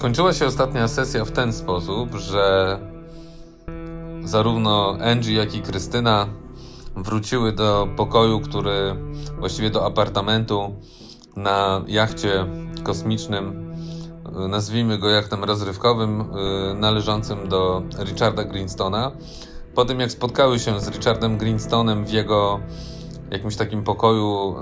Skończyła się ostatnia sesja w ten sposób, że zarówno Angie, jak i Krystyna wróciły do pokoju, właściwie do apartamentu na jachcie kosmicznym, nazwijmy go jachtem rozrywkowym, należącym do Richarda Greenstona. Po tym, jak spotkały się z Richardem Greenstonem w jego jakimś takim pokoju,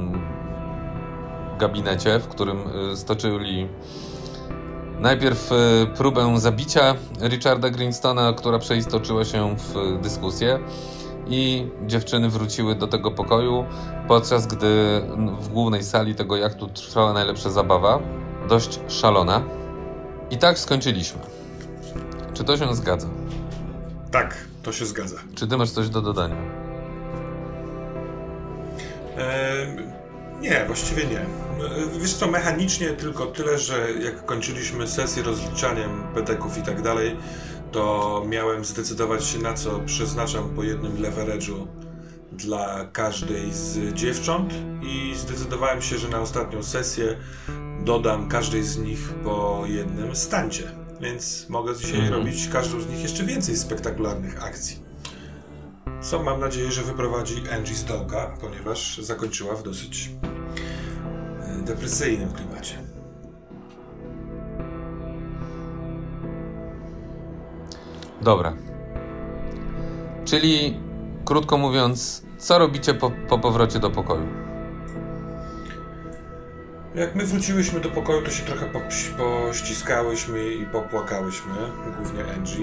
gabinecie, w którym stoczyli najpierw próbę zabicia Richarda Greenstona, która przeistoczyła się w dyskusję, i dziewczyny wróciły do tego pokoju, podczas gdy w głównej sali tego jachtu trwała najlepsza zabawa, dość szalona. I tak skończyliśmy. Czy to się zgadza? Tak, to się zgadza. Czy ty masz coś do dodania? Nie, właściwie nie. Wiesz co, mechanicznie tylko tyle, że jak kończyliśmy sesję rozliczaniem pedeków i tak dalej, to miałem zdecydować się, na co przeznaczam po jednym leverage'u dla każdej z dziewcząt i zdecydowałem się, że na ostatnią sesję dodam każdej z nich po jednym stuncie. Więc mogę dzisiaj robić każdą z nich jeszcze więcej spektakularnych akcji. Co mam nadzieję, że wyprowadzi Angie z dołka, ponieważ zakończyła w dosyć depresyjnym klimacie. Dobra. Czyli, krótko mówiąc, co robicie po powrocie do pokoju? Jak my wróciłyśmy do pokoju, to się trochę pościskałyśmy i popłakałyśmy, głównie Angie.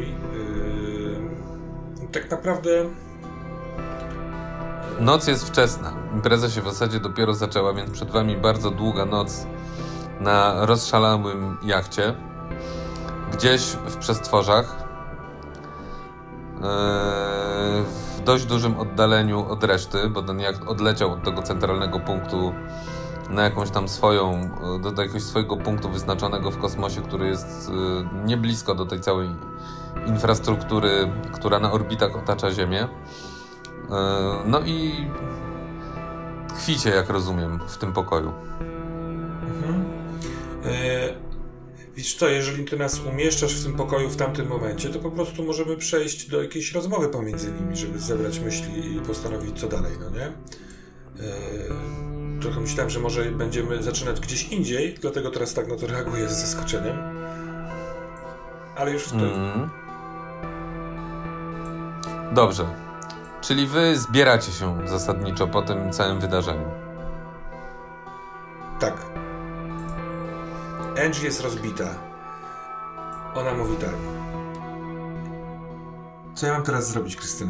Tak naprawdę... Noc jest wczesna. Impreza się w zasadzie dopiero zaczęła, więc przed wami bardzo długa noc na rozszalałym jachcie. Gdzieś w przestworzach, w dość dużym oddaleniu od reszty, bo ten jacht odleciał od tego centralnego punktu na jakąś tam do jakiegoś swojego punktu wyznaczonego w kosmosie, który jest nie blisko do tej całej infrastruktury, która na orbitach otacza Ziemię. No i tkwicie, jak rozumiem, w tym pokoju. Widzisz co, jeżeli ty nas umieszczasz w tym pokoju w tamtym momencie, to po prostu możemy przejść do jakiejś rozmowy pomiędzy nimi, żeby zebrać myśli i postanowić, co dalej, no nie? Trochę myślałem, że może będziemy zaczynać gdzieś indziej, dlatego teraz tak na to reaguję z zaskoczeniem. Ale już w tym... Dobrze. Czyli wy zbieracie się zasadniczo po tym całym wydarzeniu. Tak. Angie jest rozbita. Ona mówi tak. Co ja mam teraz zrobić, Krystyna?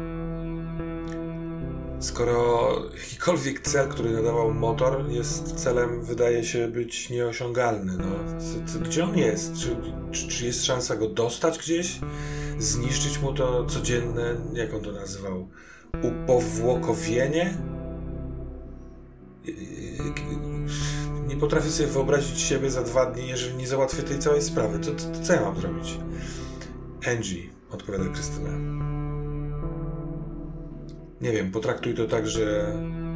Skoro jakikolwiek cel, który nadawał motor, jest celem, wydaje się być nieosiągalny. No, gdzie on jest? Czy jest szansa go dostać gdzieś? Zniszczyć mu to codzienne, jak on to nazywał? Upowłokowienie? Nie potrafię sobie wyobrazić siebie za 2 dni, jeżeli nie załatwię tej całej sprawy. Co ja mam zrobić? Angie, odpowiada Krystyna. Nie wiem, potraktuj to tak, że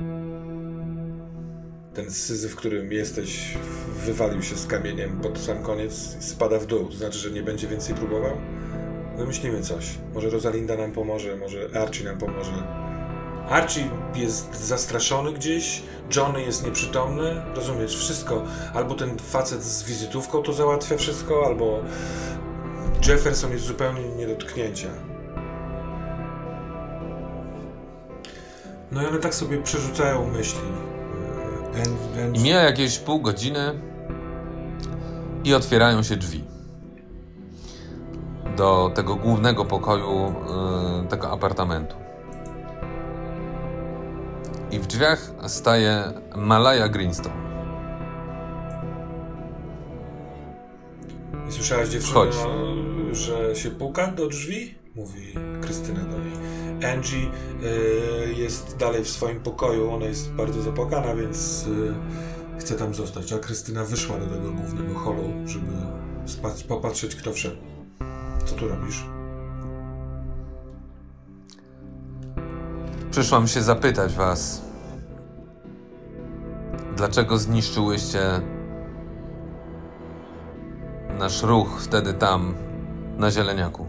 ten syzyf, w którym jesteś, wywalił się z kamieniem pod sam koniec i spada w dół. To znaczy, że nie będzie więcej próbował? Wymyślimy coś. Może Rosalinda nam pomoże, może Archie nam pomoże. Archie jest zastraszony gdzieś, Johnny jest nieprzytomny, rozumiesz, wszystko. Albo ten facet z wizytówką to załatwia wszystko, albo Jefferson jest zupełnie nie do tknięcia. No i one tak sobie przerzucają myśli. I mija jakieś pół godziny i otwierają się drzwi do tego głównego pokoju tego apartamentu. I w drzwiach staje Malaya Greenstone. Nie słyszałaś, dziewczyno, że się puka do drzwi? Mówi Krystyna do niej. Angie jest dalej w swoim pokoju, ona jest bardzo zapłakana, więc chce tam zostać. A Krystyna wyszła do tego głównego holu, żeby popatrzeć, kto wszedł. Co tu robisz? Przyszłam się zapytać was, dlaczego zniszczyłyście nasz ruch wtedy tam, na zieleniaku?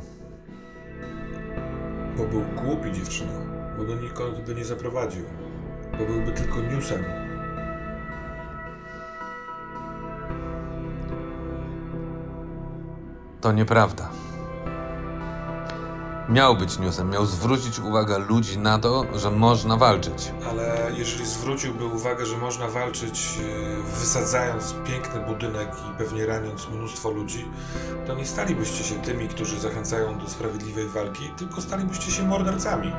Bo był głupi, dziewczyno. Bo do nikąd by nie zaprowadził. Bo byłby tylko newsem. To nieprawda. Miał być newsem, miał zwrócić uwagę ludzi na to, że można walczyć. Ale jeżeli zwróciłby uwagę, że można walczyć wysadzając piękny budynek i pewnie raniąc mnóstwo ludzi, to nie stalibyście się tymi, którzy zachęcają do sprawiedliwej walki, tylko stalibyście się mordercami.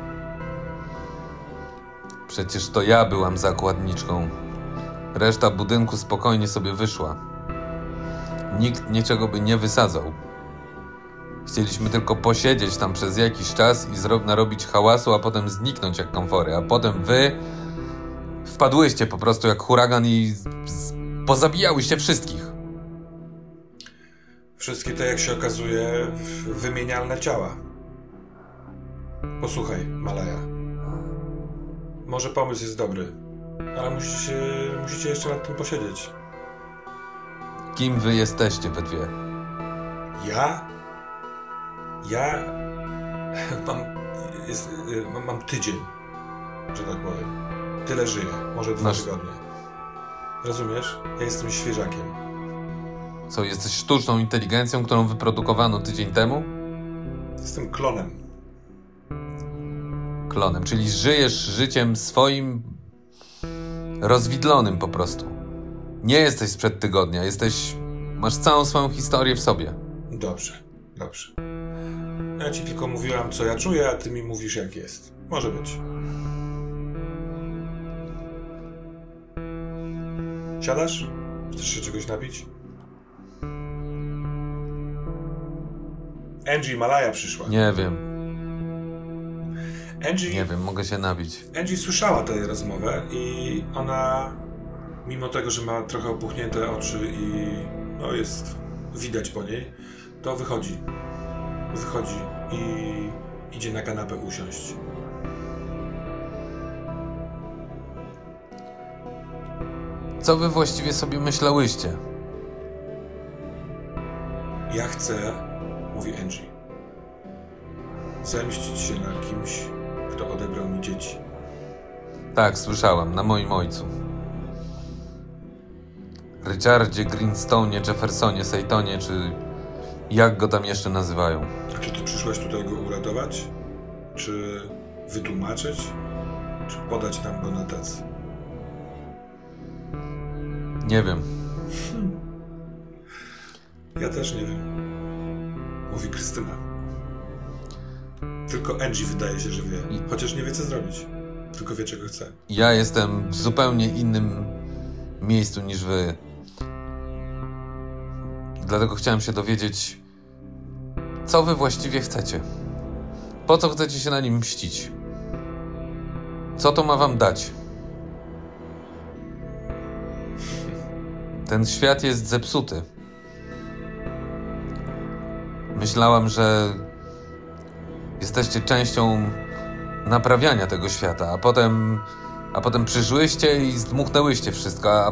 Przecież to ja byłam zakładniczką. Reszta budynku spokojnie sobie wyszła. Nikt niczego by nie wysadzał. Chcieliśmy tylko posiedzieć tam przez jakiś czas i narobić hałasu, a potem zniknąć jak kamfory. A potem wy wpadłyście po prostu jak huragan i pozabijałyście wszystkich. Wszystkie te, jak się okazuje, wymienialne ciała. Posłuchaj, Malaja. Może pomysł jest dobry, ale musicie jeszcze nad tym posiedzieć. Kim wy jesteście we dwie? Ja mam tydzień, że tak powiem. Tyle żyję, może 2 tygodnie. Rozumiesz? Ja jestem świeżakiem. Co, jesteś sztuczną inteligencją, którą wyprodukowano tydzień temu? Jestem klonem. Klonem, czyli żyjesz życiem swoim rozwidlonym po prostu. Nie jesteś sprzed tygodnia, masz całą swoją historię w sobie. Dobrze. Ja ci tylko mówiłam, co ja czuję, a ty mi mówisz, jak jest. Może być. Siadasz? Chcesz się czegoś napić? Angie, Malaja przyszła. Nie wiem. Angie, nie wiem, mogę się napić. Angie słyszała tę rozmowę i ona, mimo tego, że ma trochę opuchnięte oczy i jest widać po niej, to wychodzi i idzie na kanapę usiąść. Co wy właściwie sobie myślałyście? Ja chcę, mówi Angie, zemścić się na kimś, kto odebrał mi dzieci. Tak, słyszałam, na moim ojcu. Richardzie Greenstone'ie, Jeffersonie, Seytonie, czy jak go tam jeszcze nazywają. A czy ty przyszłaś tutaj go uratować? Czy wytłumaczyć? Czy podać nam go na tacy? Nie wiem. Ja też nie wiem. Mówi Krystyna. Tylko Angie wydaje się, że wie. Chociaż nie wie, co zrobić. Tylko wie, czego chce. Ja jestem w zupełnie innym miejscu niż wy. Dlatego chciałem się dowiedzieć, co wy właściwie chcecie. Po co chcecie się na nim mścić? Co to ma wam dać? Ten świat jest zepsuty. Myślałam, że jesteście częścią naprawiania tego świata, a potem przyszłyście i zdmuchnęłyście wszystko,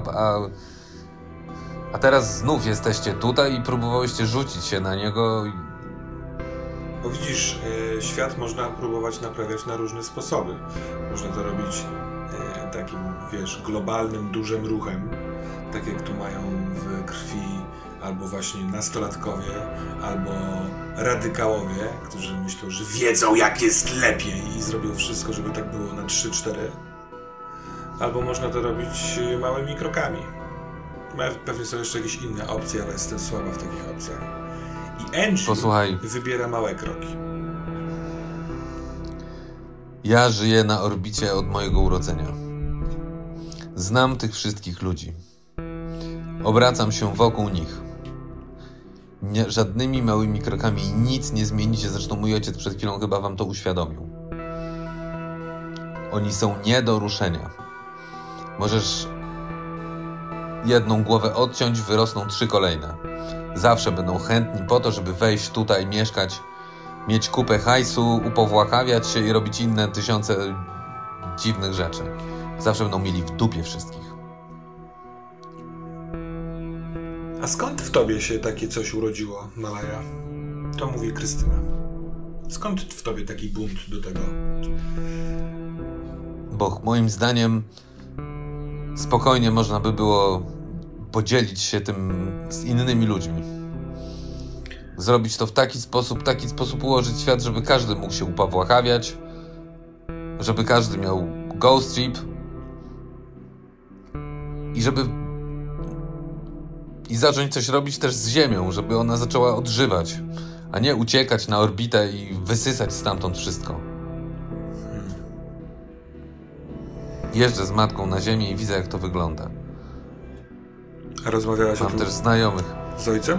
a teraz znów jesteście tutaj i próbowałyście rzucić się na niego. Bo widzisz, świat można próbować naprawiać na różne sposoby. Można to robić takim, globalnym, dużym ruchem, tak jak tu mają w krwi albo właśnie nastolatkowie, albo radykałowie, którzy myślą, że wiedzą, jak jest lepiej i zrobią wszystko, żeby tak było na 3-4. Albo można to robić małymi krokami. Pewnie są jeszcze jakieś inne opcje, ale jestem słaba w takich opcjach. I Angie wybiera małe kroki. Ja żyję na orbicie od mojego urodzenia. Znam tych wszystkich ludzi. Obracam się wokół nich. Żadnymi małymi krokami nic nie zmienicie, zresztą mój ojciec przed chwilą chyba wam to uświadomił. Oni są nie do ruszenia. Możesz jedną głowę odciąć, wyrosną 3 kolejne. Zawsze będą chętni po to, żeby wejść tutaj, mieszkać, mieć kupę hajsu, upowłakawiać się i robić inne 1000 dziwnych rzeczy. Zawsze będą mieli w dupie wszystkich. A skąd w tobie się takie coś urodziło, Malaja? To mówi Krystyna. Skąd w tobie taki bunt do tego? Bo moim zdaniem spokojnie można by było podzielić się tym z innymi ludźmi. Zrobić to w taki sposób ułożyć świat, żeby każdy mógł się upawłakawiać, żeby każdy miał ghost ship i zacząć coś robić też z Ziemią, żeby ona zaczęła odżywać, a nie uciekać na orbitę i wysysać stamtąd wszystko. Jeżdżę z matką na Ziemię i widzę, jak to wygląda. A rozmawiałaś o Mam tym też znajomych. z ojcem?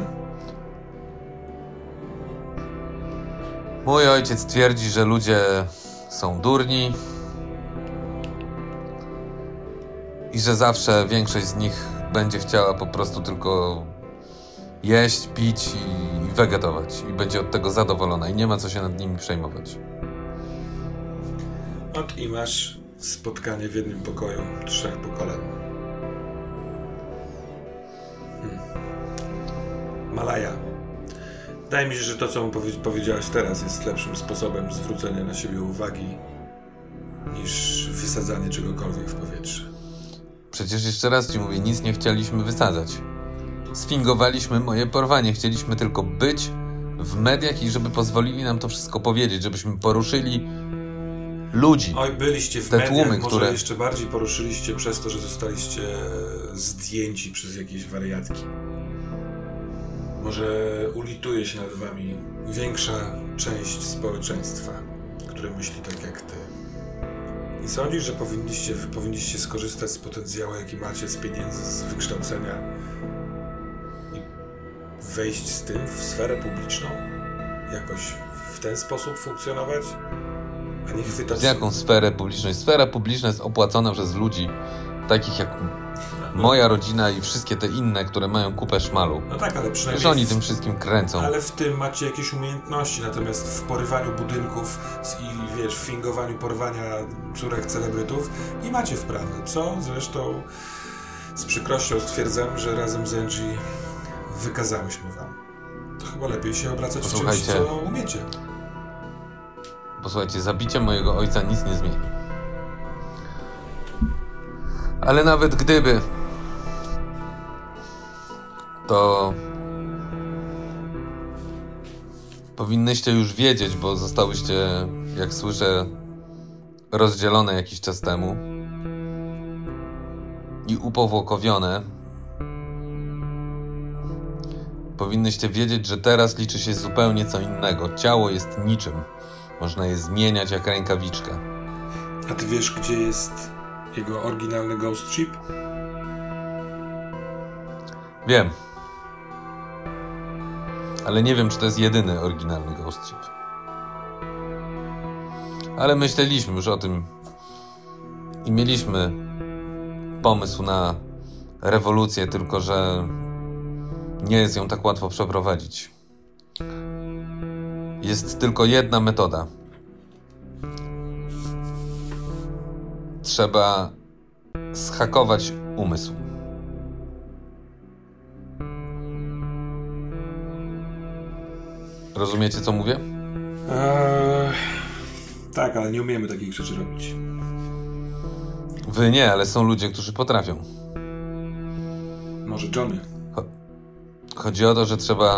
Mój ojciec twierdzi, że ludzie są durni i że zawsze większość z nich będzie chciała po prostu tylko jeść, pić i wegetować. I będzie od tego zadowolona i nie ma co się nad nimi przejmować. I masz spotkanie w jednym pokoju 3 pokoleń. Malaja. Wydaje mi się, że to, co mu powiedziałaś teraz, jest lepszym sposobem zwrócenia na siebie uwagi niż wysadzanie czegokolwiek w powietrze. Przecież jeszcze raz ci mówię, nic nie chcieliśmy wysadzać. Sfingowaliśmy moje porwanie. Chcieliśmy tylko być w mediach i żeby pozwolili nam to wszystko powiedzieć, żebyśmy poruszyli ludzi. Oj, byliście w te mediach, tłumy, może które jeszcze bardziej poruszyliście przez to, że zostaliście zdjęci przez jakieś wariatki. Może ulituje się nad wami większa część społeczeństwa, które myśli tak jak ty. Nie sądzisz, że powinniście skorzystać z potencjału, jaki macie, z pieniędzy, z wykształcenia i wejść z tym w sferę publiczną? Jakoś w ten sposób funkcjonować? A nie chwytać... Z jaką sferę publiczną? Sfera publiczna jest opłacona przez ludzi takich jak moja rodzina i wszystkie te inne, które mają kupę szmalu. No tak, ale przynajmniej... Że oni tym wszystkim kręcą. Ale w tym macie jakieś umiejętności, natomiast w porywaniu budynków i w fingowaniu porwania córek celebrytów nie macie wprawy, co zresztą z przykrością stwierdzam, że razem z Angie wykazałyśmy wam. To chyba lepiej się obracać w czymś, co umiecie. Posłuchajcie, zabicie mojego ojca nic nie zmieni. Ale nawet gdyby, to powinnyście już wiedzieć, bo zostałyście, jak słyszę, rozdzielone jakiś czas temu i upowłokowione. Powinnyście wiedzieć, że teraz liczy się zupełnie co innego. Ciało jest niczym. Można je zmieniać jak rękawiczkę. A ty wiesz, gdzie jest jego oryginalny ghost ship? Wiem. Ale nie wiem, czy to jest jedyny oryginalny ghost ship. Ale myśleliśmy już o tym i mieliśmy pomysł na rewolucję, tylko że nie jest ją tak łatwo przeprowadzić. Jest tylko jedna metoda. Trzeba zhakować umysł. Rozumiecie, co mówię? Tak, ale nie umiemy takich rzeczy robić. Wy nie, ale są ludzie, którzy potrafią. Może Johnny. Chodzi o to, że trzeba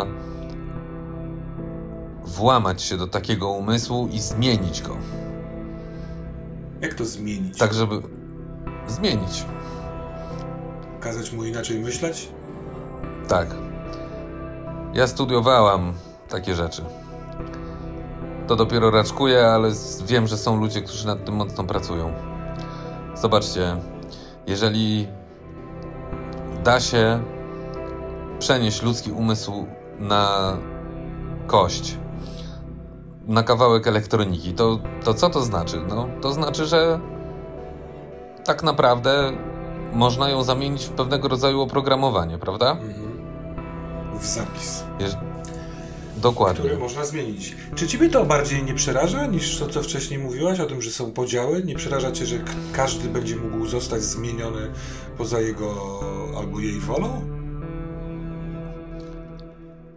włamać się do takiego umysłu i zmienić go. Jak to zmienić? Tak, żeby zmienić. Kazać mu inaczej myśleć? Tak. Ja studiowałam takie rzeczy. To dopiero raczkuję, ale wiem, że są ludzie, którzy nad tym mocno pracują. Zobaczcie, jeżeli da się przenieść ludzki umysł na kość, na kawałek elektroniki, to co to znaczy? No, to znaczy, że tak naprawdę można ją zamienić w pewnego rodzaju oprogramowanie, prawda? W zapis. Dokładnie. Który można zmienić. Czy ciebie to bardziej nie przeraża niż to, co wcześniej mówiłaś o tym, że są podziały? Nie przeraża cię, że każdy będzie mógł zostać zmieniony poza jego albo jej wolą?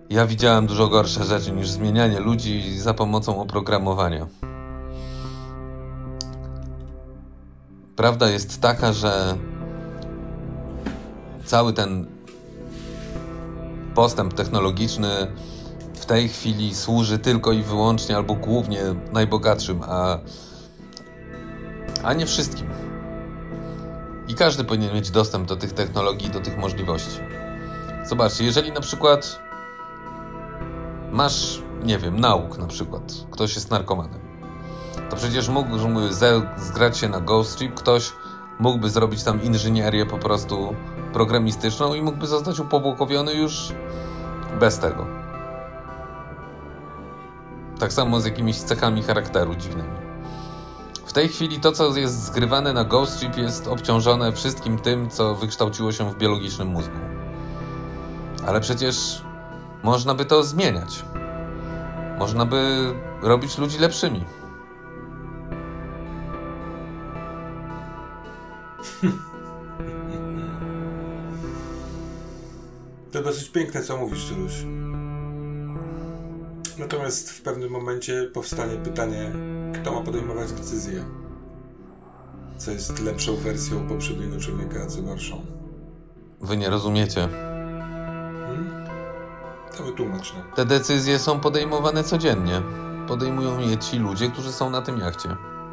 Ja widziałem dużo gorsze rzeczy niż zmienianie ludzi za pomocą oprogramowania. Prawda jest taka, że cały ten postęp technologiczny w tej chwili służy tylko i wyłącznie albo głównie najbogatszym, a nie wszystkim. I każdy powinien mieć dostęp do tych technologii, do tych możliwości. Zobaczcie, jeżeli na przykład masz, nie wiem, nauk na przykład, ktoś jest narkomanem, to przecież mógłby zgrać się na Ghost Ship, ktoś mógłby zrobić tam inżynierię po prostu programistyczną i mógłby zostać upobłogkowiony już bez tego. Tak samo z jakimiś cechami charakteru dziwnymi. W tej chwili to, co jest zgrywane na Ghost Ship, jest obciążone wszystkim tym, co wykształciło się w biologicznym mózgu. Ale przecież można by to zmieniać. Można by robić ludzi lepszymi. To dosyć piękne, co mówisz, Tyruś. Natomiast w pewnym momencie powstanie pytanie, kto ma podejmować decyzję? Co jest lepszą wersją poprzedniego człowieka, a co gorszą? Wy nie rozumiecie. To wytłumacz nam. Te decyzje są podejmowane codziennie. Podejmują je ci ludzie, którzy są na tym jachcie.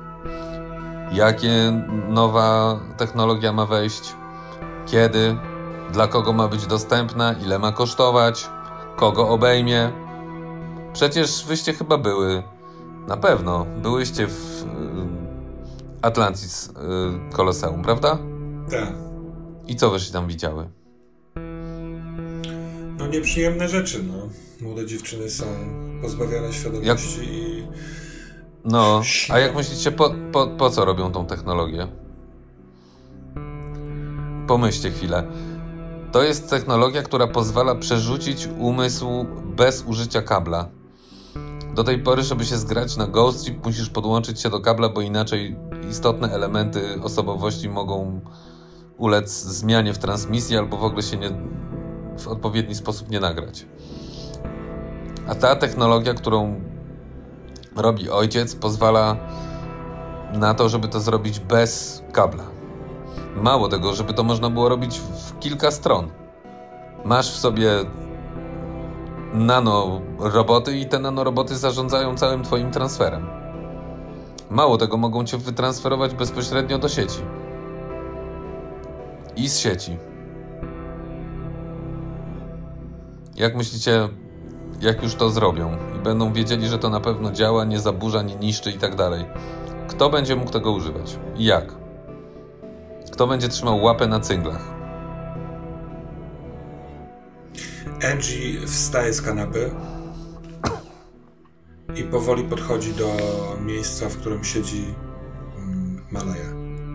Jakie nowa technologia ma wejść? Kiedy? Dla kogo ma być dostępna? Ile ma kosztować? Kogo obejmie? Przecież wyście chyba na pewno byłyście w Atlantis Koloseum, prawda? Tak. I co wyście tam widziały? No nieprzyjemne rzeczy, no. Młode dziewczyny są pozbawione świadomości i... No, a jak myślicie, po co robią tą technologię? Pomyślcie chwilę. To jest technologia, która pozwala przerzucić umysł bez użycia kabla. Do tej pory, żeby się zgrać na Ghost Ship, musisz podłączyć się do kabla, bo inaczej istotne elementy osobowości mogą ulec zmianie w transmisji albo w ogóle się w odpowiedni sposób nie nagrać. A ta technologia, którą robi ojciec, pozwala na to, żeby to zrobić bez kabla. Mało tego, żeby to można było robić w kilka stron. Masz w sobie nanoroboty i te nanoroboty zarządzają całym twoim transferem. Mało tego, mogą cię wytransferować bezpośrednio do sieci. I z sieci. Jak myślicie, jak już to zrobią i będą wiedzieli, że to na pewno działa, nie zaburza, nie niszczy i tak dalej, kto będzie mógł tego używać? I jak? Kto będzie trzymał łapę na cynglach? Angie wstaje z kanapy i powoli podchodzi do miejsca, w którym siedzi Malaya.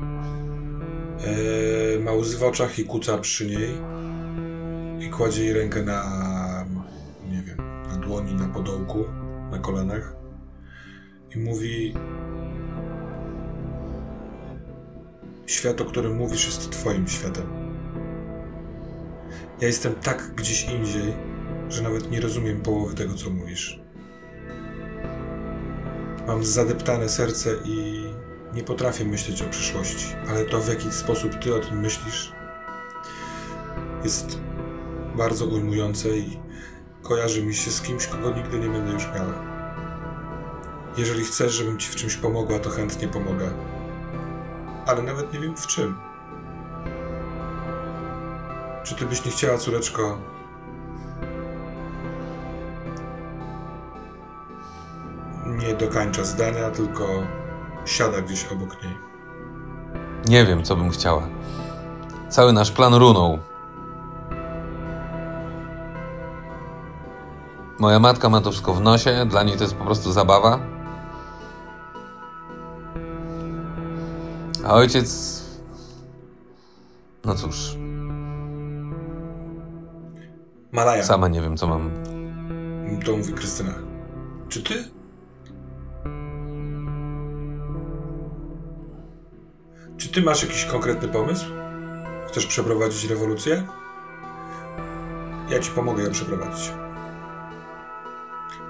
Ma łzy w oczach i kuca przy niej i kładzie jej rękę na, nie wiem, na dłoni, na podołku, na kolanach i mówi: świat, o którym mówisz, jest twoim światem. Ja jestem tak gdzieś indziej, że nawet nie rozumiem połowy tego, co mówisz. Mam zadeptane serce i nie potrafię myśleć o przyszłości, ale to, w jaki sposób ty o tym myślisz, jest bardzo ujmujące i kojarzy mi się z kimś, kogo nigdy nie będę już miała. Jeżeli chcesz, żebym ci w czymś pomogła, to chętnie pomogę. Ale nawet nie wiem w czym. Czy ty byś nie chciała, córeczko, nie dokończa zdania, tylko siada gdzieś obok niej. Nie wiem, co bym chciała. Cały nasz plan runął. Moja matka ma to wszystko w nosie, dla niej to jest po prostu zabawa. A ojciec... No cóż... Malaya. Sama nie wiem, co mam. To mówi Krystyna. Czy ty? Czy ty masz jakiś konkretny pomysł? Chcesz przeprowadzić rewolucję? Ja ci pomogę ją przeprowadzić.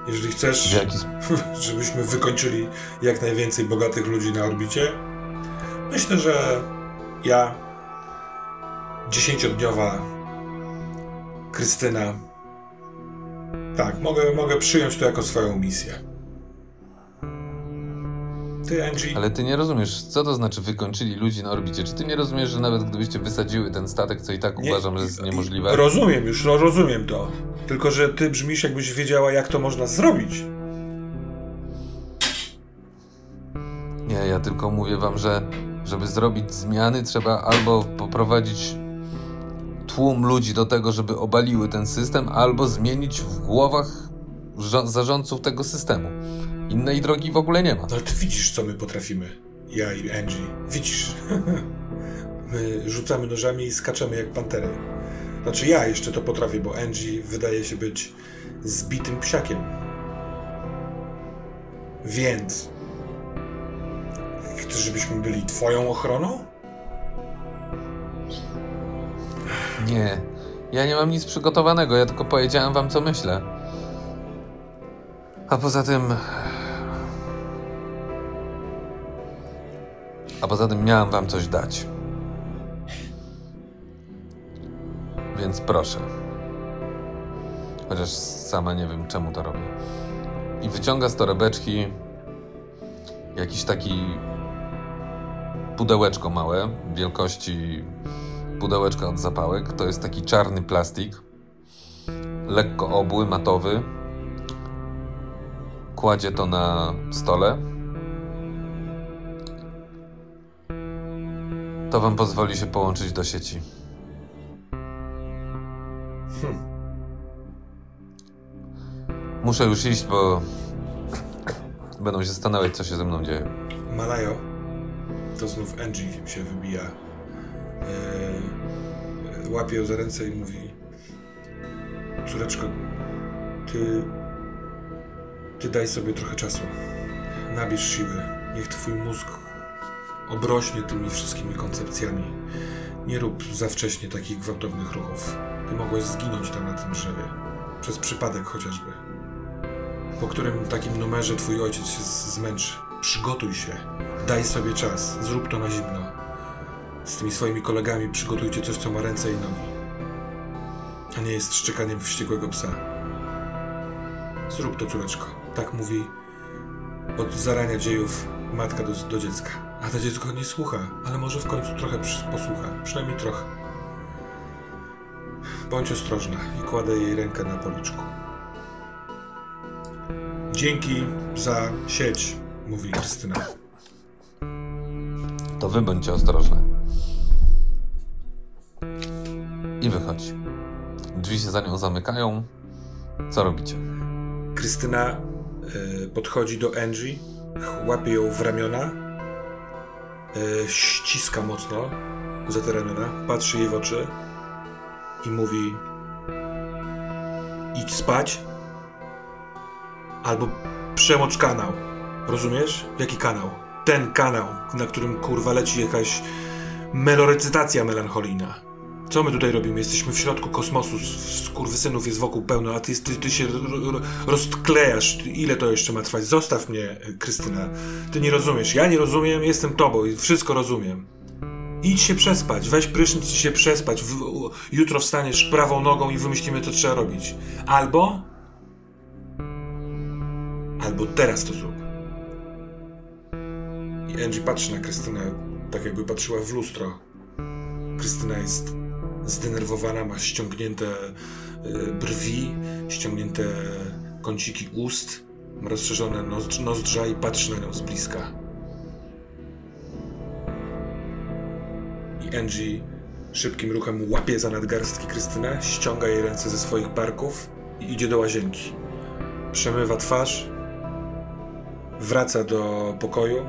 Jeżeli chcesz, żebyśmy wykończyli jak najwięcej bogatych ludzi na orbicie, myślę, że ja, 10-dniowa Krystyna, tak, mogę przyjąć to jako swoją misję. Ty, Angie? Ale ty nie rozumiesz, co to znaczy wykończyli ludzi na orbicie? Czy ty nie rozumiesz, że nawet gdybyście wysadziły ten statek, co i tak uważam, że jest niemożliwe? Rozumiem to. Tylko, że ty brzmisz, jakbyś wiedziała, jak to można zrobić. Nie, ja tylko mówię wam, że żeby zrobić zmiany, trzeba albo poprowadzić tłum ludzi do tego, żeby obaliły ten system, albo zmienić w głowach zarządców tego systemu. Innej drogi w ogóle nie ma. No ale ty widzisz, co my potrafimy. Ja i Angie. Widzisz. My rzucamy nożami i skaczemy jak pantery. Znaczy ja jeszcze to potrafię, bo Angie wydaje się być zbitym psiakiem. Więc chcesz, żebyśmy byli twoją ochroną? Nie. Ja nie mam nic przygotowanego, ja tylko powiedziałem wam, co myślę. A poza tym miałem wam coś dać. Więc proszę. Chociaż sama nie wiem, czemu to robię. I wyciąga z torebeczki jakiś taki pudełeczko małe, wielkości pudełeczka od zapałek. To jest taki czarny plastik, lekko obły, matowy. Kładzie to na stole. To wam pozwoli się połączyć do sieci. Muszę już iść, bo będą się zastanawiać, co się ze mną dzieje. Malajo, to znów Angie się wybija. Łapie ją za ręce i mówi: córeczko, ty daj sobie trochę czasu. Nabierz siły. Niech twój mózg obrośnie tymi wszystkimi koncepcjami. Nie rób za wcześnie takich gwałtownych ruchów. Ty mogłeś zginąć tam na tym drzewie. Przez przypadek chociażby. Po którym takim numerze twój ojciec się zmęczy. Przygotuj się. Daj sobie czas. Zrób to na zimno. Z tymi swoimi kolegami przygotujcie coś, co ma ręce i nogi. A nie jest szczekaniem wściekłego psa. Zrób to, córeczko. Tak mówi od zarania dziejów matka do dziecka. A to dziecko nie słucha, ale może w końcu trochę posłucha. Przynajmniej trochę. Bądź ostrożna. I kładę jej rękę na policzku. Dzięki za sieć, mówi Krystyna. To wy bądźcie ostrożne. I wychodź. Drzwi się za nią zamykają. Co robicie? Krystyna podchodzi do Angie, łapie ją w ramiona, ściska mocno za te ramiona, patrzy jej w oczy i mówi: idź spać albo przełącz kanał. Rozumiesz? Jaki kanał? Ten kanał, na którym kurwa leci jakaś melorecytacja melancholijna. Co my tutaj robimy? Jesteśmy w środku kosmosu, skurwysynów jest wokół pełno, a ty się rozklejasz. Ile to jeszcze ma trwać? Zostaw mnie, Krystyna. Ty nie rozumiesz. Ja nie rozumiem, jestem tobą i wszystko rozumiem. Idź się przespać, weź prysznic i się przespać. Jutro wstaniesz prawą nogą i wymyślimy, co trzeba robić. Albo teraz to zrób. I Angie patrzy na Krystynę, tak jakby patrzyła w lustro. Krystyna jest zdenerwowana, ma ściągnięte brwi, ściągnięte kąciki ust, ma rozszerzone nozdrza i patrzy na nią z bliska. I Angie szybkim ruchem łapie za nadgarstki Krystynę, ściąga jej ręce ze swoich barków i idzie do łazienki. Przemywa twarz, wraca do pokoju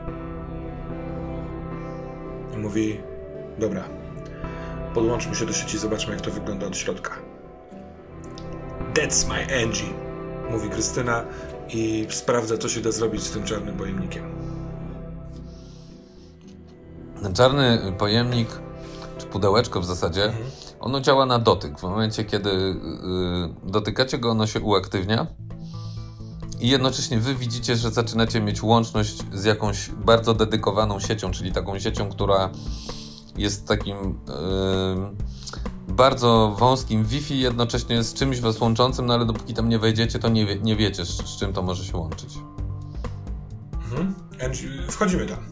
i mówi: dobra, podłączmy się do sieci, zobaczmy, jak to wygląda od środka. That's my Angie, mówi Krystyna i sprawdza, co się da zrobić z tym czarnym pojemnikiem. Ten czarny pojemnik, czy pudełeczko w zasadzie, ono działa na dotyk. W momencie, kiedy dotykacie go, ono się uaktywnia I jednocześnie wy widzicie, że zaczynacie mieć łączność z jakąś bardzo dedykowaną siecią, czyli taką siecią, która jest takim bardzo wąskim Wi-Fi, jednocześnie z czymś was łączącym, no ale dopóki tam nie wejdziecie, to nie wiecie, z czym to może się łączyć. Wchodzimy tam.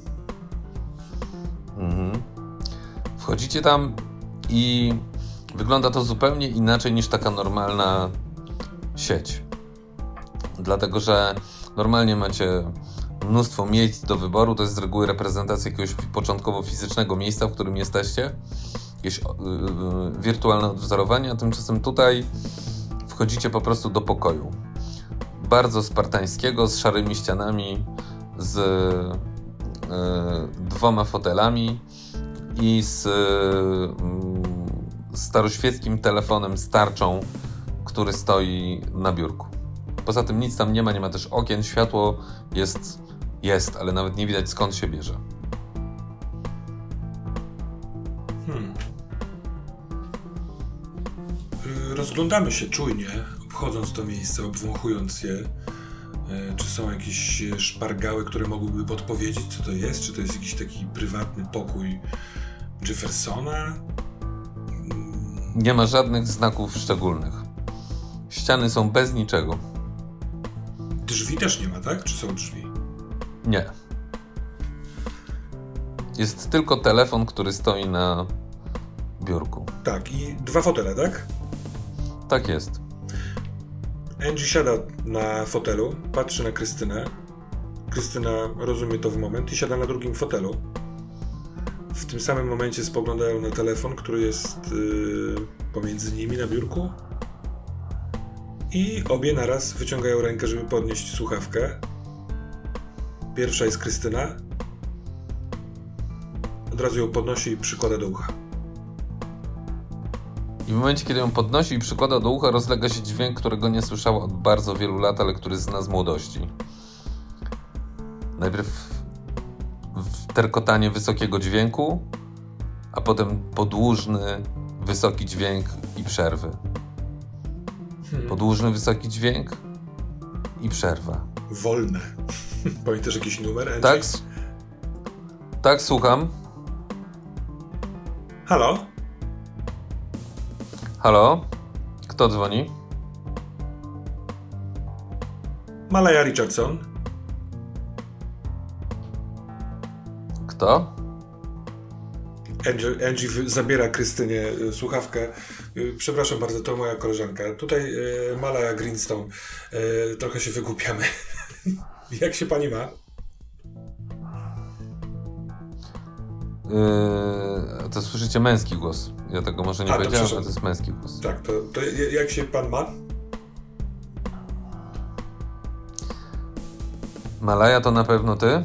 Wchodzicie tam i wygląda to zupełnie inaczej niż taka normalna sieć. Dlatego, że normalnie macie mnóstwo miejsc do wyboru, to jest z reguły reprezentacja jakiegoś początkowo fizycznego miejsca, w którym jesteście, jakieś wirtualne odwzorowanie, a tymczasem tutaj wchodzicie po prostu do pokoju. Bardzo spartańskiego, z szarymi ścianami, z 2 fotelami i z staroświeckim telefonem z tarczą, który stoi na biurku. Poza tym nic tam nie ma też okien, światło jest, ale nawet nie widać skąd się bierze. Rozglądamy się czujnie, obchodząc to miejsce, obwąchując je. Czy są jakieś szpargały, które mogłyby podpowiedzieć, co to jest? Czy to jest jakiś taki prywatny pokój Jeffersona? Nie ma żadnych znaków szczególnych. Ściany są bez niczego. Drzwi też nie ma, tak? Czy są drzwi? Nie. Jest tylko telefon, który stoi na biurku. Tak, i 2 fotele, tak? Tak jest. Angie siada na fotelu, patrzy na Krystynę. Krystyna rozumie to w moment i siada na drugim fotelu. W tym samym momencie spoglądają na telefon, który jest pomiędzy nimi na biurku. I obie naraz wyciągają rękę, żeby podnieść słuchawkę. Pierwsza jest Krystyna. Od razu ją podnosi i przykłada do ucha. I w momencie, kiedy ją podnosi i przykłada do ucha, rozlega się dźwięk, którego nie słyszała od bardzo wielu lat, ale który zna z młodości. Najpierw terkotanie wysokiego dźwięku, a potem podłużny, wysoki dźwięk i przerwy. Podłużny, wysoki dźwięk i przerwa. Wolne. Pamiętasz jakiś numer, Angie? Tak, słucham. Halo? Halo? Kto dzwoni? Malaya Richardson. Kto? Angie zabiera Krystynie słuchawkę. Przepraszam bardzo, to moja koleżanka. Tutaj Malaya Greenstone. Trochę się wygłupiamy. Jak się pani ma? To słyszycie męski głos. Ja tego może nie powiedziałem, ale to jest męski głos. Tak, to jak się pan ma? Malaya to na pewno ty?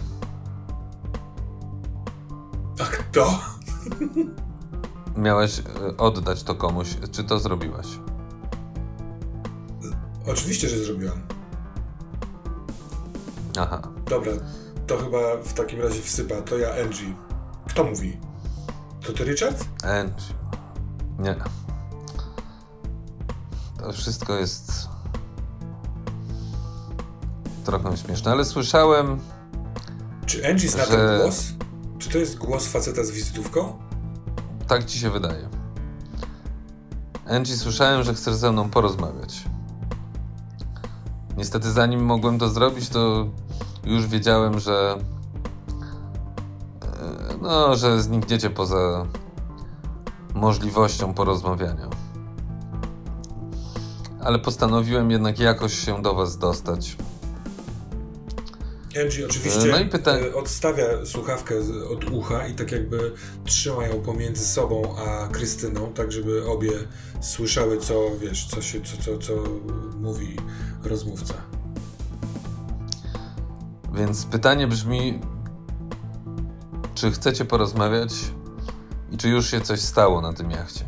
A kto? Miałeś oddać to komuś. Czy to zrobiłaś? Oczywiście, że zrobiłam. Aha. Dobra, to chyba w takim razie wsypa. To ja, Angie. Kto mówi? To ty, Richard? Angie. Nie. To wszystko jest trochę śmieszne, ale słyszałem... Czy Angie zna ten głos? Czy to jest głos faceta z wizytówką? Tak ci się wydaje. Angie, słyszałem, że chcesz ze mną porozmawiać. Niestety zanim mogłem to zrobić, to już wiedziałem, że że znikniecie poza możliwością porozmawiania. Ale postanowiłem jednak jakoś się do was dostać. Angie oczywiście odstawia słuchawkę od ucha i tak jakby trzyma ją pomiędzy sobą a Krystyną, tak żeby obie słyszały, co mówi rozmówca. Więc pytanie brzmi, czy chcecie porozmawiać i czy już się coś stało na tym jachcie?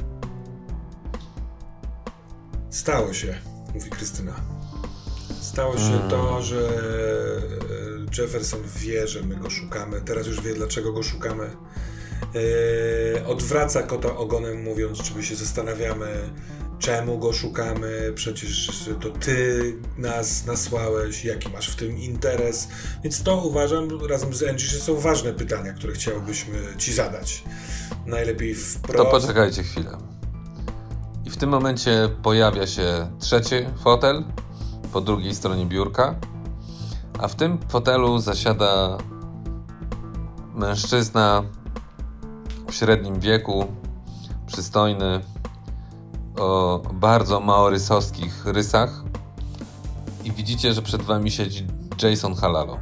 Stało się, mówi Krystyna. Stało się to, że Jefferson wie, że my go szukamy. Teraz już wie, dlaczego go szukamy. Odwraca kota ogonem, mówiąc, czy my się zastanawiamy, czemu go szukamy, przecież to ty nas nasłałeś, jaki masz w tym interes. Więc to uważam razem z Angie, że są ważne pytania, które chciałbyśmy ci zadać. Najlepiej wprost. To poczekajcie chwilę. I w tym momencie pojawia się trzeci fotel po drugiej stronie biurka, a w tym fotelu zasiada mężczyzna w średnim wieku, przystojny, o bardzo maorysowskich rysach i widzicie, że przed wami siedzi Jason Halalo.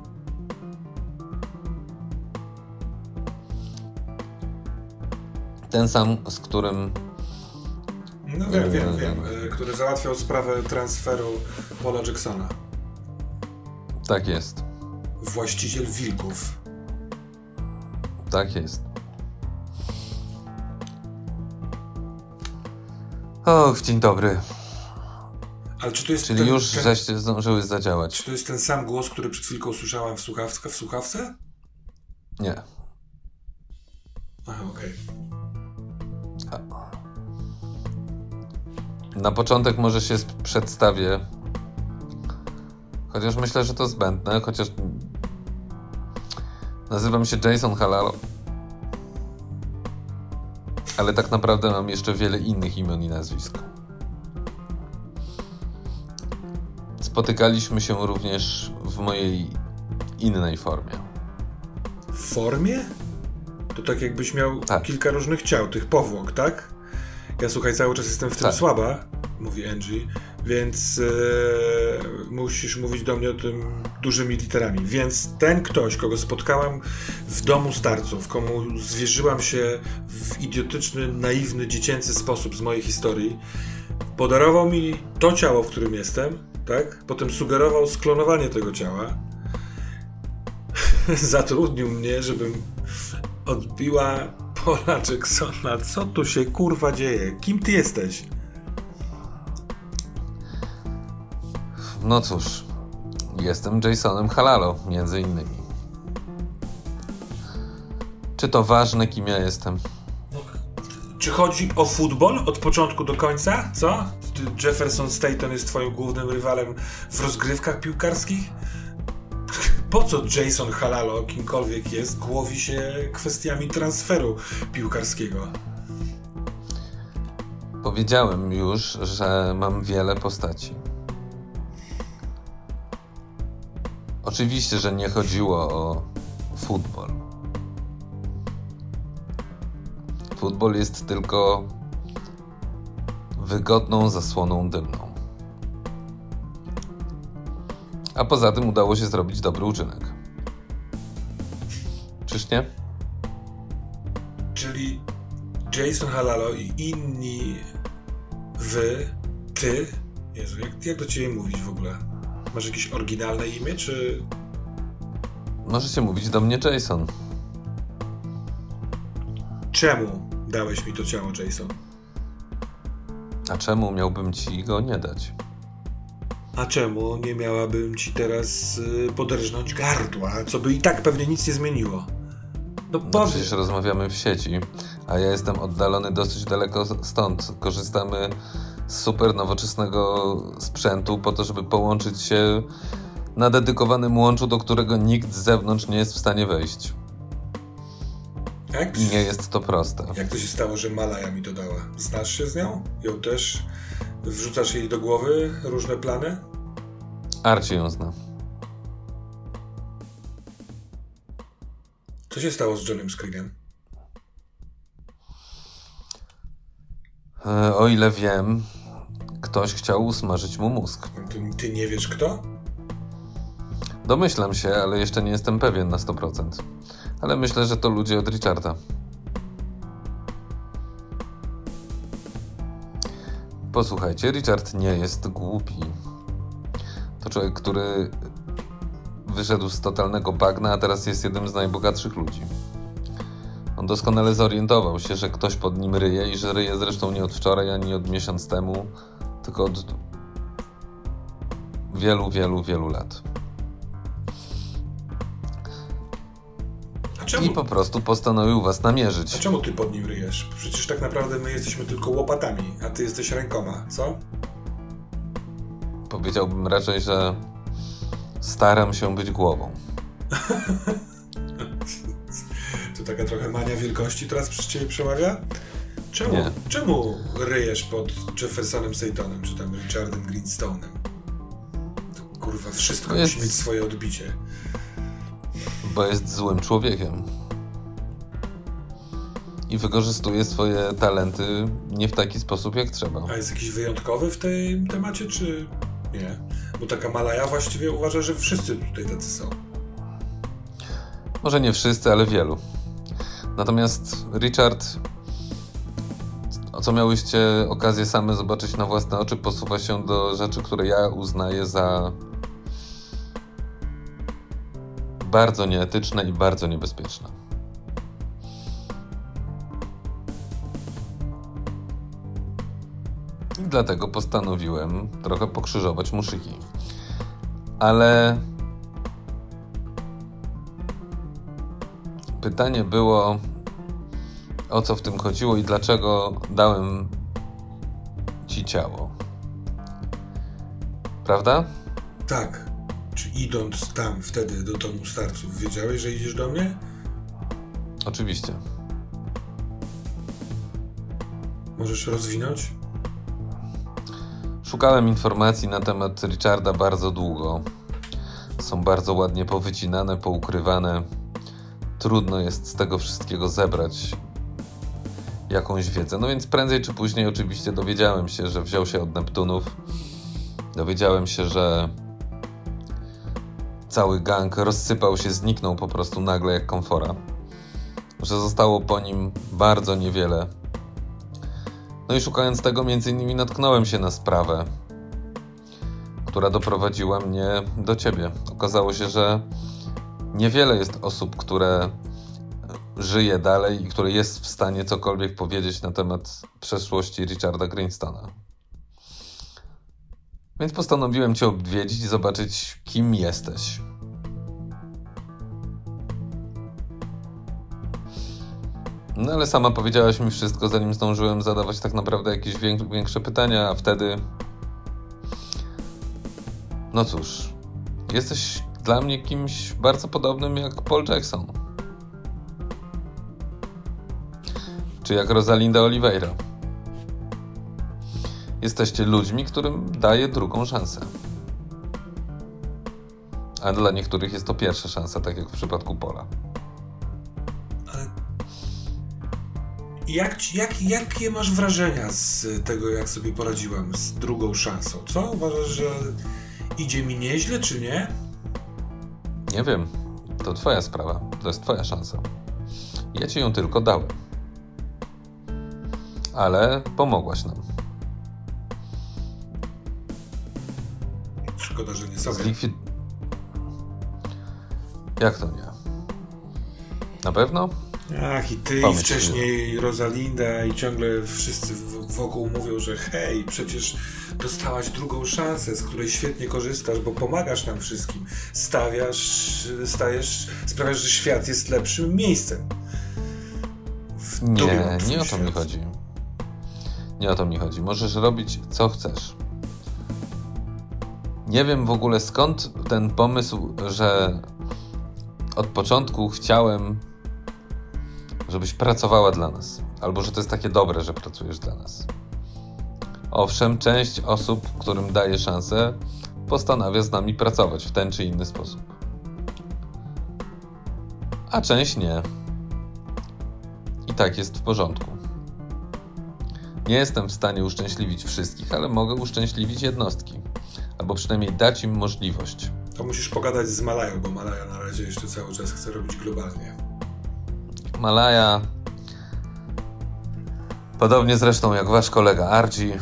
Ten sam, z którym... No wiem. Który załatwiał sprawę transferu Paula Jacksona. Tak jest. Właściciel wilków. Tak jest. Och, dzień dobry. Ale czy to jest Czyli już żeście zdążyły zadziałać? Czy to jest ten sam głos, który przed chwilką słyszałem w słuchawce? Nie. Aha, okej. Na początek może się przedstawię. Chociaż myślę, że to zbędne, chociaż nazywam się Jason Halalo. Ale tak naprawdę mam jeszcze wiele innych imion i nazwisk. Spotykaliśmy się również w mojej innej formie. W formie? To tak jakbyś miał kilka różnych ciał, tych powłok, tak? Ja słuchaj, cały czas jestem w tym słaba, mówi Angie, więc musisz mówić do mnie o tym dużymi literami. Więc ten ktoś, kogo spotkałam w domu starców, komu zwierzyłam się w idiotyczny, naiwny, dziecięcy sposób z mojej historii, podarował mi to ciało, w którym jestem, tak? Potem sugerował sklonowanie tego ciała. Zatrudnił mnie, żebym odbiła Paula Jacksona. Co tu się kurwa dzieje? Kim ty jesteś? No cóż, jestem Jasonem Halalo, między innymi. Czy to ważne, kim ja jestem? Czy chodzi o futbol od początku do końca? Co? Jefferson Staten jest twoim głównym rywalem w rozgrywkach piłkarskich? Po co Jason Halalo, kimkolwiek jest, głowi się kwestiami transferu piłkarskiego? Powiedziałem już, że mam wiele postaci. Oczywiście, że nie chodziło o futbol. Futbol jest tylko wygodną zasłoną dymną. A poza tym udało się zrobić dobry uczynek. Czyż nie? Czyli Jason Halalo i inni ty? Jezu, jak do ciebie mówić w ogóle? Masz jakieś oryginalne imię, czy... Możecie mówić do mnie Jason. Czemu dałeś mi to ciało, Jason? A czemu miałbym ci go nie dać? A czemu nie miałabym ci teraz poderżnąć gardła, co by i tak pewnie nic nie zmieniło? No przecież rozmawiamy w sieci, a ja jestem oddalony dosyć daleko stąd. Korzystamy z super nowoczesnego sprzętu po to, żeby połączyć się na dedykowanym łączu, do którego nikt z zewnątrz nie jest w stanie wejść. I nie jest to proste. Jak to się stało, że Malaja mi to dała? Znasz się z nią? Ją też? Wrzucasz jej do głowy różne plany? Archie ją zna. Co się stało z Johnem Screenem? O ile wiem, ktoś chciał usmażyć mu mózg. Ty nie wiesz kto? Domyślam się, ale jeszcze nie jestem pewien na 100%. Ale myślę, że to ludzie od Richarda. Posłuchajcie, Richard nie jest głupi. To człowiek, który wyszedł z totalnego bagna, a teraz jest jednym z najbogatszych ludzi. On doskonale zorientował się, że ktoś pod nim ryje i że ryje zresztą nie od wczoraj, ani od miesiąc temu, tylko od wielu, wielu, wielu lat. i po prostu postanowił was namierzyć. A czemu ty pod nim ryjesz? Przecież tak naprawdę my jesteśmy tylko łopatami, a ty jesteś rękoma, co? Powiedziałbym raczej, że staram się być głową. To taka trochę mania wielkości teraz przez ciebie przemawia? Czemu ryjesz pod Jeffersonem Saytonem, czy tam Richardem Greenstone'em? To, kurwa, wszystko musi mieć swoje odbicie. Bo jest złym człowiekiem. I wykorzystuje swoje talenty nie w taki sposób, jak trzeba. A jest jakiś wyjątkowy w tym temacie, czy nie? Bo taka Malaya właściwie uważa, że wszyscy tutaj tacy są. Może nie wszyscy, ale wielu. Natomiast Richard, co miałyście okazję same zobaczyć na własne oczy, posuwa się do rzeczy, które ja uznaję za bardzo nieetyczne i bardzo niebezpieczne. I dlatego postanowiłem trochę pokrzyżować mu szyki. Ale pytanie było, o co w tym chodziło i dlaczego dałem ci ciało. Prawda? Tak. Czy idąc tam wtedy do domu starców, wiedziałeś, że idziesz do mnie? Oczywiście. Możesz rozwinąć? Szukałem informacji na temat Richarda bardzo długo. Są bardzo ładnie powycinane, poukrywane. Trudno jest z tego wszystkiego zebrać jakąś wiedzę. No więc prędzej czy później oczywiście dowiedziałem się, że wziął się od Neptunów. Dowiedziałem się, że cały gang rozsypał się, zniknął po prostu nagle jak komfora. Że zostało po nim bardzo niewiele. No i szukając tego między innymi natknąłem się na sprawę, która doprowadziła mnie do ciebie. Okazało się, że niewiele jest osób, które żyje dalej i które jest w stanie cokolwiek powiedzieć na temat przeszłości Richarda Greenstone'a. Więc postanowiłem cię odwiedzić i zobaczyć, kim jesteś. No ale sama powiedziałaś mi wszystko, zanim zdążyłem zadawać tak naprawdę jakieś większe pytania, a wtedy... No cóż, jesteś dla mnie kimś bardzo podobnym jak Paul Jackson. Czy jak Rosalinda Oliveira. Jesteście ludźmi, którym daję drugą szansę. A dla niektórych jest to pierwsza szansa, tak jak w przypadku Paula. Jakie masz wrażenia z tego, jak sobie poradziłem z drugą szansą? Co? Uważasz, że idzie mi nieźle, czy nie? Nie wiem. To twoja sprawa. To jest twoja szansa. Ja ci ją tylko dałem. Ale pomogłaś nam. Szkoda, że nie sobie. Jak to nie? Na pewno? Ach, i ty, Pomyśl i wcześniej Rosalinda, i ciągle wszyscy wokół mówią, że hej, przecież dostałaś drugą szansę, z której świetnie korzystasz, bo pomagasz nam wszystkim. Sprawiasz, że świat jest lepszym miejscem. Nie o to mi chodzi. Nie o to mi chodzi. Możesz robić, co chcesz. Nie wiem w ogóle skąd ten pomysł, że od początku chciałem, żebyś pracowała dla nas. Albo że to jest takie dobre, że pracujesz dla nas. Owszem, część osób, którym daję szansę, postanawia z nami pracować w ten czy inny sposób. A część nie. I tak jest w porządku. Nie jestem w stanie uszczęśliwić wszystkich, ale mogę uszczęśliwić jednostki. Albo przynajmniej dać im możliwość. To musisz pogadać z Malają, bo Malaya na razie jeszcze cały czas chce robić globalnie. Malaya, podobnie zresztą jak wasz kolega Archie,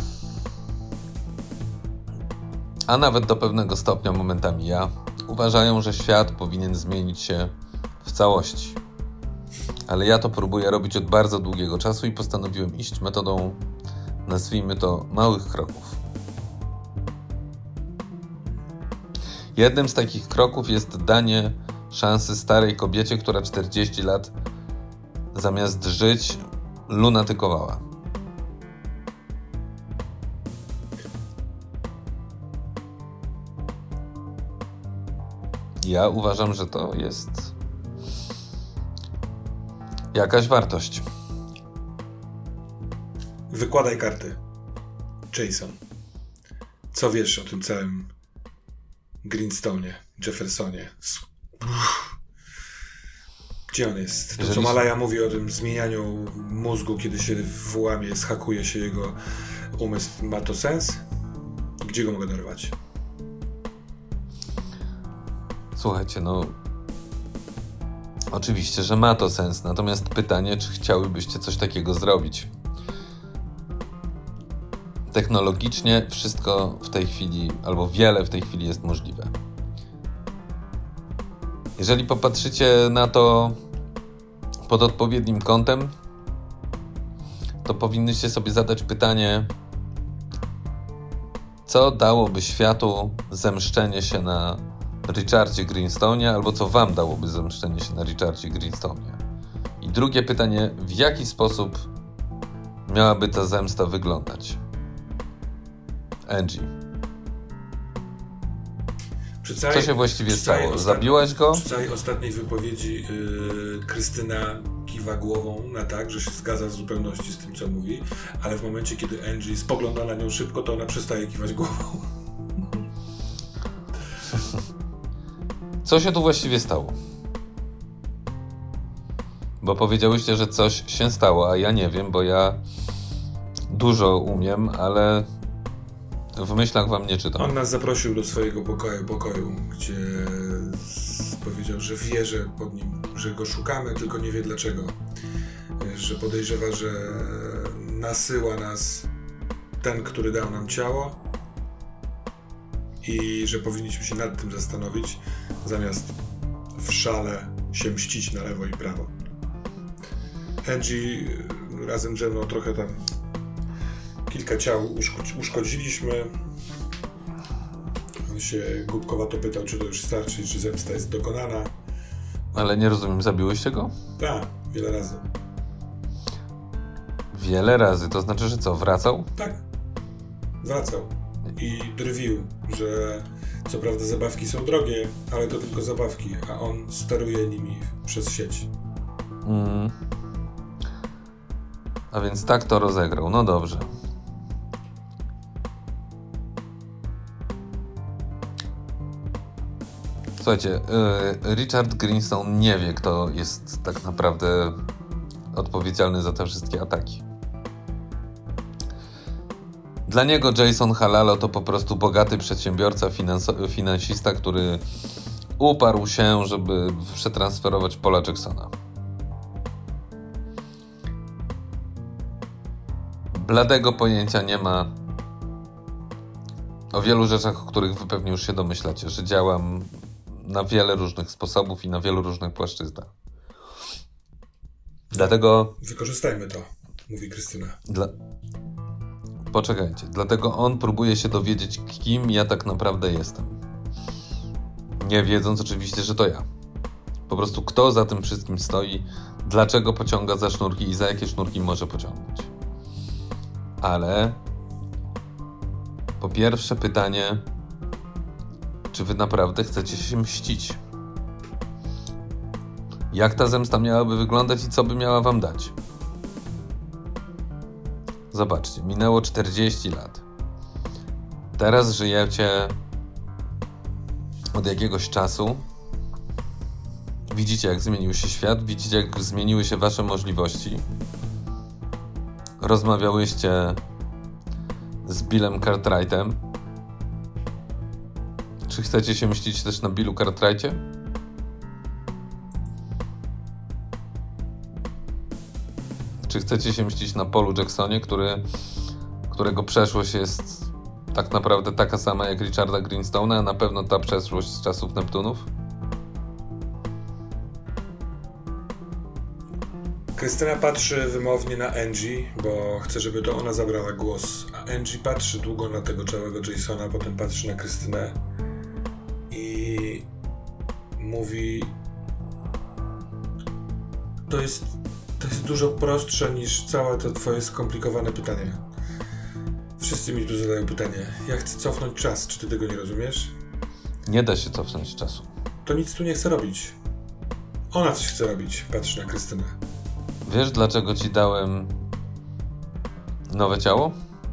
a nawet do pewnego stopnia momentami ja, uważają, że świat powinien zmienić się w całości. Ale ja to próbuję robić od bardzo długiego czasu i postanowiłem iść metodą, nazwijmy to, małych kroków. Jednym z takich kroków jest danie szansy starej kobiecie, która 40 lat zamiast żyć lunatykowała. Ja uważam, że to jest jakaś wartość. Wykładaj karty. Jason. Co wiesz o tym całym Greenstone'ie, Jeffersonie? Gdzie on jest? To, co Malaya mówi o tym zmienianiu mózgu, kiedy się włamie, schakuje się jego umysł, ma to sens? Gdzie go mogę dorwać? Słuchajcie, oczywiście, że ma to sens. Natomiast pytanie, czy chciałybyście coś takiego zrobić? Technologicznie wszystko w tej chwili, albo wiele w tej chwili jest możliwe. Jeżeli popatrzycie na to pod odpowiednim kątem, to powinnyście sobie zadać pytanie, co dałoby światu zemszczenie się na Richardzie Greenstone'ie, albo co wam dałoby zemszczenie się na Richardzie Greenstone'ie. I drugie pytanie, w jaki sposób miałaby ta zemsta wyglądać? Angie. Co się właściwie stało? Zabiłaś go? Przy całej ostatniej wypowiedzi Krystyna kiwa głową na tak, że się zgadza w zupełności z tym, co mówi, ale w momencie, kiedy Angie spogląda na nią szybko, to ona przestaje kiwać głową. Co się tu właściwie stało? Bo powiedziałyście, że coś się stało, a ja nie wiem, bo ja dużo umiem, ale w myślach wam nie czytam. On nas zaprosił do swojego pokoju, gdzie powiedział, że wie, że pod nim, że go szukamy, tylko nie wie dlaczego. Że podejrzewa, że nasyła nas ten, który dał nam ciało i że powinniśmy się nad tym zastanowić, zamiast w szale się mścić na lewo i prawo. Angie razem ze mną trochę tam kilka ciał uszkodziliśmy. On się głupkowato pytał, czy to już starczy, czy zemsta jest dokonana. Ale nie rozumiem, zabiłyście go? Tak, wiele razy. Wiele razy? To znaczy, że co, wracał? Tak, wracał. I drwił, że co prawda zabawki są drogie, ale to tylko zabawki, a on steruje nimi przez sieć. A więc tak to rozegrał. No dobrze. Słuchajcie, Richard Greenstone nie wie, kto jest tak naprawdę odpowiedzialny za te wszystkie ataki. Dla niego Jason Halalo to po prostu bogaty przedsiębiorca, finansista, który uparł się, żeby przetransferować Paula Jacksona. Bladego pojęcia nie ma o wielu rzeczach, o których wy pewnie już się domyślacie, że działam na wiele różnych sposobów i na wielu różnych płaszczyznach. Dlatego... Wykorzystajmy to, mówi Krystyna. Poczekajcie. Dlatego on próbuje się dowiedzieć, kim ja tak naprawdę jestem. Nie wiedząc oczywiście, że to ja. Po prostu kto za tym wszystkim stoi, dlaczego pociąga za sznurki i za jakie sznurki może pociągnąć. Ale po pierwsze pytanie, czy wy naprawdę chcecie się mścić? Jak ta zemsta miałaby wyglądać i co by miała wam dać? Zobaczcie, minęło 40 lat. Teraz żyjecie od jakiegoś czasu. Widzicie, jak zmienił się świat, widzicie, jak zmieniły się wasze możliwości. Rozmawiałyście z Billem Cartwrightem. Czy chcecie się mścić też na Billu Cartwrightie? Czy chcecie się mścić na Paulu Jacksonie, którego przeszłość jest tak naprawdę taka sama jak Richarda Greenstone'a, a na pewno ta przeszłość z czasów Neptunów? Krystyna patrzy wymownie na Angie, bo chce, żeby to ona zabrała głos. A Angie patrzy długo na tego całego Jasona, potem patrzy na Krystynę i mówi: to jest dużo prostsze niż całe to twoje skomplikowane pytanie. Wszyscy mi tu zadają pytanie. Ja chcę cofnąć czas. Czy ty tego nie rozumiesz? Nie da się cofnąć czasu. To nic tu nie chce robić. Ona coś chce robić. Patrz na Krystynę. Wiesz, dlaczego ci dałem nowe ciało?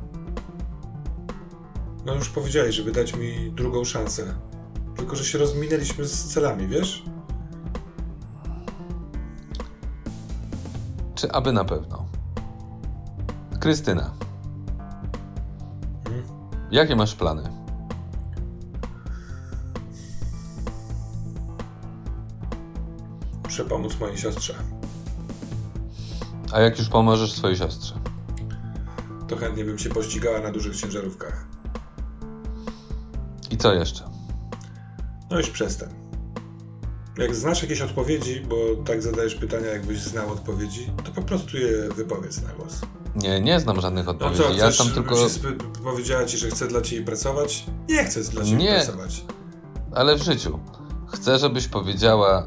No już powiedziałeś, żeby dać mi drugą szansę. Tylko że się rozminęliśmy z celami, wiesz? Czy aby na pewno? Krystyna. Jakie masz plany? Muszę pomóc mojej siostrze. A jak już pomożesz swojej siostrze? To chętnie bym się pościgała na dużych ciężarówkach. I co jeszcze? No już przestań. Jak znasz jakieś odpowiedzi, bo tak zadajesz pytania, jakbyś znał odpowiedzi, to po prostu je wypowiedz na głos. Nie znam żadnych No odpowiedzi. co, Ja chcesz, tam tylko... powiedziała ci, że chce dla ciebie pracować? Nie chcę dla ciebie pracować. Ale w życiu. Chcę, żebyś powiedziała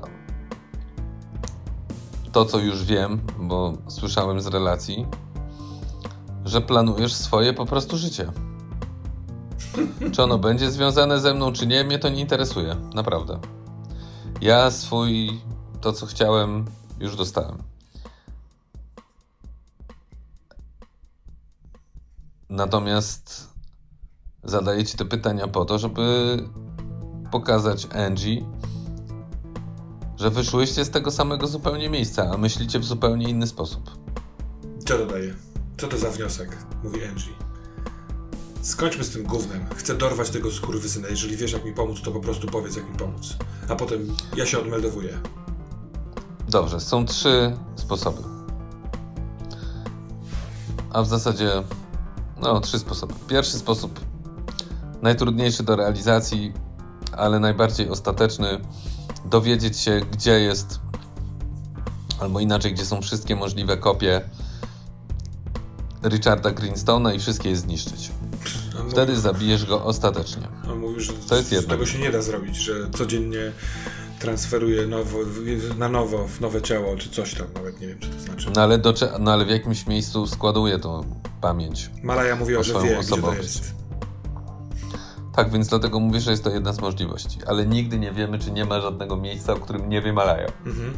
to, co już wiem, bo słyszałem z relacji, że planujesz swoje po prostu życie. Czy ono będzie związane ze mną, czy nie, mnie to nie interesuje. Naprawdę. Ja to, co chciałem, już dostałem. Natomiast zadaję ci te pytania po to, żeby pokazać Angie, że wyszłyście z tego samego zupełnie miejsca, a myślicie w zupełnie inny sposób. Co to daje? Co to za wniosek? Mówi Angie. Skończmy z tym gównem. Chcę dorwać tego skurwysyna. Jeżeli wiesz, jak mi pomóc, to po prostu powiedz, jak mi pomóc. A potem ja się odmeldowuję. Dobrze, są 3 sposoby. A w zasadzie 3 sposoby. Pierwszy sposób, najtrudniejszy do realizacji, ale najbardziej ostateczny, dowiedzieć się, gdzie jest, albo inaczej, gdzie są wszystkie możliwe kopie Richarda Greenstone'a i wszystkie je zniszczyć. Wtedy zabijesz go ostatecznie. On mówił, że to jest jedno. Tego się nie da zrobić, że codziennie transferuje na nowo w nowe ciało, czy coś tam, nawet nie wiem, co to znaczy. Ale w jakimś miejscu składuje tą pamięć. Malaja mówiła, że wie, gdzie to jest. Tak, więc dlatego mówię, że jest to jedna z możliwości. Ale nigdy nie wiemy, czy nie ma żadnego miejsca, o którym nie wie Malaja.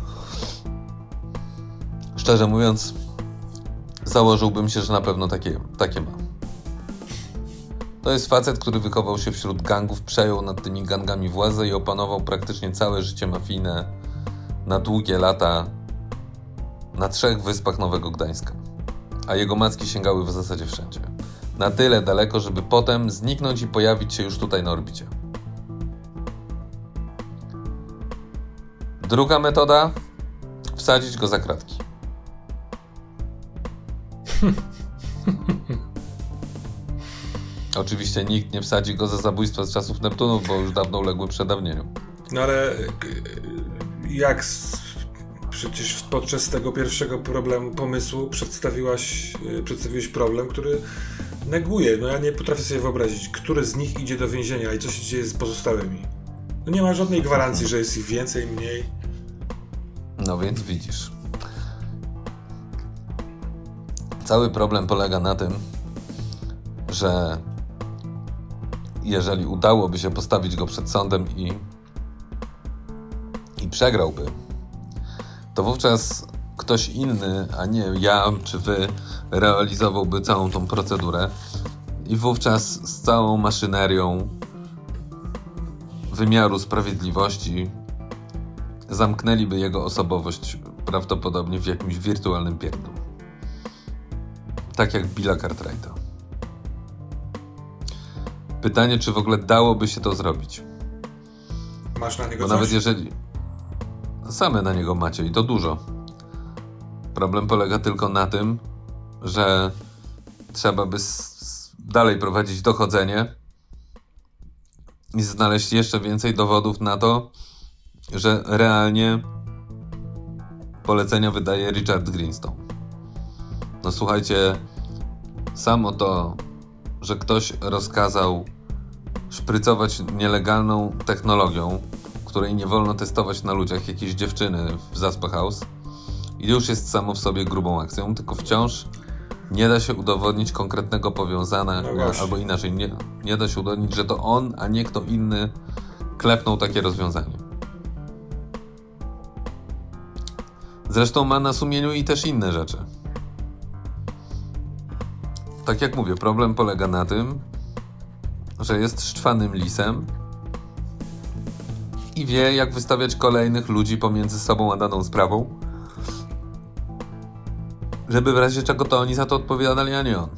Szczerze mówiąc, założyłbym się, że na pewno takie ma. To jest facet, który wychował się wśród gangów, przejął nad tymi gangami władzę i opanował praktycznie całe życie mafijne na długie lata na 3 wyspach Nowego Gdańska. A jego macki sięgały w zasadzie wszędzie. Na tyle daleko, żeby potem zniknąć i pojawić się już tutaj na orbicie. Druga metoda: wsadzić go za kratki. Oczywiście nikt nie wsadzi go za zabójstwo z czasów Neptunów, bo już dawno uległy przedawnieniu. No ale przecież podczas tego pierwszego pomysłu przedstawiłeś problem, który neguje. No ja nie potrafię sobie wyobrazić, który z nich idzie do więzienia i co się dzieje z pozostałymi. No nie ma żadnej gwarancji, że jest ich więcej, mniej. No więc widzisz. Cały problem polega na tym, że jeżeli udałoby się postawić go przed sądem i przegrałby, to wówczas ktoś inny, a nie ja czy wy, realizowałby całą tą procedurę i wówczas z całą maszynerią wymiaru sprawiedliwości zamknęliby jego osobowość prawdopodobnie w jakimś wirtualnym pierdlu. Tak jak Billa Cartwrighta. Pytanie, czy w ogóle dałoby się to zrobić? Masz na niego Bo coś? nawet jeżeli... Same na niego macie i to dużo. Problem polega tylko na tym, że trzeba by dalej prowadzić dochodzenie i znaleźć jeszcze więcej dowodów na to, że realnie polecenia wydaje Richard Greenstone. No słuchajcie, samo to, że ktoś rozkazał szprycować nielegalną technologią, której nie wolno testować na ludziach jakiejś dziewczyny w Zaspa House, i już jest samo w sobie grubą akcją, tylko wciąż nie da się udowodnić konkretnego powiązania, albo inaczej, nie da się udowodnić, że to on, a nie kto inny klepnął takie rozwiązanie. Zresztą ma na sumieniu i też inne rzeczy. Tak jak mówię, problem polega na tym, że jest szczwanym lisem i wie, jak wystawiać kolejnych ludzi pomiędzy sobą a daną sprawą, żeby w razie czego to oni za to odpowiadali, a nie on.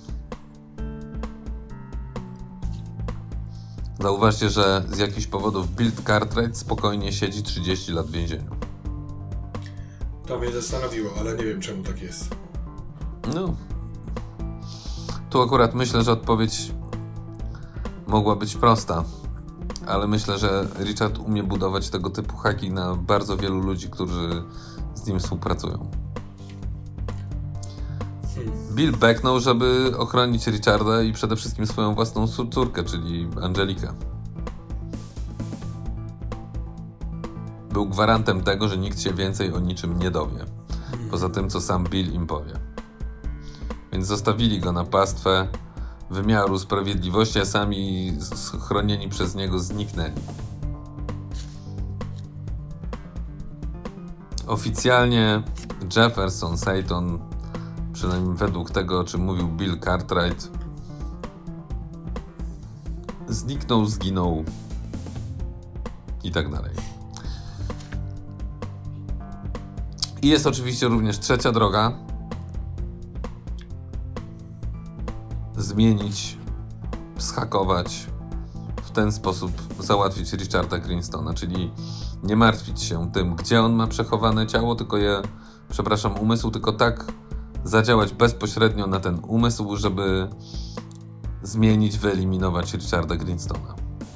Zauważcie, że z jakichś powodów Bill Cartwright spokojnie siedzi 30 lat w więzieniu. To mnie zastanowiło, ale nie wiem, czemu tak jest. No. Tu akurat myślę, że odpowiedź mogła być prosta, ale myślę, że Richard umie budować tego typu haki na bardzo wielu ludzi, którzy z nim współpracują. Bill beknął, żeby ochronić Richarda i przede wszystkim swoją własną córkę, czyli Angelikę. Był gwarantem tego, że nikt się więcej o niczym nie dowie, poza tym, co sam Bill im powie. Więc zostawili go na pastwę wymiaru sprawiedliwości, a sami chronieni przez niego zniknęli. Oficjalnie Jefferson Seton, przynajmniej według tego, o czym mówił Bill Cartwright, zniknął, zginął i tak dalej. I jest oczywiście również trzecia droga. Zmienić, zhakować, w ten sposób załatwić Richarda Greenstona, czyli nie martwić się tym, gdzie on ma przechowane ciało, umysł, tylko tak zadziałać bezpośrednio na ten umysł, żeby zmienić, wyeliminować Richarda Greenstona.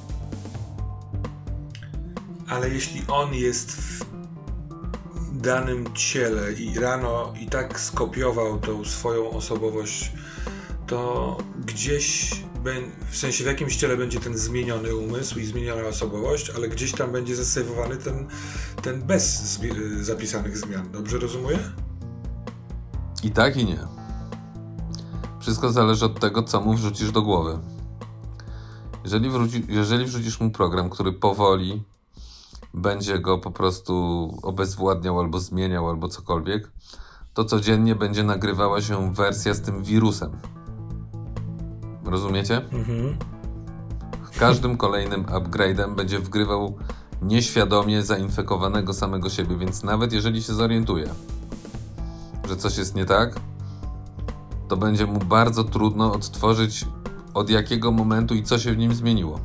Ale jeśli on jest w danym ciele i rano i tak skopiował tą swoją osobowość, to gdzieś, w sensie w jakimś ciele będzie ten zmieniony umysł i zmieniona osobowość, ale gdzieś tam będzie zasejwowany ten bez zapisanych zmian. Dobrze rozumuję? I tak, i nie. Wszystko zależy od tego, co mu wrzucisz do głowy. Jeżeli wrzucisz mu program, który powoli będzie go po prostu obezwładniał, albo zmieniał, albo cokolwiek, to codziennie będzie nagrywała się wersja z tym wirusem. Rozumiecie? Mhm. Każdym kolejnym upgrade'em będzie wgrywał nieświadomie zainfekowanego samego siebie, więc nawet jeżeli się zorientuje, że coś jest nie tak, to będzie mu bardzo trudno odtworzyć, od jakiego momentu i co się w nim zmieniło.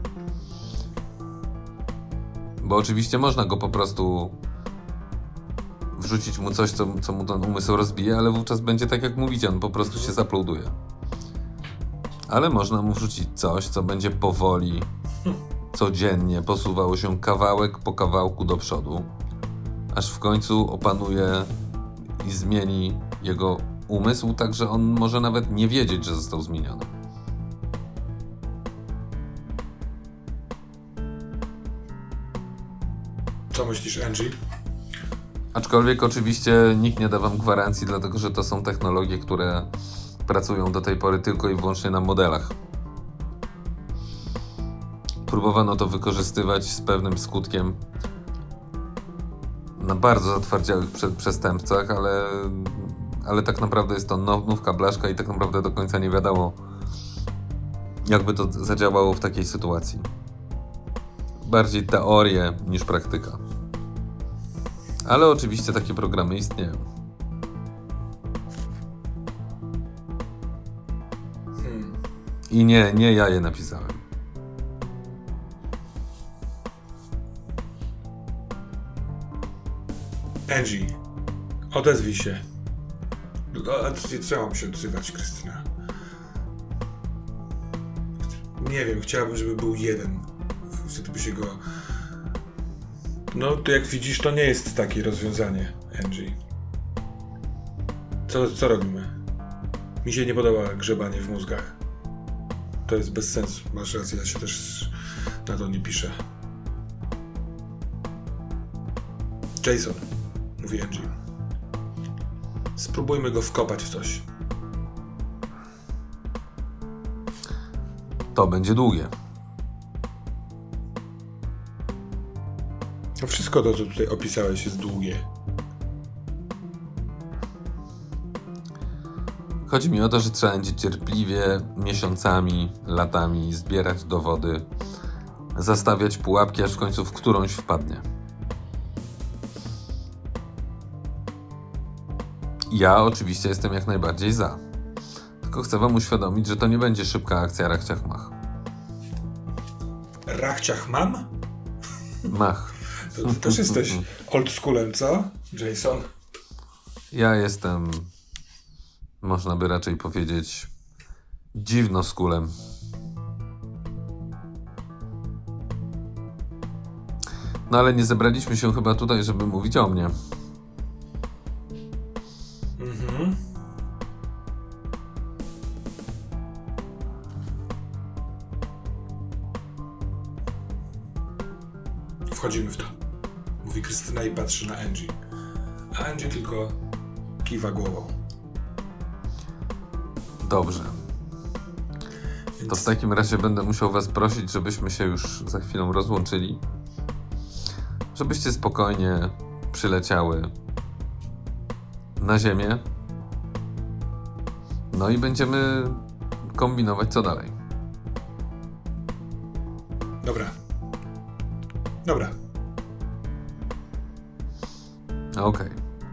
Bo oczywiście można go po prostu wrzucić mu coś, co mu ten umysł rozbije, ale wówczas będzie tak, jak mówicie, on po prostu się zaploaduje. Ale można mu wrzucić coś, co będzie powoli, codziennie posuwało się kawałek po kawałku do przodu, aż w końcu opanuje i zmieni jego umysł, tak że on może nawet nie wiedzieć, że został zmieniony. Co myślisz, Angie? Aczkolwiek oczywiście nikt nie da wam gwarancji, dlatego że to są technologie, które pracują do tej pory tylko i wyłącznie na modelach. Próbowano to wykorzystywać z pewnym skutkiem na bardzo zatwardziałych przestępcach, ale tak naprawdę jest to nówka blaszka i tak naprawdę do końca nie wiadomo, jakby to zadziałało w takiej sytuacji. Bardziej teorie niż praktyka. Ale oczywiście takie programy istnieją. I nie ja je napisałem. Angie, odezwij się. Co ja mam się odzywać, Krystyna? Nie wiem, chciałbym, żeby był jeden. Wtedy by się go... No, to jak widzisz, to nie jest takie rozwiązanie, Angie. Co robimy? Mi się nie podoba grzebanie w mózgach. To jest bez sensu. Masz rację, ja się też na to nie piszę. Jason, mówi Angie. Spróbujmy go wkopać w coś. To będzie długie. To wszystko to, co tutaj opisałeś, jest długie. Chodzi mi o to, że trzeba będzie cierpliwie, miesiącami, latami zbierać dowody, zastawiać pułapki, aż w końcu w którąś wpadnie. Ja oczywiście jestem jak najbardziej za. Tylko chcę wam uświadomić, że to nie będzie szybka akcja rachciach-mach. Rachciach-mam? Mach. To ty też jesteś old schoolem, co, Jason? Ja jestem, można by raczej powiedzieć, dziwnoskulem. No ale nie zebraliśmy się chyba tutaj, żeby mówić o mnie. Mhm. Wchodzimy w to. Mówi Krystyna i patrzy na Angie. A Angie tylko kiwa głową. Dobrze. Więc... To w takim razie będę musiał was prosić, żebyśmy się już za chwilę rozłączyli. Żebyście spokojnie przyleciały na ziemię. No i będziemy kombinować co dalej. Dobra. Dobra. Okej.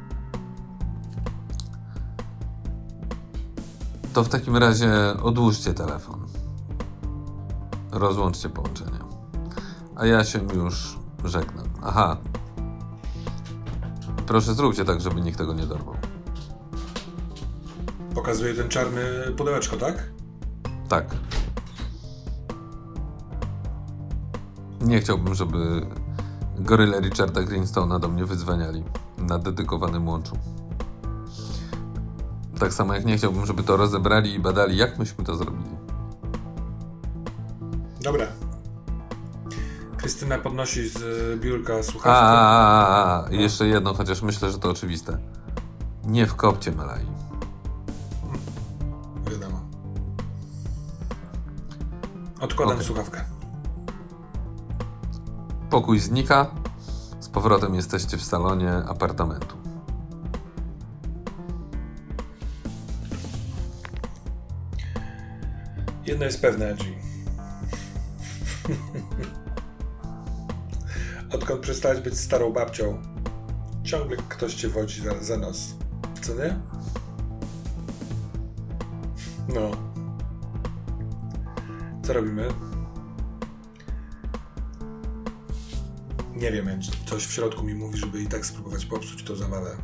To w takim razie odłóżcie telefon. Rozłączcie połączenie. A ja się już żegnam. Aha. Proszę zróbcie tak, żeby nikt tego nie dorwał. Pokazuje ten czarny pudełeczko, tak? Tak. Nie chciałbym, żeby goryle Richarda Greenstone'a do mnie wydzwaniali na dedykowanym łączu. Tak samo jak nie chciałbym, żeby to rozebrali i badali, jak myśmy to zrobili. Dobra. Krystyna podnosi z biurka słuchawkę. Jeszcze jedno, chociaż myślę, że to oczywiste. Nie wkopcie Melai. Wiadomo. Odkładam Okej. słuchawkę. Pokój znika. Z powrotem jesteście w salonie apartamentu. Jedno jest pewne, Angie. Odkąd przestałeś być starą babcią, ciągle ktoś cię wodzi za nos. Co nie? No. Co robimy? Nie wiem, Angie. Coś w środku mi mówi, żeby i tak spróbować popsuć tą zabawę.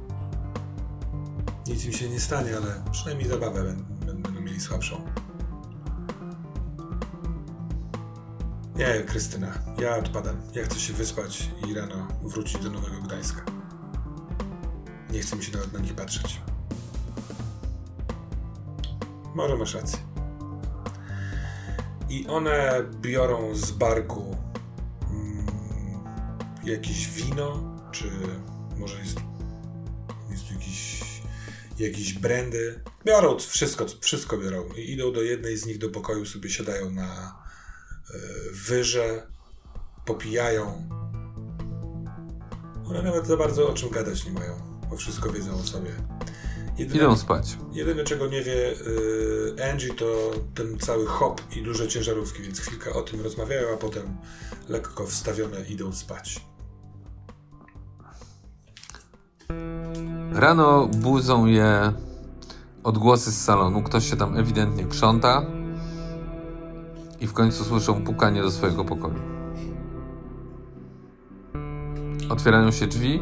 Nic im się nie stanie, ale przynajmniej zabawę będą mieli słabszą. Nie, Krystyna, ja odpadam. Ja chcę się wyspać i rano wrócić do Nowego Gdańska. Nie chcę mi się nawet na nich patrzeć. Może masz rację. I one biorą z barku jakieś wino, czy może jest jakieś brandy. Biorą wszystko biorą. I idą do jednej z nich do pokoju, sobie siadają na wyrze, popijają. One nawet za bardzo o czym gadać nie mają, bo wszystko wiedzą o sobie. Idą spać. Jedyne, czego nie wie Angie, to ten cały hop i duże ciężarówki, więc chwilkę o tym rozmawiają, a potem lekko wstawione idą spać. Rano budzą je odgłosy z salonu. Ktoś się tam ewidentnie krząta i w końcu słyszą pukanie do swojego pokoju. Otwierają się drzwi.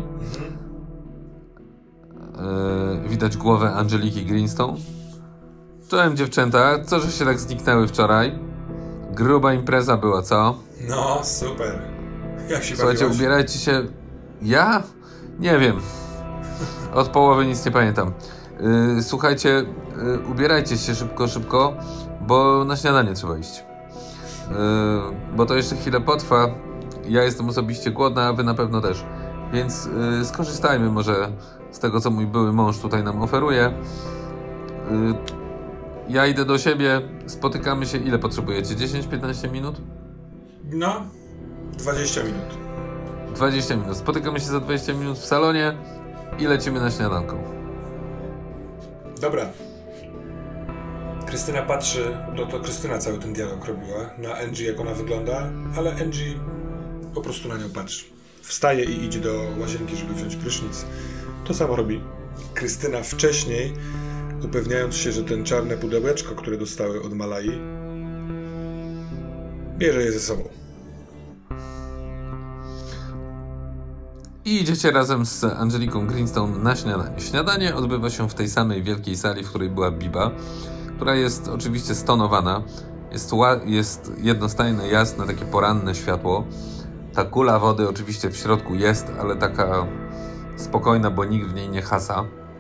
Widać głowę Angeliki Greenstone. Czołem dziewczęta, co żeście tak zniknęły wczoraj? Gruba impreza była, co? No, super. Jak się Słuchajcie, bawiłaś? ubierajcie się... Ja? Nie wiem. Od połowy nic nie pamiętam. Słuchajcie, ubierajcie się szybko, bo na śniadanie trzeba iść. Bo to jeszcze chwilę potrwa. Ja jestem osobiście głodna, a wy na pewno też. Więc skorzystajmy może z tego, co mój były mąż tutaj nam oferuje. Ja idę do siebie, spotykamy się. Ile potrzebujecie? 10-15 minut? No, 20 minut. 20 minut. Spotykamy się za 20 minut w salonie i lecimy na śniadanko. Dobra. Krystyna patrzy, to Krystyna cały ten dialog robiła, na Angie, jak ona wygląda, ale Angie po prostu na nią patrzy. Wstaje i idzie do łazienki, żeby wziąć prysznic. To samo robi Krystyna wcześniej, upewniając się, że ten czarne pudełeczko, które dostały od Malai, bierze je ze sobą. I idziecie razem z Angeliką Greenstone na śniadanie. Śniadanie odbywa się w tej samej wielkiej sali, w której była Biba, która jest oczywiście stonowana. Jest jednostajne, jasne, takie poranne światło. Ta kula wody oczywiście w środku jest, ale taka spokojna, bo nikt w niej nie hasa.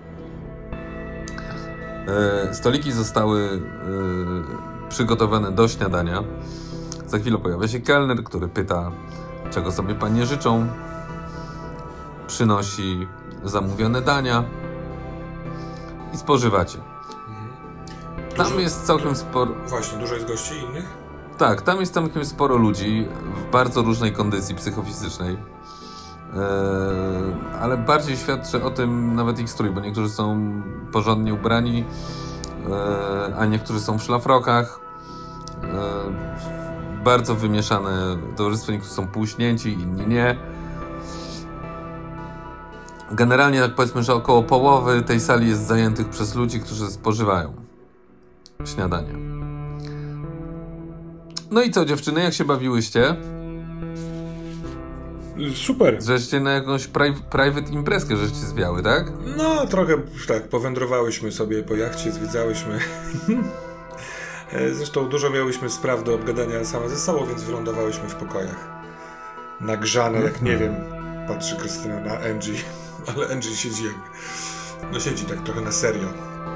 Stoliki zostały przygotowane do śniadania. Za chwilę pojawia się kelner, który pyta, czego sobie panie życzą. Przynosi zamówione dania i spożywacie. Tam jest całkiem sporo... Właśnie, dużo jest gości innych? Tak, tam jest całkiem sporo ludzi w bardzo różnej kondycji psychofizycznej. Ale bardziej świadczy o tym nawet ich strój, bo niektórzy są porządnie ubrani, a niektórzy są w szlafrokach. Bardzo wymieszane towarzystwo, niektórzy są półśnięci, inni nie. Generalnie tak powiedzmy, że około połowy tej sali jest zajętych przez ludzi, którzy spożywają śniadanie. No i co, dziewczyny, jak się bawiłyście? Super. Żeście na jakąś private imprezkę żeście zwiały, tak? No, trochę tak, powędrowałyśmy sobie po jachcie, zwiedzałyśmy. Zresztą dużo miałyśmy spraw do obgadania same ze sobą, więc wylądowałyśmy w pokojach. Nagrzane, jak nie wiem, patrzy Krystyna na Angie, ale Angie siedzi jak... No siedzi tak trochę na serio.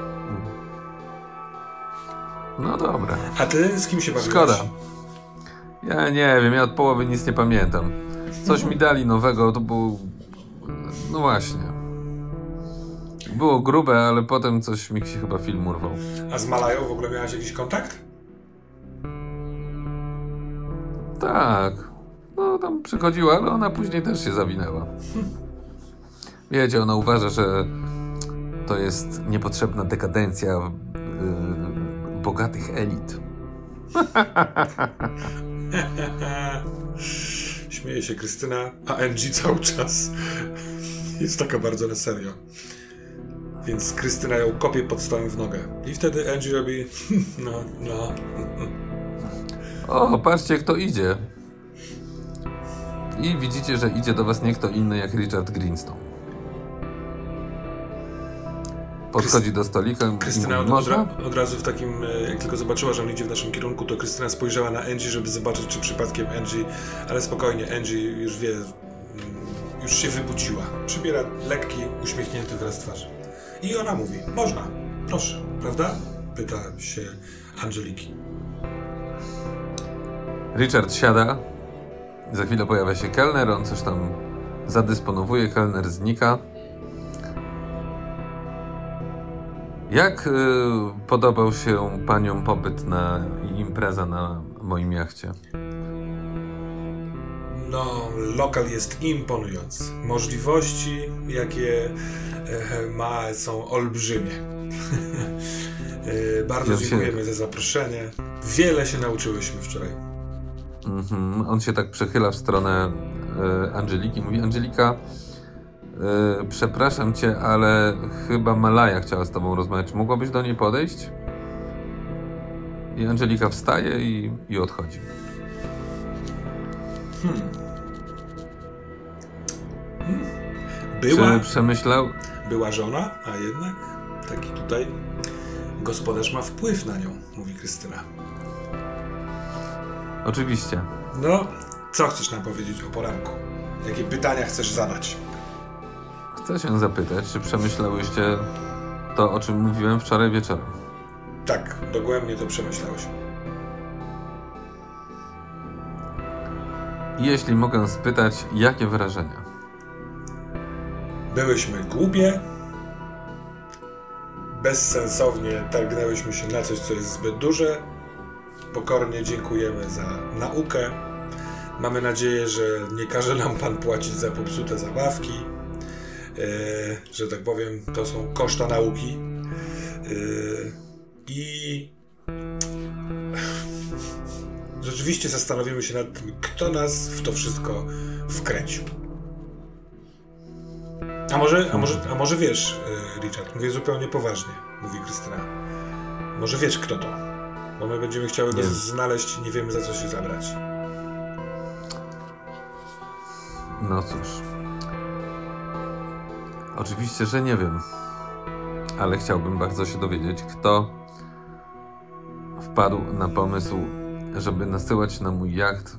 No dobra. A ty z kim się bawiłeś? Szkoda. Ja nie wiem, ja od połowy nic nie pamiętam. Coś mi dali nowego, to było... No właśnie. Było grube, ale potem coś mi się chyba film urwał. A z Malają w ogóle miałaś jakiś kontakt? Tak. No tam przychodziła, ale ona później też się zawinęła. Wiecie, ona uważa, że to jest niepotrzebna dekadencja bogatych elit. Śmieje się Krystyna, a Angie cały czas jest taka bardzo na serio. Więc Krystyna ją kopie pod stołem w nogę. I wtedy Angie robi... no. O, patrzcie, kto idzie. I widzicie, że idzie do was nie kto inny jak Richard Greenstone. Podchodzi do stolika i Krystyna mówi, można? od razu w takim, jak tylko zobaczyła, że on idzie w naszym kierunku, to Krystyna spojrzała na Angie, żeby zobaczyć, czy przypadkiem Angie, ale spokojnie, Angie już wie, już się wybudziła. Przybiera lekki, uśmiechnięty wyraz twarzy. I ona mówi, można, proszę, prawda? Pyta się Angeliki. Richard siada. Za chwilę pojawia się kelner, on coś tam zadysponowuje, kelner znika. Jak podobał się paniom pobyt i impreza na moim jachcie? No, lokal jest imponujący. Możliwości, jakie ma, są olbrzymie. Bardzo dziękujemy za zaproszenie. Wiele się nauczyłyśmy wczoraj. On się tak przechyla w stronę Angeliki. Mówi, Angelika, przepraszam cię, ale chyba Malaja chciała z tobą rozmawiać. Czy mogłabyś do niej podejść? I Angelika wstaje i odchodzi. Czy przemyślał? Była żona, a jednak taki tutaj gospodarz ma wpływ na nią, mówi Krystyna. Oczywiście. No, co chcesz nam powiedzieć o poranku? Jakie pytania chcesz zadać? Chcę się zapytać, czy przemyślałyście to, o czym mówiłem wczoraj wieczorem? Tak, dogłębnie to przemyślałeś. Jeśli mogę spytać, jakie wrażenia? Byłyśmy głupie, bezsensownie targnęłyśmy się na coś, co jest zbyt duże. Pokornie dziękujemy za naukę. Mamy nadzieję, że nie każe nam Pan płacić za popsute zabawki. Że tak powiem, to są koszta nauki. I rzeczywiście zastanowimy się nad tym, kto nas w to wszystko wkręcił. A może wiesz, Richard, mówię zupełnie poważnie, mówi Krystyna. Może wiesz, kto to? Bo my będziemy chciały go znaleźć i nie wiemy, za co się zabrać. No cóż. Oczywiście, że nie wiem. Ale chciałbym bardzo się dowiedzieć, kto wpadł na pomysł, żeby nasyłać na mój jacht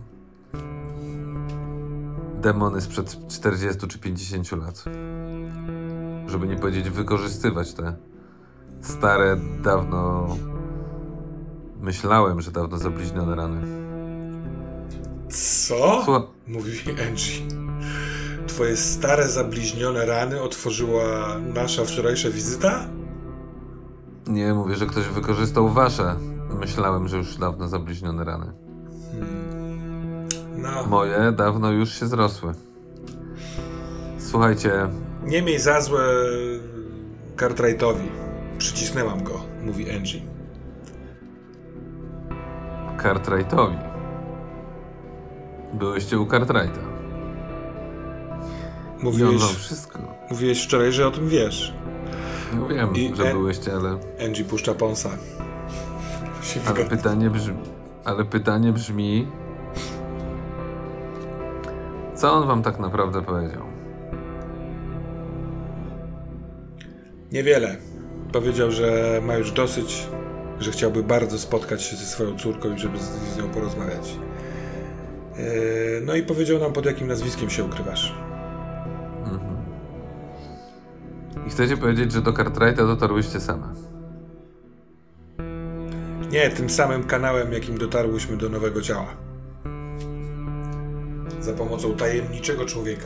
demony sprzed 40 czy 50 lat. Żeby nie powiedzieć wykorzystywać te stare, dawno... Myślałem, że dawno zabliźnione rany. Co? Mówi Angie. Twoje stare, zabliźnione rany otworzyła nasza wczorajsza wizyta? Nie, mówię, że ktoś wykorzystał wasze. Myślałem, że już dawno zabliźnione rany. No. Moje dawno już się zrosły. Słuchajcie... Nie miej za złe Cartwrightowi. Przycisnęłam go, mówi Angie. Cartwrightowi. Byłyście u Cartwrighta. Mówiłeś wczoraj, że o tym wiesz. No wiem, że byłyście, ale... Angie puszcza Ponsa. Ale pytanie brzmi... Co on wam tak naprawdę powiedział? Niewiele. Powiedział, że ma już dosyć, że chciałby bardzo spotkać się ze swoją córką i żeby z nią porozmawiać. No i powiedział nam, pod jakim nazwiskiem się ukrywasz. I chcecie powiedzieć, że do Cartwrighta dotarłyście same? Nie, tym samym kanałem, jakim dotarłyśmy do nowego ciała. Za pomocą tajemniczego człowieka.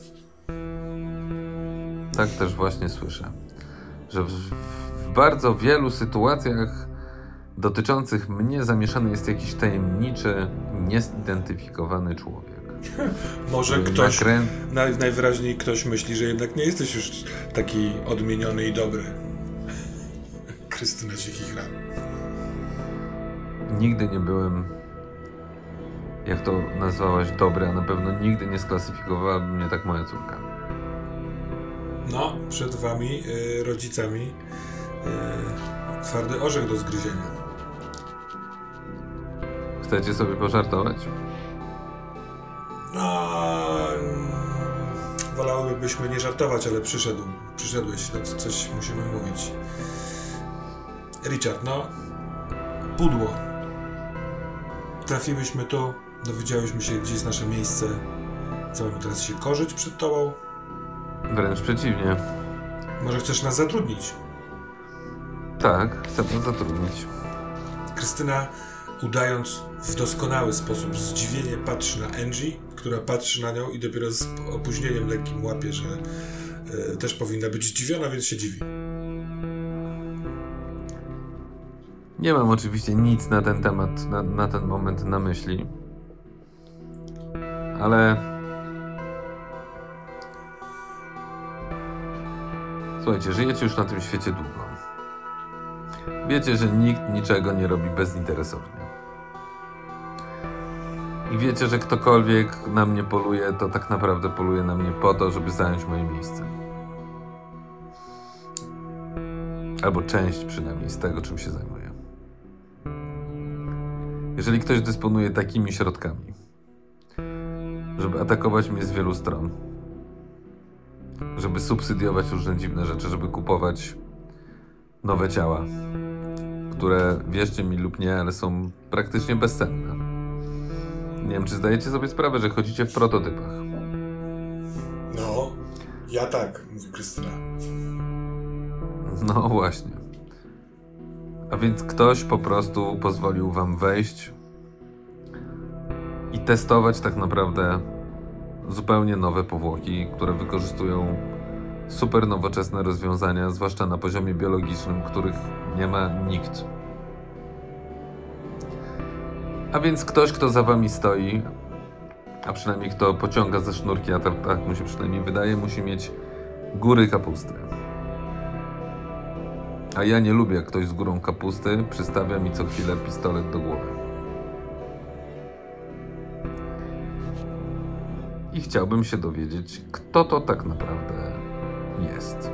Tak też właśnie słyszę. Że w bardzo wielu sytuacjach dotyczących mnie zamieszany jest jakiś tajemniczy, niezidentyfikowany człowiek. Może ktoś, najwyraźniej ktoś myśli, że jednak nie jesteś już taki odmieniony i dobry. Krystyna Cichich Ran. Nigdy nie byłem, jak to nazwałaś, dobry, a na pewno nigdy nie sklasyfikowała mnie tak moja córka. No, przed wami, rodzicami, twardy orzech do zgryzienia. Chcecie sobie pożartować? No, wolałybyśmy nie żartować, ale przyszedłeś, no coś musimy mówić. Richard, no, pudło. Trafiłyśmy tu, dowiedziałyśmy się, gdzie jest nasze miejsce. Co, mamy teraz się korzyć przed tobą? Wręcz przeciwnie. Może chcesz nas zatrudnić? Tak, chcę nas zatrudnić. Krystyna, udając w doskonały sposób zdziwienie, patrzy na Angie, która patrzy na nią i dopiero z opóźnieniem lekkim łapie, że też powinna być zdziwiona, więc się dziwi. Nie mam oczywiście nic na ten temat, na ten moment na myśli. Ale... Słuchajcie, żyjecie już na tym świecie długo. Wiecie, że nikt niczego nie robi bezinteresownie. I wiecie, że ktokolwiek na mnie poluje, to tak naprawdę poluje na mnie po to, żeby zająć moje miejsce. Albo część przynajmniej z tego, czym się zajmuję. Jeżeli ktoś dysponuje takimi środkami, żeby atakować mnie z wielu stron, żeby subsydiować różne dziwne rzeczy, żeby kupować nowe ciała, które, wierzcie mi lub nie, ale są praktycznie bezcenne. Nie wiem, czy zdajecie sobie sprawę, że chodzicie w prototypach. No, ja tak, mówi Krystyna. No właśnie. A więc ktoś po prostu pozwolił wam wejść i testować tak naprawdę zupełnie nowe powłoki, które wykorzystują super nowoczesne rozwiązania, zwłaszcza na poziomie biologicznym, których nie ma nikt. A więc ktoś, kto za wami stoi, a przynajmniej kto pociąga za sznurki, a tak mu się przynajmniej wydaje, musi mieć góry kapusty. A ja nie lubię, jak ktoś z górą kapusty przystawia mi co chwilę pistolet do głowy. I chciałbym się dowiedzieć, kto to tak naprawdę jest.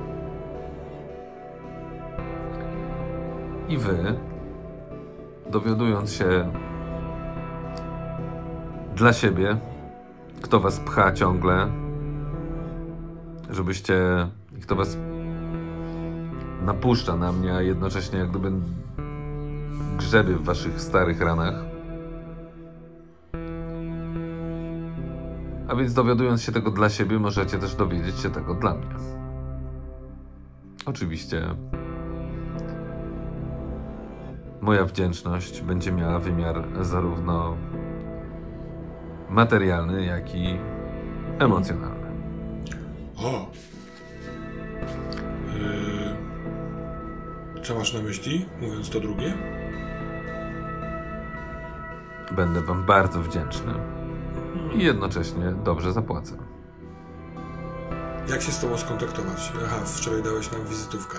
I wy, dowiadując się dla siebie, kto was pcha ciągle, kto was napuszcza na mnie, a jednocześnie jak gdyby grzebie w waszych starych ranach. A więc dowiadując się tego dla siebie, możecie też dowiedzieć się tego dla mnie. Oczywiście moja wdzięczność będzie miała wymiar zarówno materialny, jak i emocjonalny. O! Co masz na myśli, mówiąc to drugie? Będę wam bardzo wdzięczny i jednocześnie dobrze zapłacę. Jak się z tobą skontaktować? Aha, wczoraj dałeś nam wizytówkę.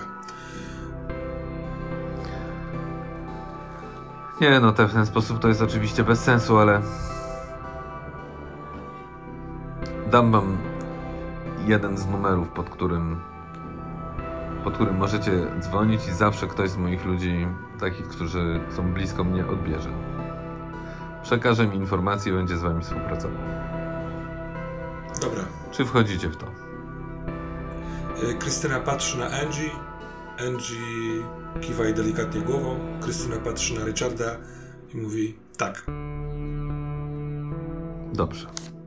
Nie, no w ten sposób to jest oczywiście bez sensu, ale dam wam jeden z numerów, pod którym możecie dzwonić i zawsze ktoś z moich ludzi, takich, którzy są blisko mnie, odbierze. Przekażę mi informację i będzie z wami współpracował. Dobra. Czy wchodzicie w to? Krystyna patrzy na Angie. Angie kiwa jej delikatnie głową. Krystyna patrzy na Richarda i mówi tak. Dobrze.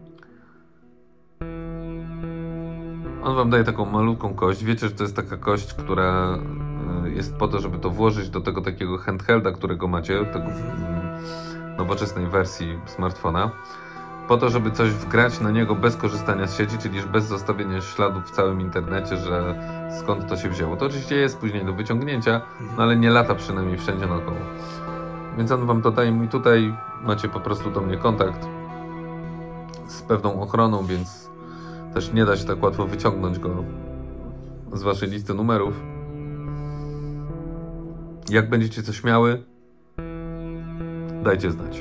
On wam daje taką malutką kość. Wiecie, że to jest taka kość, która jest po to, żeby to włożyć do tego takiego handhelda, którego macie, tego nowoczesnej wersji smartfona, po to, żeby coś wgrać na niego bez korzystania z sieci, czyli bez zostawienia śladów w całym internecie, że skąd to się wzięło. To oczywiście jest później do wyciągnięcia, no ale nie lata przynajmniej wszędzie naokoło. Więc on wam to daje i tutaj macie po prostu do mnie kontakt z pewną ochroną, więc też nie da się tak łatwo wyciągnąć go z waszej listy numerów. Jak będziecie coś miały, dajcie znać.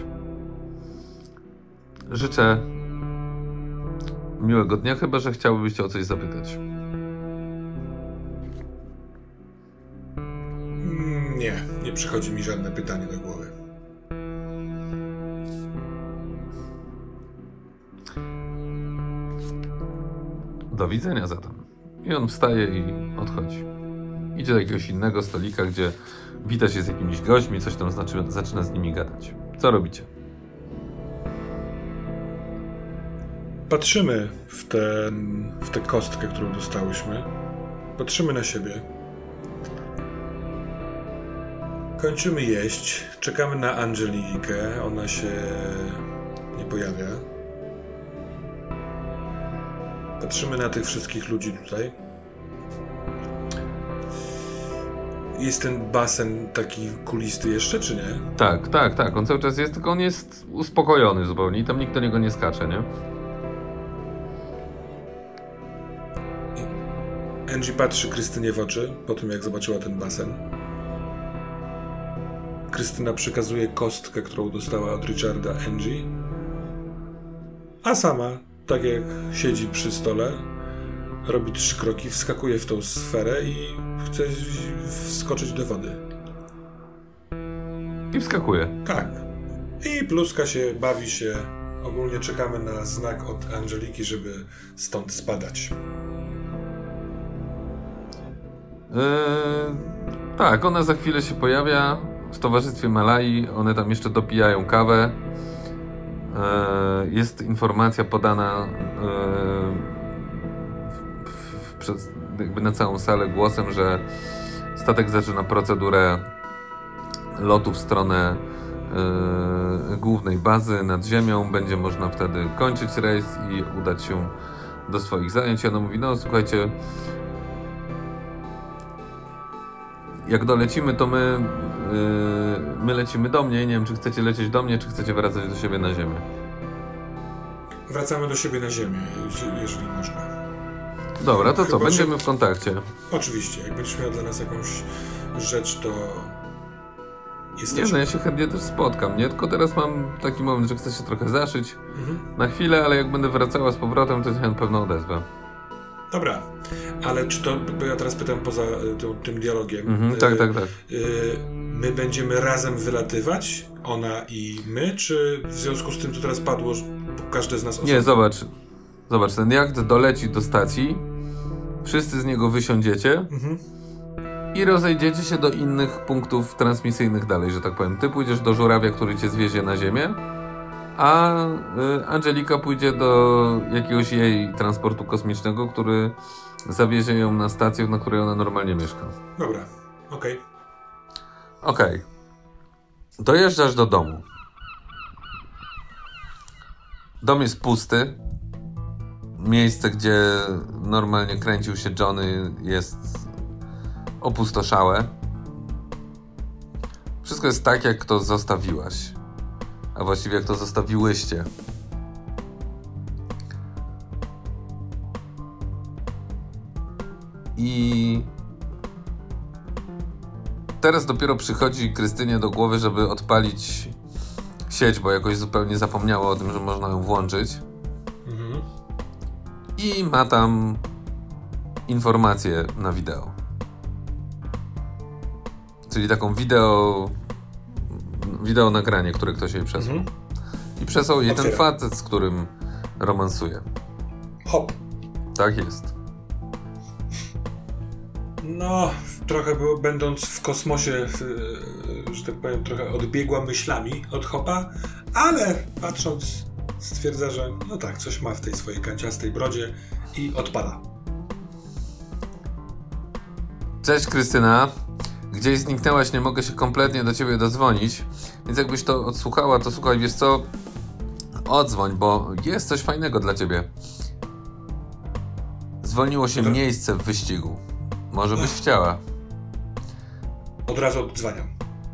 Życzę miłego dnia, chyba że chciałbyście o coś zapytać. Nie przychodzi mi żadne pytanie do głowy. Do widzenia zatem. I on wstaje i odchodzi. Idzie do jakiegoś innego stolika, gdzie wita się z jakimiś gośćmi, coś tam zaczyna z nimi gadać. Co robicie? Patrzymy w tę kostkę, którą dostałyśmy. Patrzymy na siebie. Kończymy jeść. Czekamy na Angelikę. Ona się nie pojawia. Patrzymy na tych wszystkich ludzi tutaj. Jest ten basen taki kulisty jeszcze, czy nie? Tak. On cały czas jest, tylko on jest uspokojony zupełnie i tam nikt do niego nie skacze, nie? Angie patrzy Krystynie w oczy po tym, jak zobaczyła ten basen. Krystyna przekazuje kostkę, którą dostała od Richarda Angie. A sama, tak jak siedzi przy stole, robi 3 kroki, wskakuje w tą sferę i chce wskoczyć do wody. I wskakuje. Tak. I pluska się, bawi się. Ogólnie czekamy na znak od Angeliki, żeby stąd spadać. Tak, ona za chwilę się pojawia w towarzystwie Malai. One tam jeszcze dopijają kawę. Jest informacja podana jakby na całą salę głosem, że statek zaczyna procedurę lotu w stronę głównej bazy nad ziemią. Będzie można wtedy kończyć rejs i udać się do swoich zajęć i ona mówi, no słuchajcie, jak dolecimy, to my lecimy do mnie. Nie wiem, czy chcecie lecieć do mnie, czy chcecie wracać do siebie na ziemię. Wracamy do siebie na ziemię, jeżeli można. Dobra, to co? Chyba Będziemy w kontakcie. Oczywiście, jak będziesz miał dla nas jakąś rzecz, to Nie, jesteśmy. no ja się chętnie też spotkam, nie? Tylko teraz mam taki moment, że chcę się trochę zaszyć na chwilę, ale jak będę wracała z powrotem, to się na pewno odezwę. Dobra, ale czy to, bo ja teraz pytam poza tym dialogiem. Tak. My będziemy razem wylatywać, ona i my, czy w związku z tym, co teraz padło, że każdy z nas osobno? Nie, zobacz, ten jacht doleci do stacji, wszyscy z niego wysiądziecie i rozejdziecie się do innych punktów transmisyjnych dalej, że tak powiem. Ty pójdziesz do żurawia, który cię zwiezie na ziemię, a Angelika pójdzie do jakiegoś jej transportu kosmicznego, który zawiezie ją na stację, na której ona normalnie mieszka. Dobra, okej. Okej. Dojeżdżasz do domu. Dom jest pusty. Miejsce, gdzie normalnie kręcił się Johnny, jest opustoszałe. Wszystko jest tak, jak to zostawiłaś. A właściwie jak to zostawiłyście. I teraz dopiero przychodzi Krystynie do głowy, żeby odpalić sieć, bo jakoś zupełnie zapomniała o tym, że można ją włączyć. I ma tam informację na wideo. Czyli taką wideo nagranie, które ktoś jej przesłał. I przesłał jej ten facet, z którym romansuje. Hop. Tak jest. No, trochę będąc w kosmosie, że tak powiem, trochę odbiegła myślami od Hopa, ale patrząc stwierdza, że no tak, coś ma w tej swojej kanciastej brodzie i odpada. Cześć Krystyna. Gdzieś zniknęłaś, nie mogę się kompletnie do ciebie dodzwonić, więc jakbyś to odsłuchała, to słuchaj, wiesz co? Odzwoń, bo jest coś fajnego dla ciebie. Zwolniło się miejsce w wyścigu. Może byś chciała. Od razu oddzwaniam.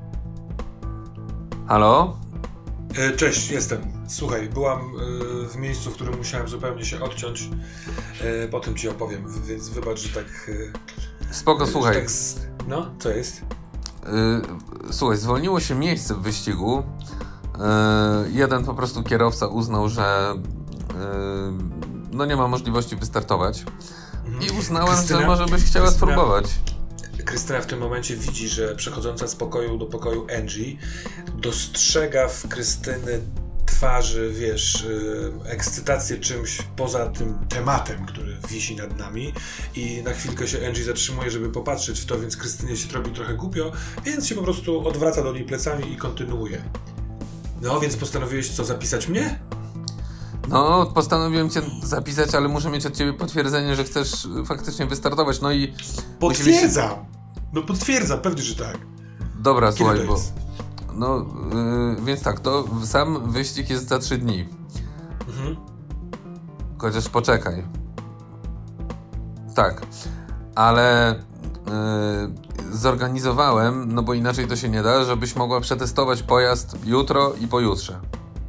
Halo? Cześć, jestem. Słuchaj, byłam w miejscu, w którym musiałem zupełnie się odciąć. Potem ci opowiem, więc wybacz, że tak... Spoko, słuchaj. Tak no, co jest? Słuchaj, zwolniło się miejsce w wyścigu. Jeden po prostu kierowca uznał, że no nie ma możliwości wystartować. I uznałem, że może byś chciała spróbować. Krystyna w tym momencie widzi, że przechodząca z pokoju do pokoju Angie dostrzega w Krystyny twarzy, wiesz, ekscytację czymś poza tym tematem, który wisi nad nami i na chwilkę się Angie zatrzymuje, żeby popatrzeć w to, więc Krystynie się robi trochę głupio, więc się po prostu odwraca do niej plecami i kontynuuje. No, więc postanowiłeś co, zapisać mnie? No, postanowiłem cię zapisać, ale muszę mieć od ciebie potwierdzenie, że chcesz faktycznie wystartować, no i... Potwierdzam! No potwierdzam, pewnie, że tak. Dobra, Kiedy słuchaj, to bo... jest? No, więc tak, to sam wyścig jest za 3 dni. Chociaż poczekaj. Tak, ale zorganizowałem, no bo inaczej to się nie da, żebyś mogła przetestować pojazd jutro i pojutrze.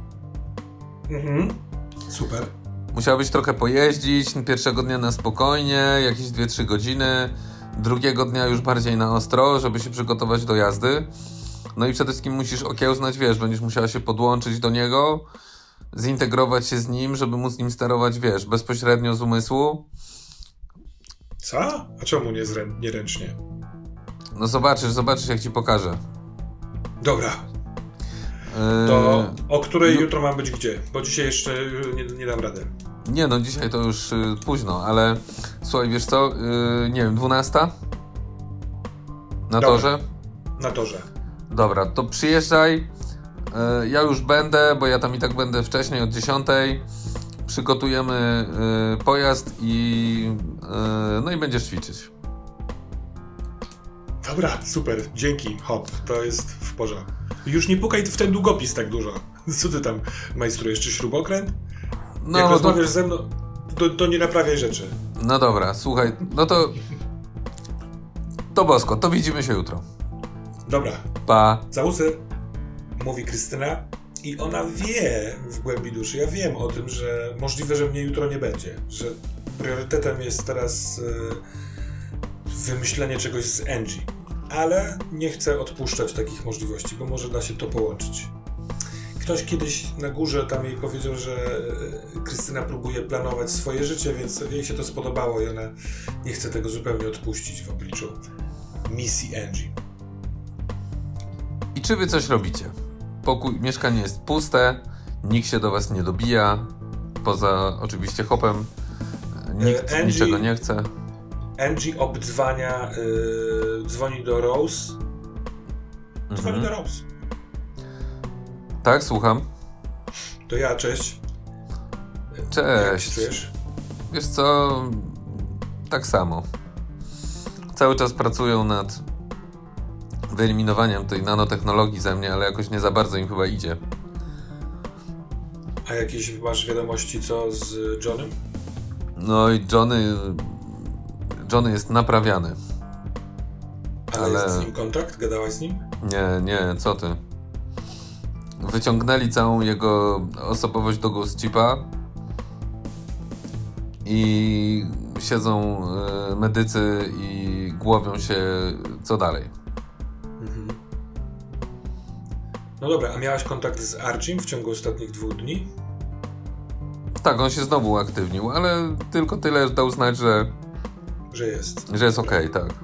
Super. Musiałabyś trochę pojeździć, pierwszego dnia na spokojnie, jakieś 2-3 godziny, drugiego dnia już bardziej na ostro, żeby się przygotować do jazdy. No i przede wszystkim musisz okiełznać, wiesz, będziesz musiała się podłączyć do niego, zintegrować się z nim, żeby móc nim sterować, wiesz, bezpośrednio z umysłu. Co? A czemu nie ręcznie? No zobaczysz jak ci pokażę. Dobra. To o której jutro mam być gdzie? Bo dzisiaj jeszcze nie dam rady. Nie no, dzisiaj to już późno, ale słuchaj, wiesz co, nie wiem, 12? Na torze? Na torze. Dobra, to przyjeżdżaj, ja już będę, bo ja tam i tak będę wcześniej od 10. Przygotujemy pojazd i no i będziesz ćwiczyć. Dobra, super, dzięki, Hop, to jest w porządku. Już nie pukaj w ten długopis tak dużo. Co ty tam majstrujesz, czy śrubokręt? No, jak rozmawiasz ze mną, to nie naprawiaj rzeczy. No dobra, słuchaj, no to bosko, to widzimy się jutro. Dobra. Pa. Całusy, mówi Krystyna i ona wie w głębi duszy, ja wiem o tym, że możliwe, że mnie jutro nie będzie, że priorytetem jest teraz wymyślenie czegoś z Angie, ale nie chcę odpuszczać takich możliwości, bo może da się to połączyć. Ktoś kiedyś na górze tam jej powiedział, że Krystyna próbuje planować swoje życie, więc jej się to spodobało i ona nie chce tego zupełnie odpuścić w obliczu misji Angie. I czy wy coś robicie? Mieszkanie jest puste, nikt się do was nie dobija, poza oczywiście Hopem, nikt Angie, niczego nie chce. Angie obdzwania, dzwoni do Rose. Dzwoni do Rose. Tak, słucham. To ja, cześć. Cześć. Jak się czujesz? Wiesz co, tak samo. Cały czas pracują nad wyeliminowaniem tej nanotechnologii ze mnie, ale jakoś nie za bardzo im chyba idzie. A jakieś masz wiadomości co z Johnem? No i Johnny jest naprawiany. Ale jest z nim kontakt? Gadałaś z nim? Nie, co ty? Wyciągnęli całą jego osobowość do Ghost Chipa i siedzą medycy i głowią się co dalej. No dobra, a miałaś kontakt z Archiem w ciągu ostatnich 2 dni? Tak, on się znowu uaktywnił, ale tylko tyle, że dał znać, że jest okej, tak.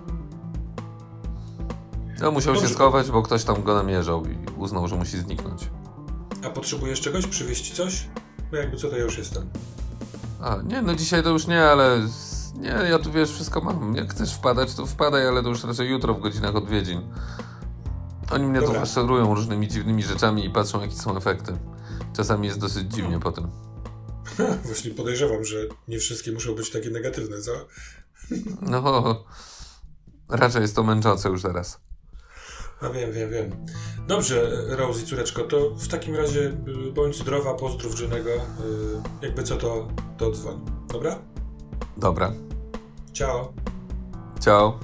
No musiał się schować, bo ktoś tam go namierzał i uznał, że musi zniknąć. A potrzebujesz czegoś? Przywieźć ci coś? Bo jakby co, to ja już jestem. A, nie, no dzisiaj to już nie, ale nie, ja tu wiesz, wszystko mam. Jak chcesz wpadać, to wpadaj, ale to już raczej jutro w godzinach odwiedzin. Oni mnie tu faszerują różnymi dziwnymi rzeczami i patrzą, jakie są efekty. Czasami jest dosyć dziwnie po tym. Właśnie podejrzewam, że nie wszystkie muszą być takie negatywne, co? No, raczej jest to męczące już teraz. No wiem. Dobrze, Rosie, córeczko, to w takim razie bądź zdrowa, pozdrów Johnego. Jakby co, to dzwoń. Dobra? Dobra. Ciao. Ciao.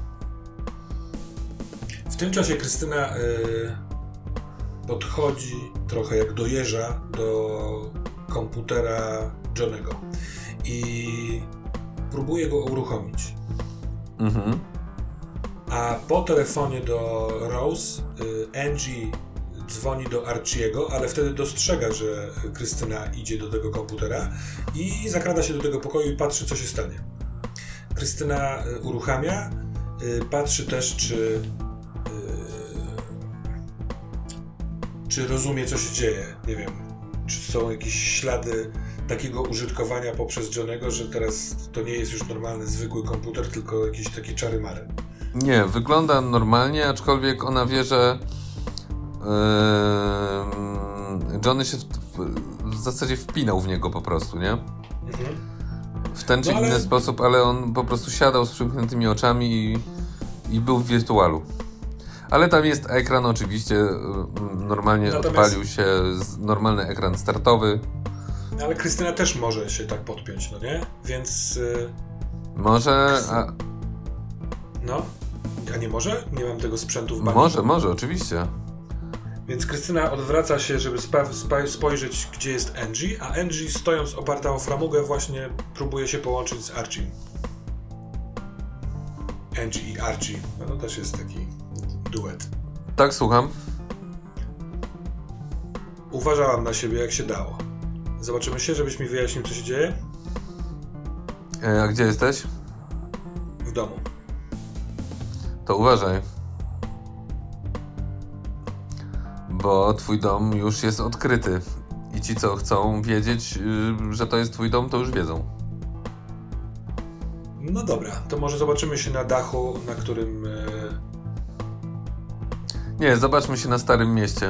W tym czasie Krystyna podchodzi trochę jak dojeżdża do komputera Johnego i próbuje go uruchomić. A po telefonie do Rose Angie dzwoni do Archiego, ale wtedy dostrzega, że Krystyna idzie do tego komputera i zakrada się do tego pokoju i patrzy, co się stanie. Krystyna uruchamia, patrzy też, czy rozumie, co się dzieje. Nie wiem, czy są jakieś ślady takiego użytkowania poprzez Johnego, że teraz to nie jest już normalny, zwykły komputer, tylko jakieś takie czary-mary. Nie, wygląda normalnie, aczkolwiek ona wie, że Johnny się w zasadzie wpinał w niego po prostu, nie? W ten czy inny sposób, ale on po prostu siadał z przymkniętymi oczami i był w wirtualu. Ale tam jest ekran oczywiście, normalnie odpalił się normalny ekran startowy. Ale Krystyna też może się tak podpiąć, no nie? Więc... Może... No? A nie może? Nie mam tego sprzętu w bani. Może, oczywiście. Więc Krystyna odwraca się, żeby spojrzeć, gdzie jest Angie, a Angie, stojąc oparta o framugę, właśnie próbuje się połączyć z Archiem. Angie i Archie. No to też jest taki duet. Tak, słucham. Uważałam na siebie, jak się dało. Zobaczymy się, żebyś mi wyjaśnił, co się dzieje? A gdzie jesteś? W domu. To uważaj. Bo twój dom już jest odkryty. I ci, co chcą wiedzieć, że to jest twój dom, to już wiedzą. No dobra, to może zobaczymy się na dachu, na którym... Nie, zobaczmy się na Starym Mieście.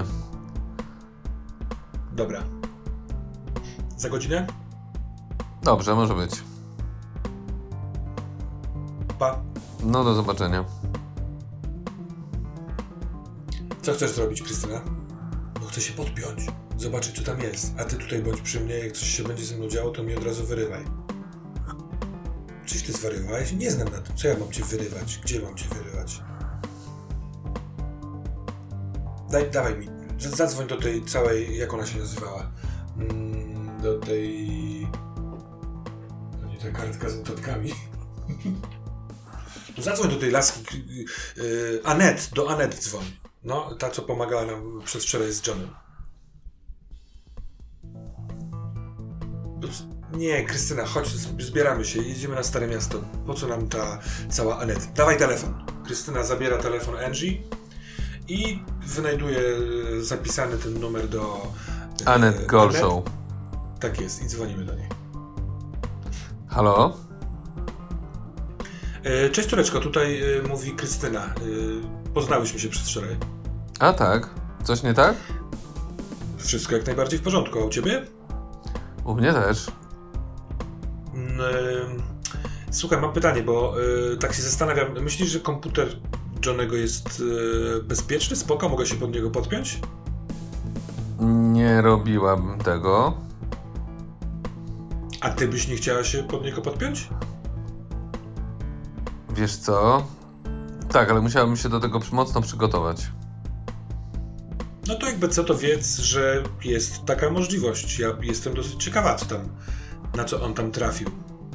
Dobra. Za godzinę? Dobrze, może być. Pa. No, do zobaczenia. Co chcesz zrobić, Krystyna? No chcę się podpiąć, zobaczyć, co tam jest. A ty tutaj bądź przy mnie, jak coś się będzie ze mną działo, to mi od razu wyrywaj. Czyś ty zwariowałeś? Nie znam na tym. Co ja mam cię wyrywać? Gdzie mam cię wyrywać? Dawaj mi. Zadzwoń do tej całej... Jak ona się nazywała? Do tej... To nie ta kartka z notatkami. Zadzwoń do tej laski. Do Anet dzwoń. No, ta co pomagała nam przedwczoraj z Johnem. Nie, Krystyna, chodź, zbieramy się, jedziemy na Stare Miasto. Po co nam ta cała Anet? Dawaj telefon. Krystyna zabiera telefon Angie i wynajduje zapisany ten numer do... Anet Gorshow. Tak jest, i dzwonimy do niej. Halo? Cześć córeczko, tutaj mówi Krystyna. Poznałyśmy się przedwczoraj. A tak? Coś nie tak? Wszystko jak najbardziej w porządku, a u ciebie? U mnie też. Słuchaj, mam pytanie, bo tak się zastanawiam. Myślisz, że komputer Johnego jest bezpieczny? Spoko? Mogę się pod niego podpiąć? Nie robiłabym tego. A ty byś nie chciała się pod niego podpiąć? Wiesz co? Tak, ale musiałabym się do tego mocno przygotować. No to jakby co, to wiedz, że jest taka możliwość. Ja jestem dosyć ciekawa, na co on tam trafił.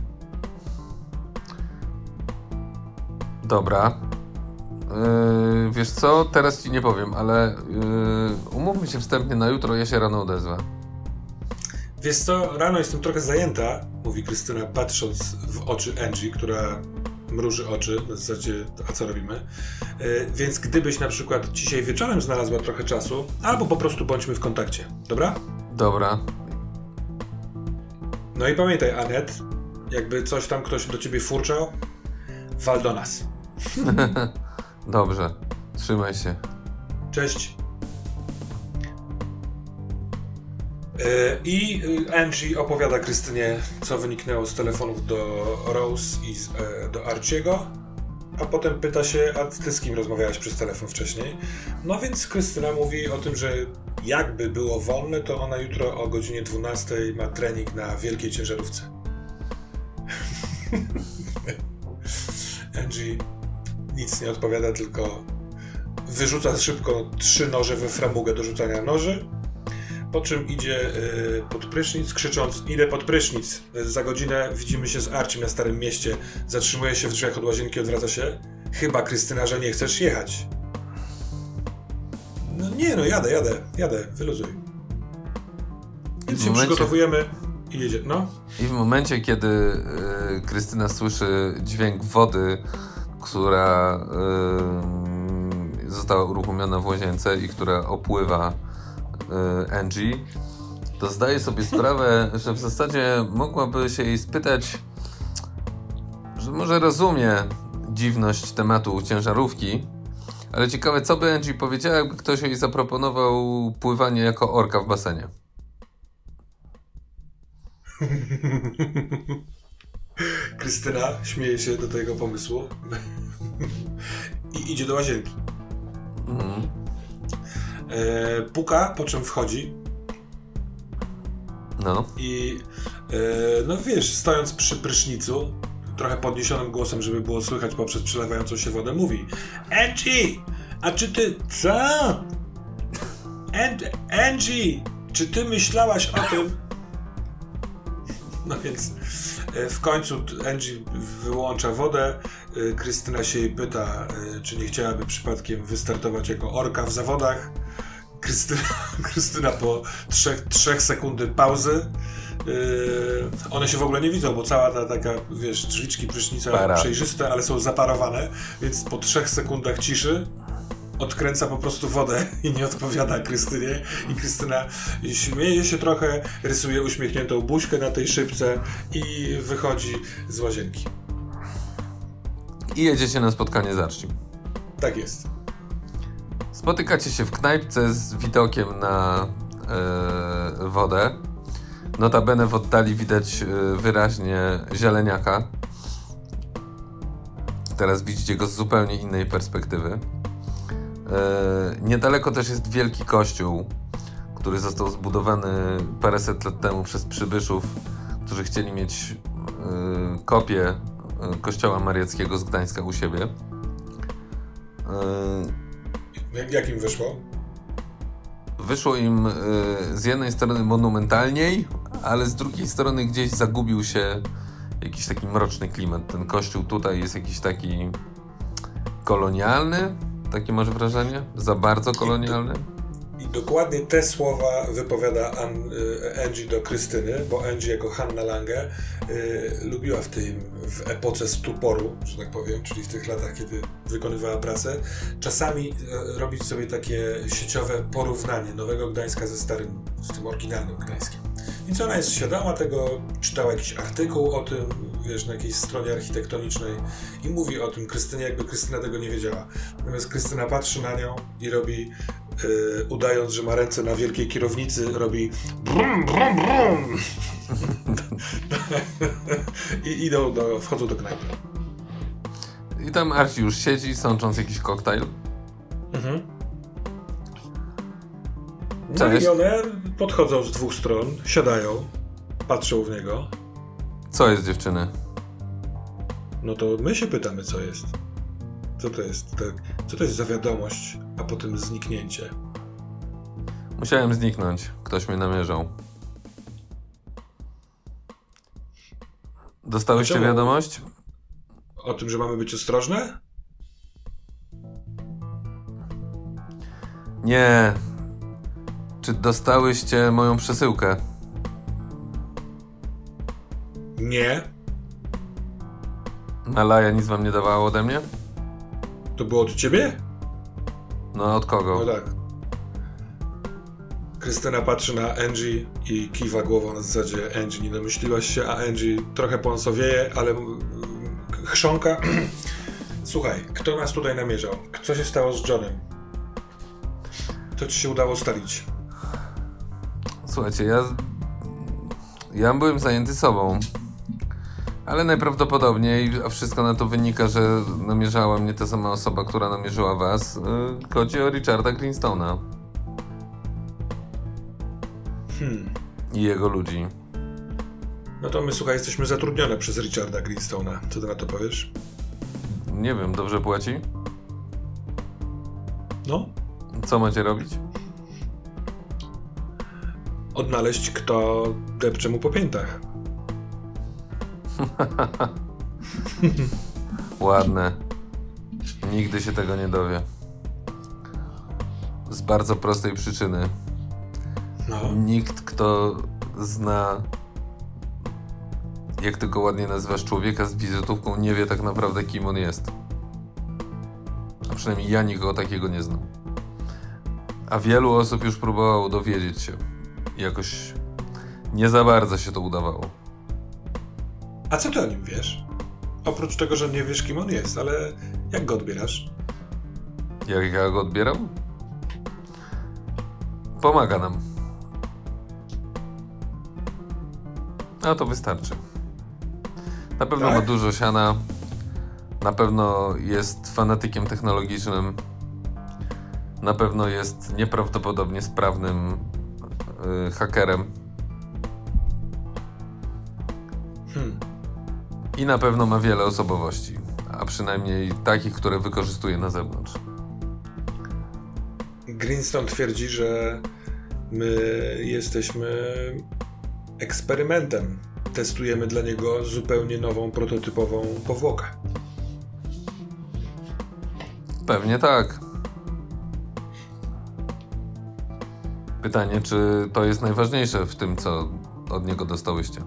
Dobra. Wiesz co? Teraz ci nie powiem, ale umówmy się wstępnie na jutro, ja się rano odezwę. Wiesz co? Rano jestem trochę zajęta, mówi Krystyna, patrząc w oczy Angie, która mruży oczy, na zasadzie, a co robimy? Więc gdybyś na przykład dzisiaj wieczorem znalazła trochę czasu, albo po prostu bądźmy w kontakcie, dobra? Dobra. No i pamiętaj, Anet, jakby coś tam ktoś do ciebie furczał, wal do nas. Dobrze. Trzymaj się. Cześć. I Angie opowiada Krystynie, co wyniknęło z telefonów do Rose i do Archiego, a potem pyta się, a ty z kim rozmawiałaś przez telefon wcześniej? No więc Krystyna mówi o tym, że jakby było wolne, to ona jutro o godzinie 12 ma trening na wielkiej ciężarówce. Angie nic nie odpowiada, tylko wyrzuca szybko 3 noże we framugę do rzucania noży, po czym idzie pod prysznic, krzycząc: idę pod prysznic. Za godzinę widzimy się z Archiem na Starym Mieście. Zatrzymuje się w drzwiach od łazienki, odwraca się. Chyba, Krystyna, że nie chcesz jechać. No nie, no jadę, wyluzuj. Więc się przygotowujemy i jedzie, no. I w momencie, kiedy Krystyna słyszy dźwięk wody, która została uruchomiona w łazience i która opływa Angie, to zdaje sobie sprawę, że w zasadzie mogłaby się jej spytać, że może rozumie dziwność tematu ciężarówki, ale ciekawe, co by Angie powiedziała, jakby ktoś jej zaproponował pływanie jako orka w basenie. Krystyna śmieje się do tego pomysłu i idzie do łazienki. Puka, po czym wchodzi. No. I no wiesz, stojąc przy prysznicu, trochę podniesionym głosem, żeby było słychać poprzez przelewającą się wodę, mówi: Angie, a czy ty... Co? Angie, czy ty myślałaś o tym? No więc w końcu Angie wyłącza wodę. Krystyna się jej pyta, czy nie chciałaby przypadkiem wystartować jako orka w zawodach. Krystyna po 3 sekundy pauzy. One się w ogóle nie widzą, bo cała ta taka, wiesz, drzwiczki prysznica przejrzyste, ale są zaparowane, więc po 3 sekundach ciszy odkręca po prostu wodę i nie odpowiada Krystynie. I Krystyna śmieje się trochę, rysuje uśmiechniętą buźkę na tej szybce i wychodzi z łazienki. I jedziecie na spotkanie z Archim. Tak jest. Spotykacie się w knajpce z widokiem na wodę. Notabene w oddali widać wyraźnie zieleniaka. Teraz widzicie go z zupełnie innej perspektywy. Niedaleko też jest wielki kościół, który został zbudowany paręset lat temu przez przybyszów, którzy chcieli mieć kopię kościoła mariackiego z Gdańska u siebie. Jak im wyszło? Wyszło im z jednej strony monumentalniej, ale z drugiej strony gdzieś zagubił się jakiś taki mroczny klimat. Ten kościół tutaj jest jakiś taki kolonialny, takie masz wrażenie? Za bardzo kolonialny? I dokładnie te słowa wypowiada Angie do Krystyny, bo Angie jako Hanna Lange lubiła w epoce stuporu, że tak powiem, czyli w tych latach, kiedy wykonywała pracę, czasami robić sobie takie sieciowe porównanie Nowego Gdańska z tym oryginalnym Gdańskiem. Więc ona jest świadoma tego, czytała jakiś artykuł o tym, wiesz, na jakiejś stronie architektonicznej i mówi o tym Krystynie, jakby Krystyna tego nie wiedziała. Natomiast Krystyna patrzy na nią i robi, udając, że ma ręce na wielkiej kierownicy, robi brum, brum, brum. I wchodzą do knajpy. I tam Arci już siedzi, sącząc jakiś koktajl. Mhm. Cześć. No i one podchodzą z dwóch stron, siadają, patrzą w niego. Co jest, dziewczyny? No to my się pytamy, co jest. Co to jest? Co to jest za wiadomość, a potem zniknięcie? Musiałem zniknąć. Ktoś mnie namierzał. Dostałyście Czemu? wiadomość? O tym, że mamy być ostrożne? Nie. Czy dostałyście moją przesyłkę? Nie. Malaja nic wam nie dawała ode mnie? To było od ciebie? No, od kogo? No tak. Krystyna patrzy na Angie i kiwa głową na zasadzie Angie, nie domyśliłaś się, a Angie trochę ponsowieje, ale chrząka. Słuchaj, kto nas tutaj namierzał? Co się stało z Johnem? Co ci się udało ustalić? Słuchajcie, ja byłem zajęty sobą. Ale najprawdopodobniej, a wszystko na to wynika, że namierzała mnie ta sama osoba, która namierzyła was. Chodzi o Richarda Greenstone'a. I jego ludzi. No to my, słuchaj, jesteśmy zatrudnione przez Richarda Greenstone'a. Co ty na to powiesz? Nie wiem, dobrze płaci? No? Co macie robić? Odnaleźć, kto depcze mu po piętach. Ładne. Nigdy się tego nie dowie. Z bardzo prostej przyczyny. No. Nikt, kto zna, jak ty go ładnie nazywasz, człowieka z wizytówką, nie wie tak naprawdę, kim on jest. A przynajmniej ja nikogo takiego nie znam. A wielu osób już próbowało dowiedzieć się. Jakoś nie za bardzo się to udawało. A co ty o nim wiesz? Oprócz tego, że nie wiesz, kim on jest, ale jak go odbierasz? Jak ja go odbieram? Pomaga nam. A to wystarczy. Na pewno Tak? ma dużo siana. Na pewno jest fanatykiem technologicznym. Na pewno jest nieprawdopodobnie sprawnym hakerem. I na pewno ma wiele osobowości. A przynajmniej takich, które wykorzystuje na zewnątrz. Greenstone twierdzi, że my jesteśmy eksperymentem. Testujemy dla niego zupełnie nową, prototypową powłokę. Pewnie tak. Pytanie, czy to jest najważniejsze w tym, co od niego dostałyście?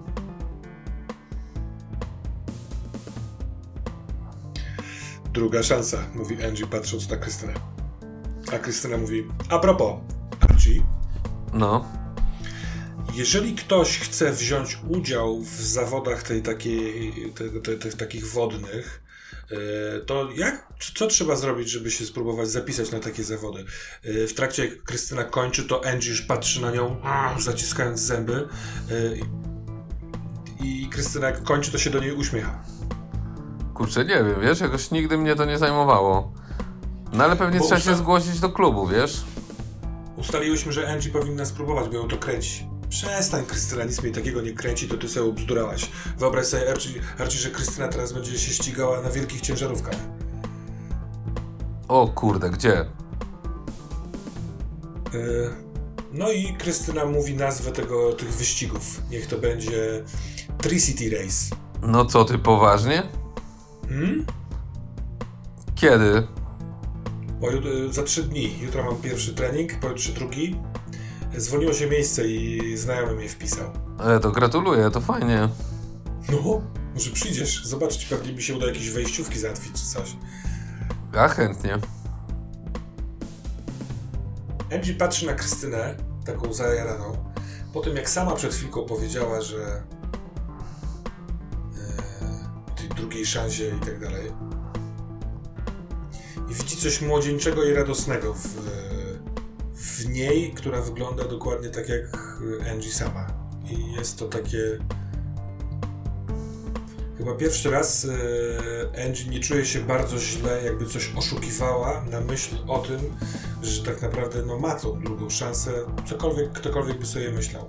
Druga szansa, mówi Angie, patrząc na Krystynę. A Krystyna mówi, a propos, Archie, No. jeżeli ktoś chce wziąć udział w zawodach tych takich wodnych, to co trzeba zrobić, żeby się spróbować zapisać na takie zawody? W trakcie, jak Krystyna kończy, to Angie już patrzy na nią, zaciskając zęby. I Krystyna, jak kończy, to się do niej uśmiecha. Kurczę, nie wiem, wiesz, jakoś nigdy mnie to nie zajmowało. No ale pewnie trzeba się zgłosić do klubu, wiesz? Ustaliłyśmy, że Angie powinna spróbować, bo ją to kręci. Przestań, Krystyna, nic mnie takiego nie kręci, to ty sobie ubzdurałaś. Wyobraź sobie, Archie, że Krystyna teraz będzie się ścigała na wielkich ciężarówkach. O kurde, gdzie? No i Krystyna mówi nazwę tych wyścigów. Niech to będzie Tri-City Race. No co, ty poważnie? Kiedy? Za 3 dni. Jutro mam pierwszy trening, pojutrze drugi. Zwolniło się miejsce i znajomy mnie wpisał. To gratuluję, to fajnie. No, może przyjdziesz, zobaczyć, pewnie mi się uda jakieś wejściówki załatwić czy coś. Ja chętnie. Angie patrzy na Krystynę, taką zajaraną, po tym jak sama przed chwilką powiedziała, że tej drugiej szansie i tak dalej. I widzi coś młodzieńczego i radosnego w niej, która wygląda dokładnie tak jak Angie sama. I jest to takie... Chyba pierwszy raz Angie nie czuje się bardzo źle, jakby coś oszukiwała na myśl o tym, że tak naprawdę ma tą drugą szansę, ktokolwiek by sobie myślał.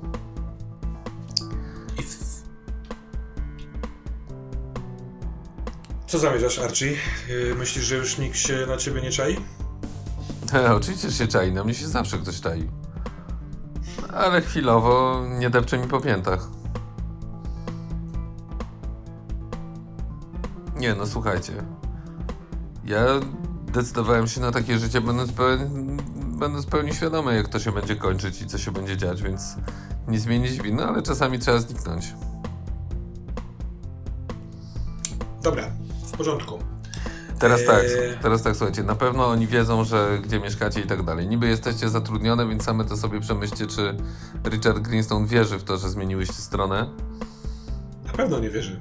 Co zamierzasz, Archie? Myślisz, że już nikt się na ciebie nie czai? Oczywiście się czai, na mnie się zawsze ktoś czai. Ale chwilowo nie depcze mi po piętach. Nie, no słuchajcie. Ja decydowałem się na takie życie, będąc pełni świadomy, jak to się będzie kończyć i co się będzie dziać, więc nic mnie nie dziwi, no ale czasami trzeba zniknąć. Dobra, w porządku. Teraz tak, słuchajcie, na pewno oni wiedzą, że gdzie mieszkacie i tak dalej. Niby jesteście zatrudnione, więc same to sobie przemyślcie, czy Richard Greenstone wierzy w to, że zmieniłyście stronę. Na pewno nie wierzy.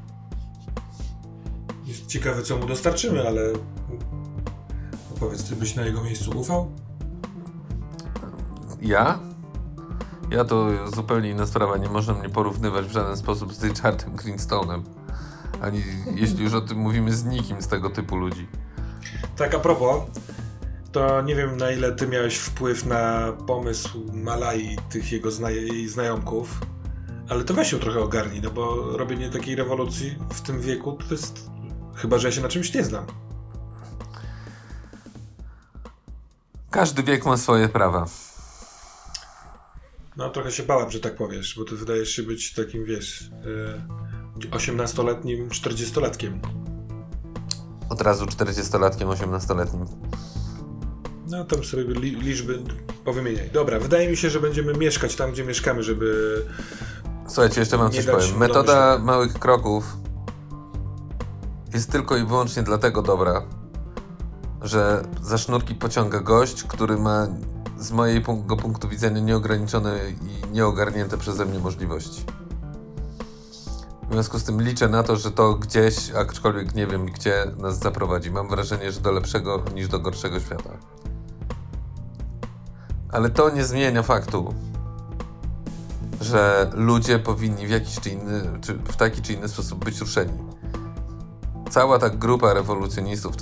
Jest ciekawe, co mu dostarczymy, ale powiedz, ty byś na jego miejscu ufał? Ja? Ja to zupełnie inna sprawa. Nie można mnie porównywać w żaden sposób z Richardem Greenstone'em. Ani jeśli już o tym mówimy, z nikim z tego typu ludzi. Tak, a propos, to nie wiem, na ile ty miałeś wpływ na pomysł Malai, tych jego znajomków, ale to weź się trochę ogarnij, no bo robienie takiej rewolucji w tym wieku to jest... Chyba że ja się na czymś nie znam. Każdy wiek ma swoje prawa. No trochę się bałem, że tak powiesz, bo ty wydajesz się być takim, wiesz, 18-letnim 40-latkiem. Od razu 40-latkiem, 18-letnim. No tam sobie liczby powymieniaj. Dobra, wydaje mi się, że będziemy mieszkać tam, gdzie mieszkamy, żeby... Słuchajcie, jeszcze wam coś powiem. Metoda małych kroków jest tylko i wyłącznie dlatego dobra, że za sznurki pociąga gość, który ma z mojego punktu widzenia nieograniczone i nieogarnięte przeze mnie możliwości. W związku z tym liczę na to, że to gdzieś, aczkolwiek nie wiem gdzie, nas zaprowadzi. Mam wrażenie, że do lepszego niż do gorszego świata. Ale to nie zmienia faktu, że ludzie powinni w taki czy inny sposób być ruszeni. Cała ta grupa rewolucjonistów,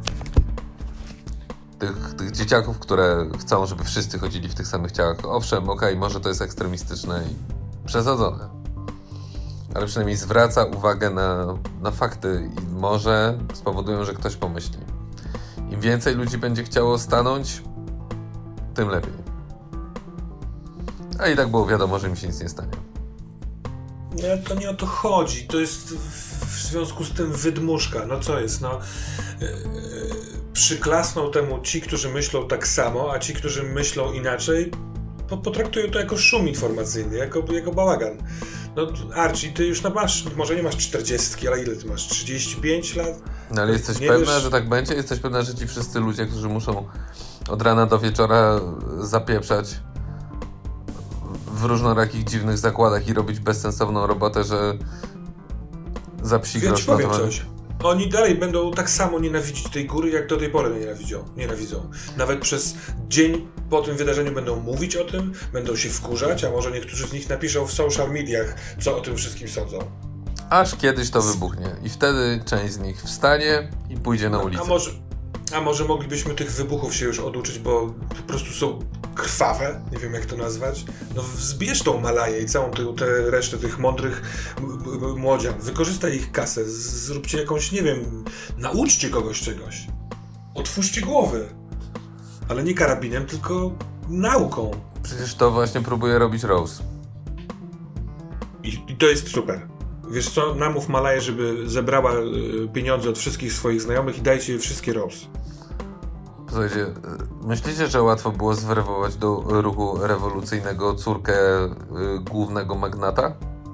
tych dzieciaków, które chcą, żeby wszyscy chodzili w tych samych ciałach. Owszem, okej, może to jest ekstremistyczne i przesadzone, ale przynajmniej zwraca uwagę na fakty i może spowodują, że ktoś pomyśli. Im więcej ludzi będzie chciało stanąć, tym lepiej. A i tak było wiadomo, że mi się nic nie stanie. Nie, to nie o to chodzi. To jest w związku z tym wydmuszka. No co jest, no... Przyklasną temu ci, którzy myślą tak samo, a ci, którzy myślą inaczej, potraktują to jako szum informacyjny, jako bałagan. No Archie, ty już masz, może nie masz 40, ale ile ty masz? 35 lat? No ale jesteś pewna, że tak będzie? Jesteś pewna, że ci wszyscy ludzie, którzy muszą od rana do wieczora zapieprzać w różnorakich dziwnych zakładach i robić bezsensowną robotę, że za psi grosz na temat... coś. Oni dalej będą tak samo nienawidzić tej góry, jak do tej pory nienawidzą. Nawet przez dzień po tym wydarzeniu będą mówić o tym, będą się wkurzać, a może niektórzy z nich napiszą w social mediach, co o tym wszystkim sądzą. Aż kiedyś to wybuchnie i wtedy część z nich wstanie i pójdzie na ulicę. A może moglibyśmy tych wybuchów się już oduczyć, bo po prostu są krwawe, nie wiem jak to nazwać. No zbierz tą Malaję i całą tę resztę tych mądrych młodzian. Wykorzystaj ich kasę, zróbcie jakąś, nie wiem, nauczcie kogoś czegoś. Otwórzcie głowy. Ale nie karabinem, tylko nauką. Przecież to właśnie próbuje robić Rose. I to jest super. Wiesz co, namów Malaję, żeby zebrała pieniądze od wszystkich swoich znajomych i dajcie je wszystkie Rose. Słuchajcie, myślicie, że łatwo było zweryfować do ruchu rewolucyjnego córkę głównego magnata?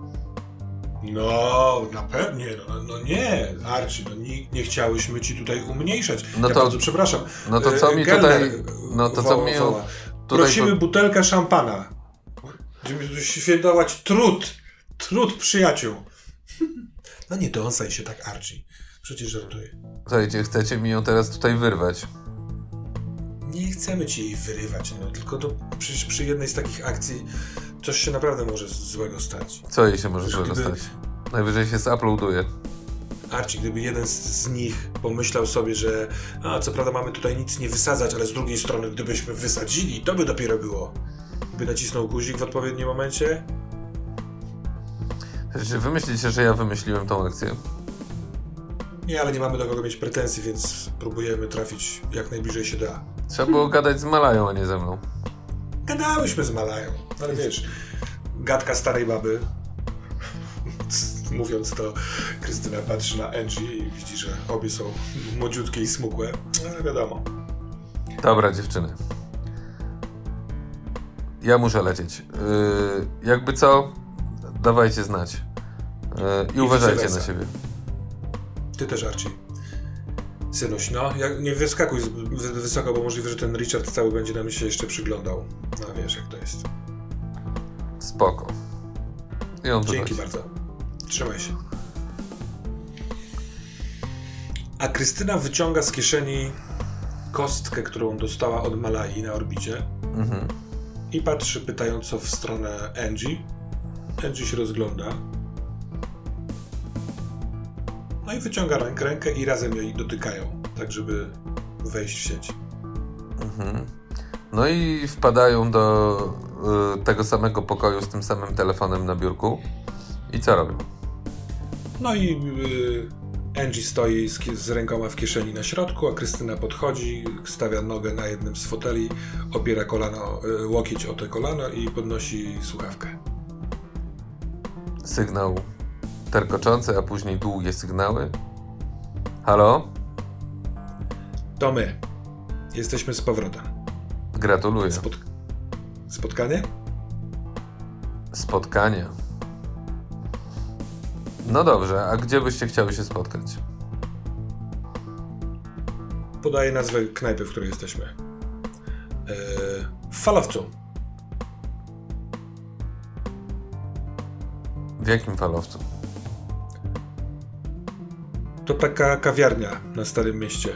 No, na pewnie, no nie, Archie, no nie chciałyśmy ci tutaj umniejszać. No ja to, bardzo przepraszam. No to co mi Tutaj... No to co mi tutaj... Prosimy butelkę szampana. Będziemy tu świętować trud przyjaciół. No nie dąsaj się tak, Archie. Przecież żartuję. Słuchajcie, chcecie mi ją teraz tutaj wyrwać. Nie chcemy ci jej wyrywać, no tylko to przy jednej z takich akcji coś się naprawdę może złego stać. Co jej się może złego stać? Najwyżej się zuploaduje. Archie, gdyby jeden z nich pomyślał sobie, że co prawda mamy tutaj nic nie wysadzać, ale z drugiej strony gdybyśmy wysadzili, to by dopiero było. By nacisnął guzik w odpowiednim momencie. Wy myślicie, że ja wymyśliłem tą akcję? Nie, ale nie mamy do kogo mieć pretensji, więc próbujemy trafić jak najbliżej się da. Trzeba było gadać z Malają, a nie ze mną. Gadałyśmy z Malają, ale wiesz, gadka starej baby. Mówiąc to, Krystyna patrzy na Angie i widzi, że obie są młodziutkie i smukłe, ale wiadomo. Dobra, dziewczyny. Ja muszę lecieć. Jakby co, dawajcie znać. I uważajcie na siebie. Ty też, Archie. Synuś, no, nie wyskakuj zbyt wysoko, bo możliwe, że ten Richard cały będzie nam się jeszcze przyglądał. No wiesz, jak to jest. Spoko. I on Dzięki bardzo. Trzymaj się. A Krystyna wyciąga z kieszeni kostkę, którą dostała od Malai na orbicie i patrzy pytająco w stronę Angie. Angie się rozgląda. No i wyciąga rękę i razem jej dotykają, tak żeby wejść w sieć. No i wpadają do tego samego pokoju z tym samym telefonem na biurku. I co robią? No i Angie stoi z rękoma w kieszeni na środku, a Krystyna podchodzi, stawia nogę na jednym z foteli, opiera łokieć o te kolano i podnosi słuchawkę. Sygnał terkoczący, a później długie sygnały. Halo? To my. Jesteśmy z powrotem. Gratuluję. Spotkanie? Spotkanie. No dobrze, a gdzie byście chciały się spotkać? Podaję nazwę knajpy, w której jesteśmy. W Falowcu. W jakim Falowcu? To taka kawiarnia na Starym Mieście.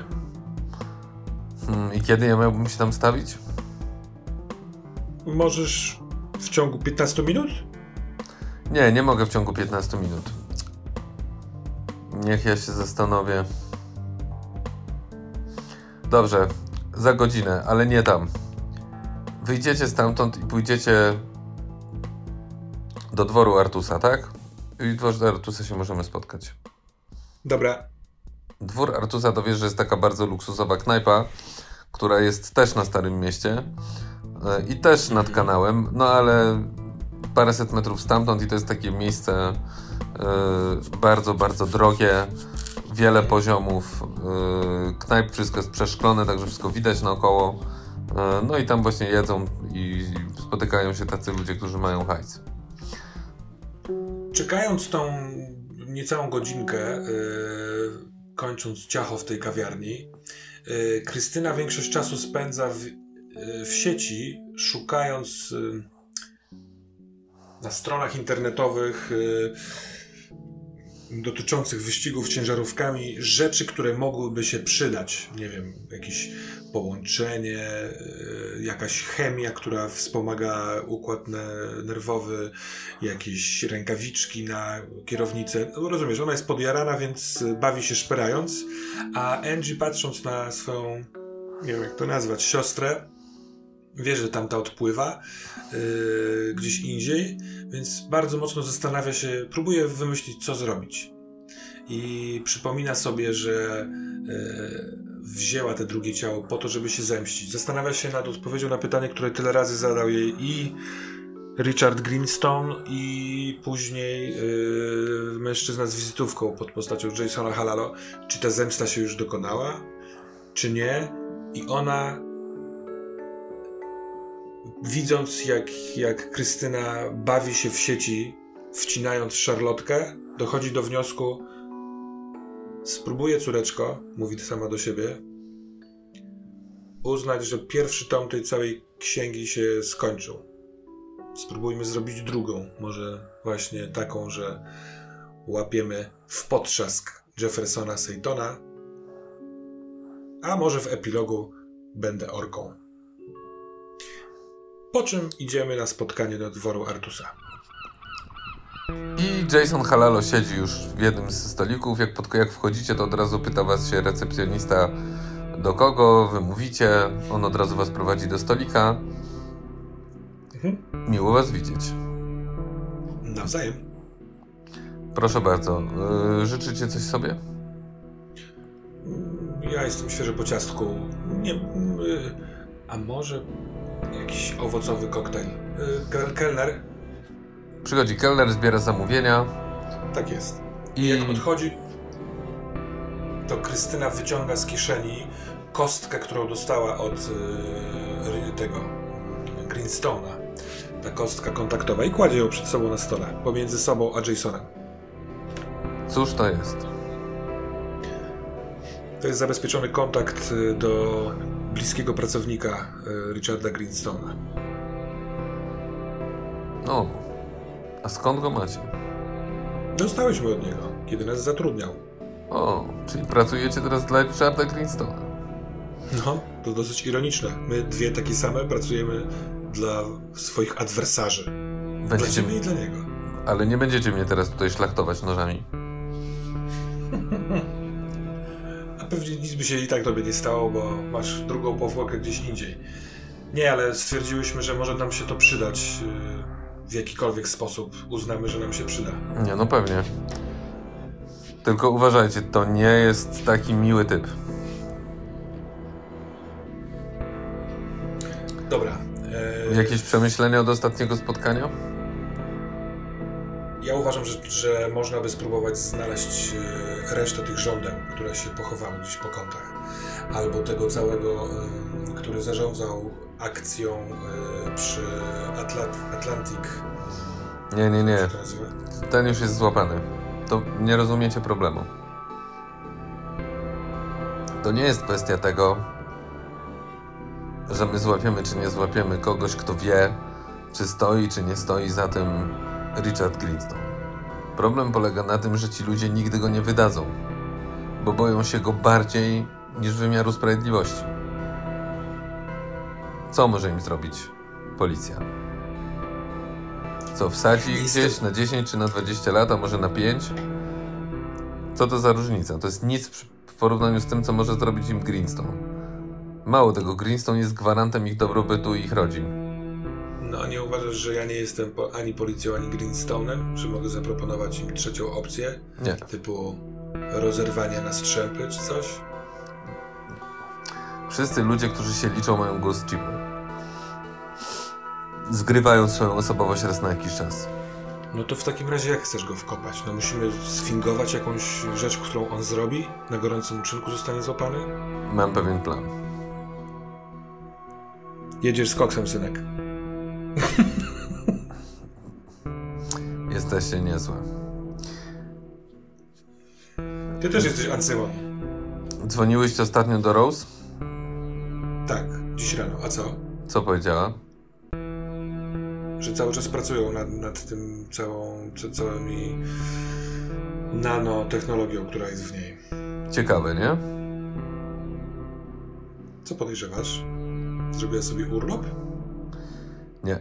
I kiedy ja miałbym się tam stawić? Możesz w ciągu 15 minut? Nie mogę w ciągu 15 minut. Niech ja się zastanowię. Dobrze, za godzinę, ale nie tam. Wyjdziecie stamtąd i pójdziecie do dworu Artusa, tak? I w dworze Artusa się możemy spotkać. Dobra. Dwór Artusa to wiesz, że jest taka bardzo luksusowa knajpa, która jest też na Starym Mieście i też nad kanałem, no ale paręset metrów stamtąd i to jest takie miejsce bardzo, bardzo drogie, wiele poziomów knajp, wszystko jest przeszklone, także wszystko widać naokoło. No i tam właśnie jedzą i spotykają się tacy ludzie, którzy mają hajs. Czekając tą niecałą godzinkę, kończąc ciacho w tej kawiarni, Krystyna większość czasu spędza w sieci, szukając na stronach internetowych dotyczących wyścigów ciężarówkami rzeczy, które mogłyby się przydać. Nie wiem, jakieś połączenie, jakaś chemia, która wspomaga układ nerwowy, jakieś rękawiczki na kierownicę. No, rozumiesz, ona jest podjarana, więc bawi się szperając, a Angie, patrząc na swoją, nie wiem jak to nazwać, siostrę, wie, że tamta odpływa gdzieś indziej, więc bardzo mocno zastanawia się, próbuje wymyślić, co zrobić. I przypomina sobie, że wzięła te drugie ciało po to, żeby się zemścić. Zastanawia się nad odpowiedzią na pytanie, które tyle razy zadał jej i Richard Greenstone, i później mężczyzna z wizytówką pod postacią Jasona Halalo. Czy ta zemsta się już dokonała, czy nie? I ona, widząc jak Krystyna bawi się w sieci, wcinając szarlotkę, dochodzi do wniosku: spróbuję, córeczko, mówi sama do siebie, uznać, że pierwszy tom tej całej księgi się skończył. Spróbujmy zrobić drugą, może właśnie taką, że łapiemy w potrzask Jeffersona Seightona, a może w epilogu będę orką. Po czym idziemy na spotkanie do dworu Artusa. I Jason Halalo siedzi już w jednym ze stolików. Jak wchodzicie, to od razu pyta was się recepcjonista, do kogo wy mówicie. On od razu was prowadzi do stolika. Miło was widzieć. Nawzajem. Proszę bardzo. Życzycie coś sobie? Ja jestem świeży po ciastku. A może jakiś owocowy koktajl? Kelner? Przychodzi kelner, zbiera zamówienia. Tak jest. I jak odchodzi, to Krystyna wyciąga z kieszeni kostkę, którą dostała od tego Greenstone'a. Ta kostka kontaktowa, i kładzie ją przed sobą na stole, pomiędzy sobą a Jasonem. Cóż to jest? To jest zabezpieczony kontakt do bliskiego pracownika Richarda Greenstone'a. No, a skąd go macie? Dostałyśmy od niego, kiedy nas zatrudniał. O, czyli pracujecie teraz dla Richarda Greenstone'a. No, to dosyć ironiczne. My dwie takie same pracujemy dla swoich adwersarzy. Dla ciebie i dla niego. Ale nie będziecie mnie teraz tutaj szlachtować nożami. A pewnie nic by się i tak tobie nie stało, bo masz drugą powłokę gdzieś indziej. Nie, ale stwierdziłyśmy, że może nam się to przydać w jakikolwiek sposób. Uznamy, że nam się przyda. Nie, no pewnie. Tylko uważajcie, to nie jest taki miły typ. Dobra. Jakieś przemyślenia od ostatniego spotkania? Ja uważam, że można by spróbować znaleźć resztę tych żądeł, które się pochowały gdzieś po kątach. Albo tego całego, który zarządzał akcją przy Atlantic. Nie. Jak to nazywa? Ten już jest złapany. To nie rozumiecie problemu. To nie jest kwestia tego, że my złapiemy czy nie złapiemy kogoś, kto wie, czy stoi, czy nie stoi za tym Richard Greenstone. Problem polega na tym, że ci ludzie nigdy go nie wydadzą, bo boją się go bardziej niż wymiaru sprawiedliwości. Co może im zrobić policja? Co, wsadzi ich gdzieś na 10 czy na 20 lat, a może na 5? Co to za różnica? To jest nic w porównaniu z tym, co może zrobić im Greenstone. Mało tego, Greenstone jest gwarantem ich dobrobytu i ich rodzin. No a nie uważasz, że ja nie jestem ani policją, ani Greenstone'em? Że mogę zaproponować im trzecią opcję? Nie. Typu rozerwanie na strzępy czy coś? Wszyscy ludzie, którzy się liczą, mają głos chipy. Zgrywają swoją osobowość raz na jakiś czas. No to w takim razie jak chcesz go wkopać? No musimy sfingować jakąś rzecz, którą on zrobi? Na gorącym uczynku zostanie złapany? Mam pewien plan. Jedziesz z koksem, synek. Jesteście niezłe. Ty też jesteś Ancymon. Dzwoniłyście ostatnio do Rose? Tak, dziś rano. A co? Co powiedziała? Że cały czas pracują nad tym całymi nanotechnologią, która jest w niej. Ciekawe, nie? Co podejrzewasz? Zrobiła sobie urlop? Nie.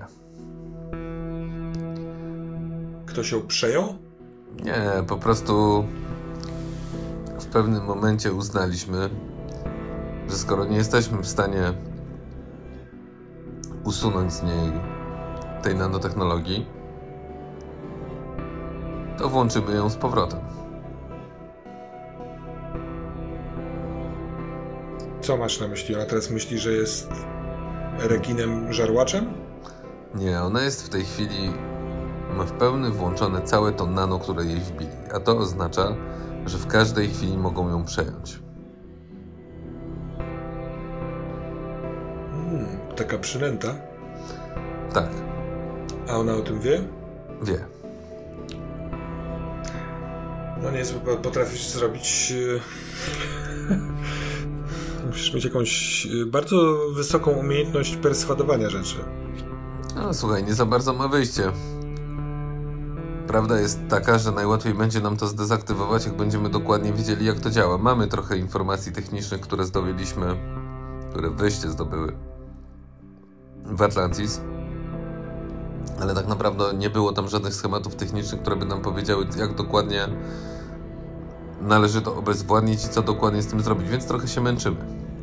Ktoś ją przejął? Nie, po prostu w pewnym momencie uznaliśmy, że skoro nie jesteśmy w stanie usunąć z niej tej nanotechnologii, to włączymy ją z powrotem. Co masz na myśli? Ona teraz myśli, że jest rekinem żarłaczem? Nie, ona jest w tej chwili, ma w pełni włączone całe to nano, które jej wbili, a to oznacza, że w każdej chwili mogą ją przejąć. Taka przynęta? Tak. A ona o tym wie? Wie. No nie, potrafisz zrobić... Musisz mieć jakąś bardzo wysoką umiejętność perswadowania rzeczy. No słuchaj, nie za bardzo ma wyjście. Prawda jest taka, że najłatwiej będzie nam to zdezaktywować, jak będziemy dokładnie wiedzieli, jak to działa. Mamy trochę informacji technicznych, które zdobyliśmy, które wyście zdobyły w Atlantis, ale tak naprawdę nie było tam żadnych schematów technicznych, które by nam powiedziały, jak dokładnie należy to obezwładnić i co dokładnie z tym zrobić, więc trochę się męczymy.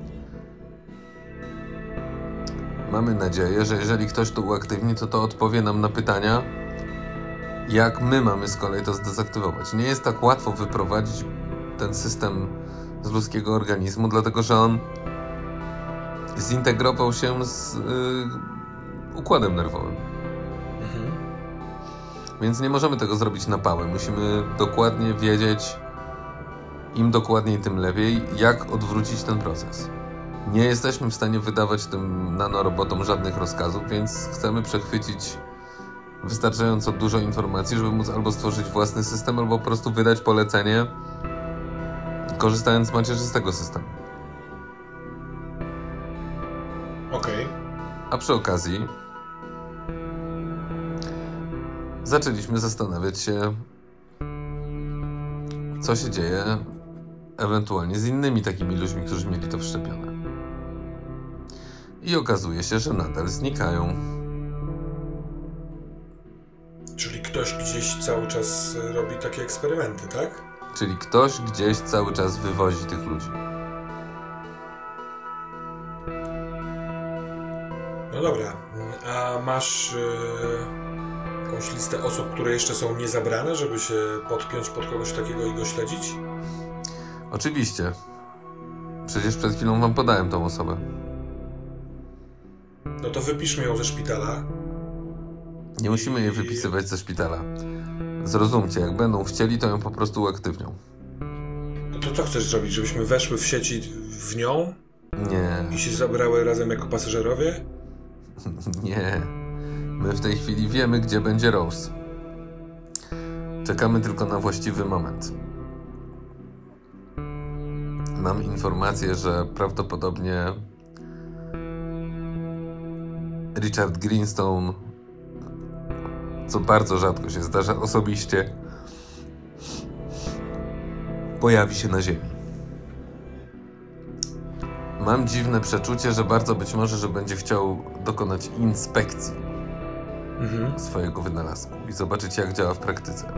Mamy nadzieję, że jeżeli ktoś to uaktywni, to odpowie nam na pytania, jak my mamy z kolei to zdezaktywować. Nie jest tak łatwo wyprowadzić ten system z ludzkiego organizmu, dlatego że on zintegrował się z układem nerwowym. Więc nie możemy tego zrobić na pałę. Musimy dokładnie wiedzieć, im dokładniej, tym lepiej, jak odwrócić ten proces. Nie jesteśmy w stanie wydawać tym nanorobotom żadnych rozkazów, więc chcemy przechwycić wystarczająco dużo informacji, żeby móc albo stworzyć własny system, albo po prostu wydać polecenie, korzystając z macierzystego systemu. Okej. A przy okazji zaczęliśmy zastanawiać się, co się dzieje ewentualnie z innymi takimi ludźmi, którzy mieli to wszczepione. I okazuje się, że nadal znikają. Czyli ktoś gdzieś cały czas robi takie eksperymenty, tak? Czyli ktoś gdzieś cały czas wywozi tych ludzi. No dobra, a masz jakąś listę osób, które jeszcze są niezabrane, żeby się podpiąć pod kogoś takiego i go śledzić? Oczywiście. Przecież przed chwilą wam podałem tą osobę. No to wypiszmy ją ze szpitala. Nie musimy jej wypisywać ze szpitala. Zrozumcie, jak będą chcieli, to ją po prostu uaktywnią. No to co chcesz zrobić? Żebyśmy weszły w sieci w nią? Nie. I się zabrały razem jako pasażerowie? Nie. My w tej chwili wiemy, gdzie będzie Rose. Czekamy tylko na właściwy moment. Mam informację, że prawdopodobnie Richard Greenstone, co bardzo rzadko się zdarza, osobiście pojawi się na Ziemi. Mam dziwne przeczucie, że bardzo być może, że będzie chciał dokonać inspekcji swojego wynalazku i zobaczyć, jak działa w praktyce.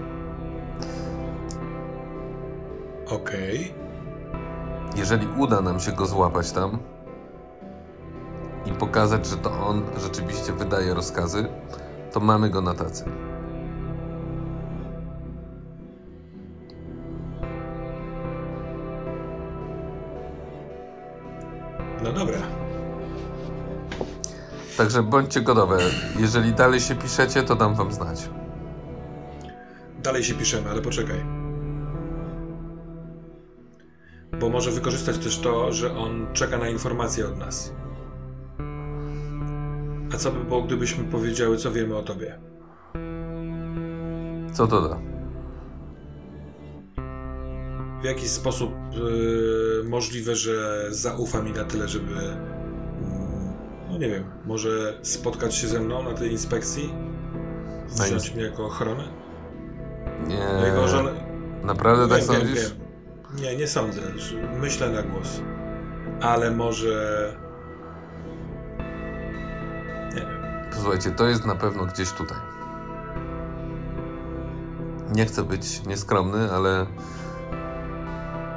Okej. Jeżeli uda nam się go złapać tam i pokazać, że to on rzeczywiście wydaje rozkazy, to mamy go na tacy. No dobra. Także bądźcie gotowe. Jeżeli dalej się piszecie, to dam wam znać. Dalej się piszemy, ale poczekaj. Bo może wykorzystać też to, że on czeka na informacje od nas. A co by było, gdybyśmy powiedziały, co wiemy o tobie? Co to da? W jaki sposób możliwe, że zaufa mi na tyle, żeby no nie wiem, może spotkać się ze mną na tej inspekcji? Wziąć mnie jako ochronę? Nie. Jego żonę... Naprawdę tak Wiem, sądzisz? Nie, nie sądzę. Myślę na głos. Ale może... Nie wiem. Posłuchajcie, to jest na pewno gdzieś tutaj. Nie chcę być nieskromny, ale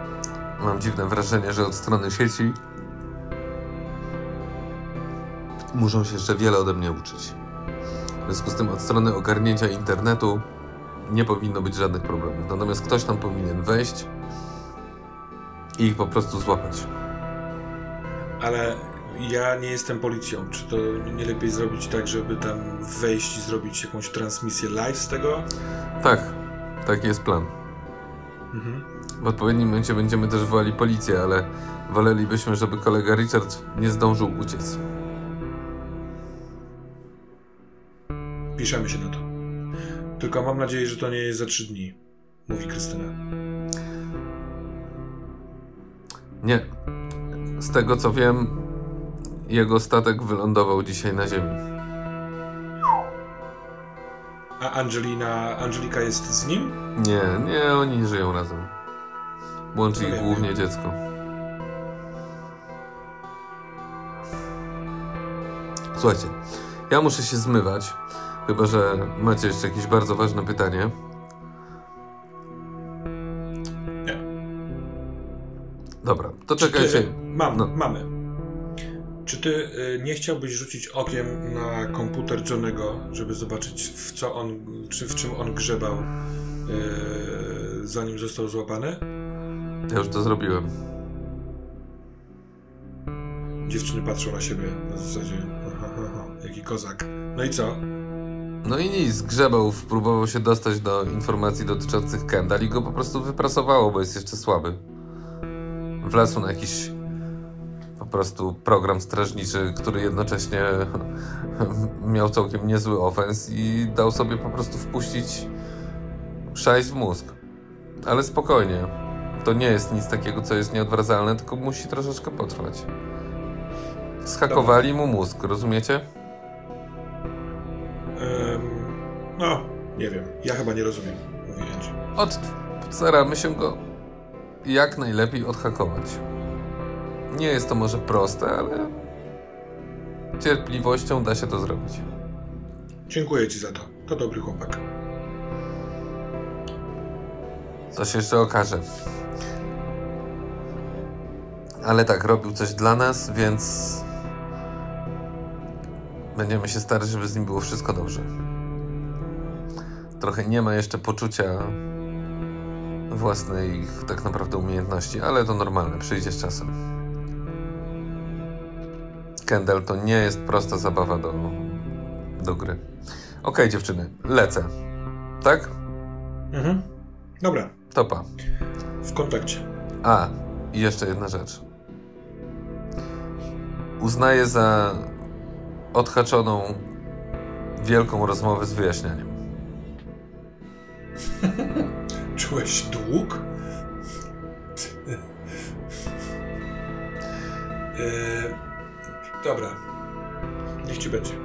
mam dziwne wrażenie, że od strony sieci muszą się jeszcze wiele ode mnie uczyć. W związku z tym od strony ogarnięcia internetu nie powinno być żadnych problemów. Natomiast ktoś tam powinien wejść i ich po prostu złapać. Ale ja nie jestem policją. Czy to nie lepiej zrobić tak, żeby tam wejść i zrobić jakąś transmisję live z tego? Tak, taki jest plan. W odpowiednim momencie będziemy też wołali policję, ale wolelibyśmy, żeby kolega Richard nie zdążył uciec. Piszemy się na to. Tylko mam nadzieję, że to nie jest za 3 dni, mówi Krystyna. Nie. Z tego co wiem, jego statek wylądował dzisiaj na ziemi. A Angelika jest z nim? Nie, oni żyją razem. Łączy ich głównie dziecko. Słuchajcie, ja muszę się zmywać, chyba że macie jeszcze jakieś bardzo ważne pytanie. Nie. Dobra, to czekajcie. Mamy. Czy ty nie chciałbyś rzucić okiem na komputer Johnego, żeby zobaczyć w czym on grzebał, zanim został złapany? Ja już to zrobiłem. Dziewczyny patrzą na siebie na zasadzie jaki kozak. No i co? No i nic, grzebał, próbował się dostać do informacji dotyczących Kendall i go po prostu wyprasowało, bo jest jeszcze słaby. Wlazł na jakiś po prostu program strażniczy, który jednocześnie miał całkiem niezły ofens i dał sobie po prostu wpuścić szajs w mózg. Ale spokojnie, to nie jest nic takiego, co jest nieodwracalne, tylko musi troszeczkę potrwać. Zhakowali mu mózg, rozumiecie? No, nie wiem. Ja chyba nie rozumiem, mówi Angie. Staramy się go jak najlepiej odhakować. Nie jest to może proste, ale cierpliwością da się to zrobić. Dziękuję ci za to. To dobry chłopak. To się jeszcze okaże. Ale tak, robił coś dla nas, więc będziemy się starać, żeby z nim było wszystko dobrze. Trochę nie ma jeszcze poczucia własnej tak naprawdę umiejętności, ale to normalne, przyjdzie z czasem. Kendall to nie jest prosta zabawa do gry. Okej, dziewczyny, lecę. Tak? Dobra. Topa. W kontakcie. A, i jeszcze jedna rzecz. Uznaję za odhaczoną wielką rozmowę z wyjaśnianiem. Czułeś dług? Dobra. Niech ci będzie.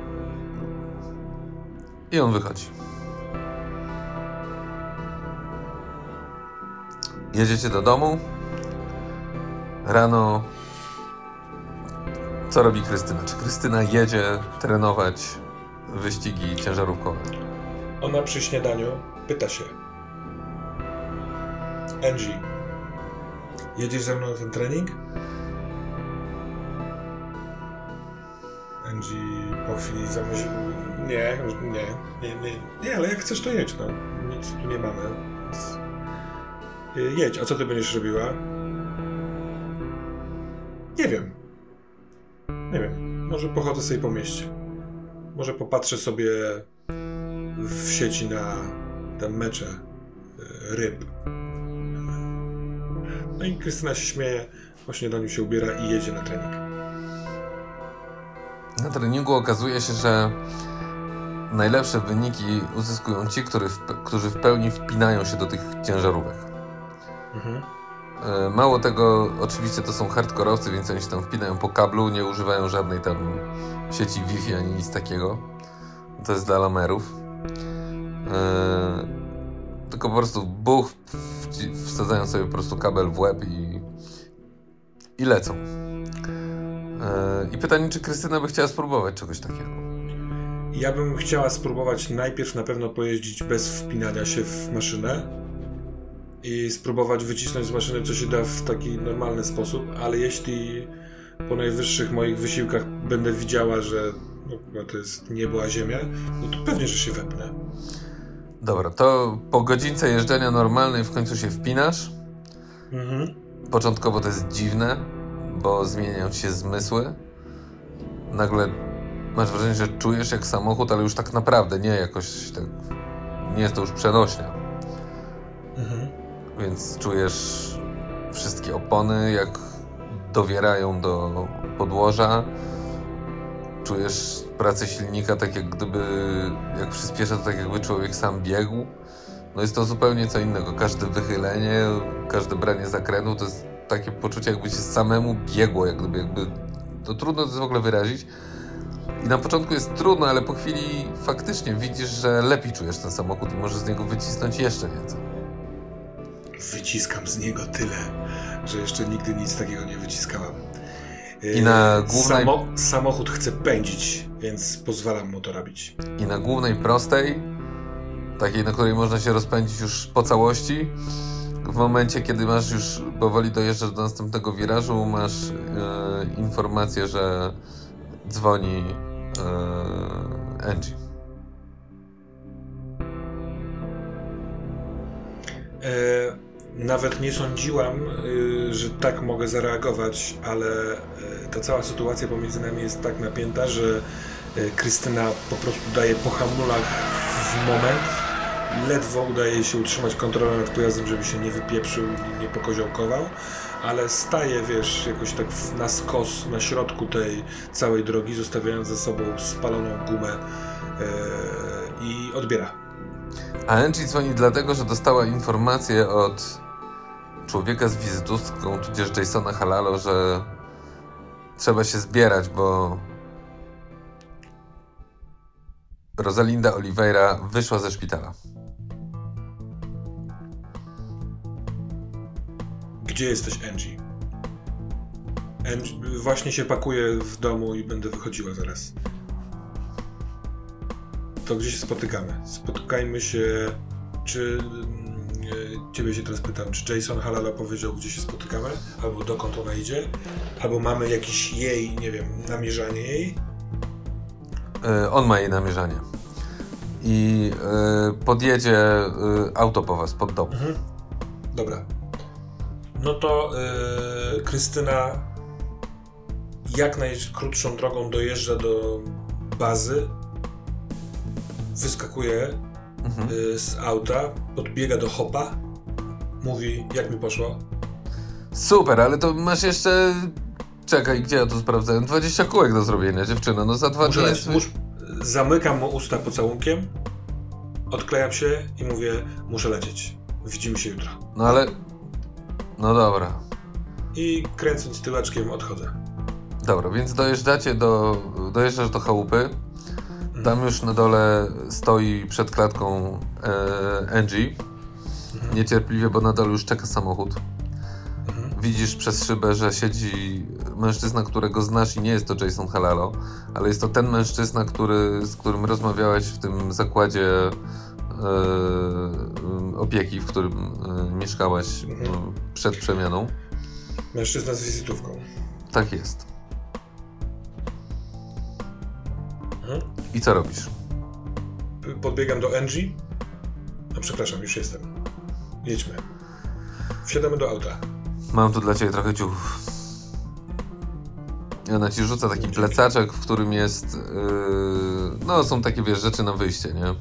I on wychodzi. Jedziecie do domu. Rano. Co robi Krystyna? Czy Krystyna jedzie trenować wyścigi ciężarówkowe? Ona przy śniadaniu pyta się: Angie, jedziesz ze mną na ten trening? Angie po chwili zamyśliła: nie, ale jak chcesz to jedź, no. Nic tu nie mamy. Więc jedź, a co ty będziesz robiła? Nie wiem, może pochodzę sobie po mieście. Może popatrzę sobie w sieci na te mecze ryb. No i Krystyna się śmieje, po śniadaniu się ubiera i jedzie na trening. Na treningu okazuje się, że najlepsze wyniki uzyskują ci, którzy w pełni wpinają się do tych ciężarówek. Mało tego, oczywiście to są hardkorowcy, więc oni się tam wpinają po kablu, nie używają żadnej tam sieci Wi-Fi ani nic takiego. To jest dla lamerów. Tylko po prostu wsadzają sobie po prostu kabel w łeb i lecą. I pytanie, czy Krystyna by chciała spróbować czegoś takiego? Ja bym chciała spróbować najpierw na pewno pojeździć bez wpinania się w maszynę i spróbować wycisnąć z maszyny, co się da w taki normalny sposób, ale jeśli po najwyższych moich wysiłkach będę widziała, że to jest niebo a ziemia, no to pewnie, że się wepnę. Dobra, to po godzince jeżdżenia normalnej w końcu się wpinasz. Początkowo to jest dziwne, bo zmieniają ci się zmysły. Nagle masz wrażenie, że czujesz jak samochód, ale już tak naprawdę, nie jakoś tak... Nie jest to już przenośnia. Więc czujesz wszystkie opony, jak dowierają do podłoża. Czujesz pracę silnika, tak jak gdyby, jak przyspiesza, to tak jakby człowiek sam biegł. No jest to zupełnie co innego. Każde wychylenie, każde branie zakrętu to jest takie poczucie, jakby się samemu biegło, jakby to trudno to jest w ogóle wyrazić. I na początku jest trudno, ale po chwili faktycznie widzisz, że lepiej czujesz ten samochód i możesz z niego wycisnąć jeszcze więcej. Wyciskam z niego tyle, że jeszcze nigdy nic takiego nie wyciskałam. I na głównej... Samochód chce pędzić, więc pozwalam mu to robić. I na głównej prostej, takiej, na której można się rozpędzić już po całości, w momencie, kiedy masz już powoli dojeżdżasz do następnego wirażu, masz informację, że dzwoni Angie. Nawet nie sądziłam, że tak mogę zareagować, ale ta cała sytuacja pomiędzy nami jest tak napięta, że Krystyna po prostu daje po hamulach w moment. Ledwo udaje się utrzymać kontrolę nad pojazdem, żeby się nie wypieprzył i nie pokoziołkował, ale staje, wiesz, jakoś tak na skos na środku tej całej drogi, zostawiając za sobą spaloną gumę i odbiera. A Angie dzwoni dlatego, że dostała informację od człowieka z wizytówką, tudzież Jasona Halalo, że trzeba się zbierać, bo Rosalinda Oliveira wyszła ze szpitala. Gdzie jesteś, Angie? Angie? Właśnie się pakuję w domu i będę wychodziła zaraz. To gdzie się spotykamy? Spotkajmy się... Czy... Ciebie się teraz pytam, czy Jason Halala powiedział, gdzie się spotykamy? Albo dokąd ona idzie? Albo mamy jakieś jej, nie wiem, namierzanie jej? On ma jej namierzanie. I podjedzie auto po was, pod dom. Dobra. No to Krystyna jak najkrótszą drogą dojeżdża do bazy, wyskakuje z auta, podbiega do Hopa, mówi, jak mi poszło? Super, ale to masz jeszcze... Czekaj, gdzie ja to sprawdzałem? 20 kółek do zrobienia, dziewczyna. No za 2 dni jest... Zamykam mu usta pocałunkiem, odklejam się i mówię, muszę lecieć. Widzimy się jutro. No ale... No dobra. I kręcąc tyłeczkiem odchodzę. Dobra, więc dojeżdżasz do chałupy. Tam już na dole stoi przed klatką Angie. Niecierpliwie, bo na dole już czeka samochód. Widzisz przez szybę, że siedzi mężczyzna, którego znasz i nie jest to Jason Halalo, ale jest to ten mężczyzna, z którym rozmawiałeś w tym zakładzie opieki, w którym mieszkałaś przed przemianą. Mężczyzna z wizytówką. Tak jest. I co robisz? Podbiegam do Angie. No przepraszam, już jestem. Jedźmy. Wsiadamy do auta. Mam tu dla ciebie trochę ciuchów. I ona ci rzuca taki plecaczek, w którym jest... no, są takie, wiesz, rzeczy na wyjście, nie?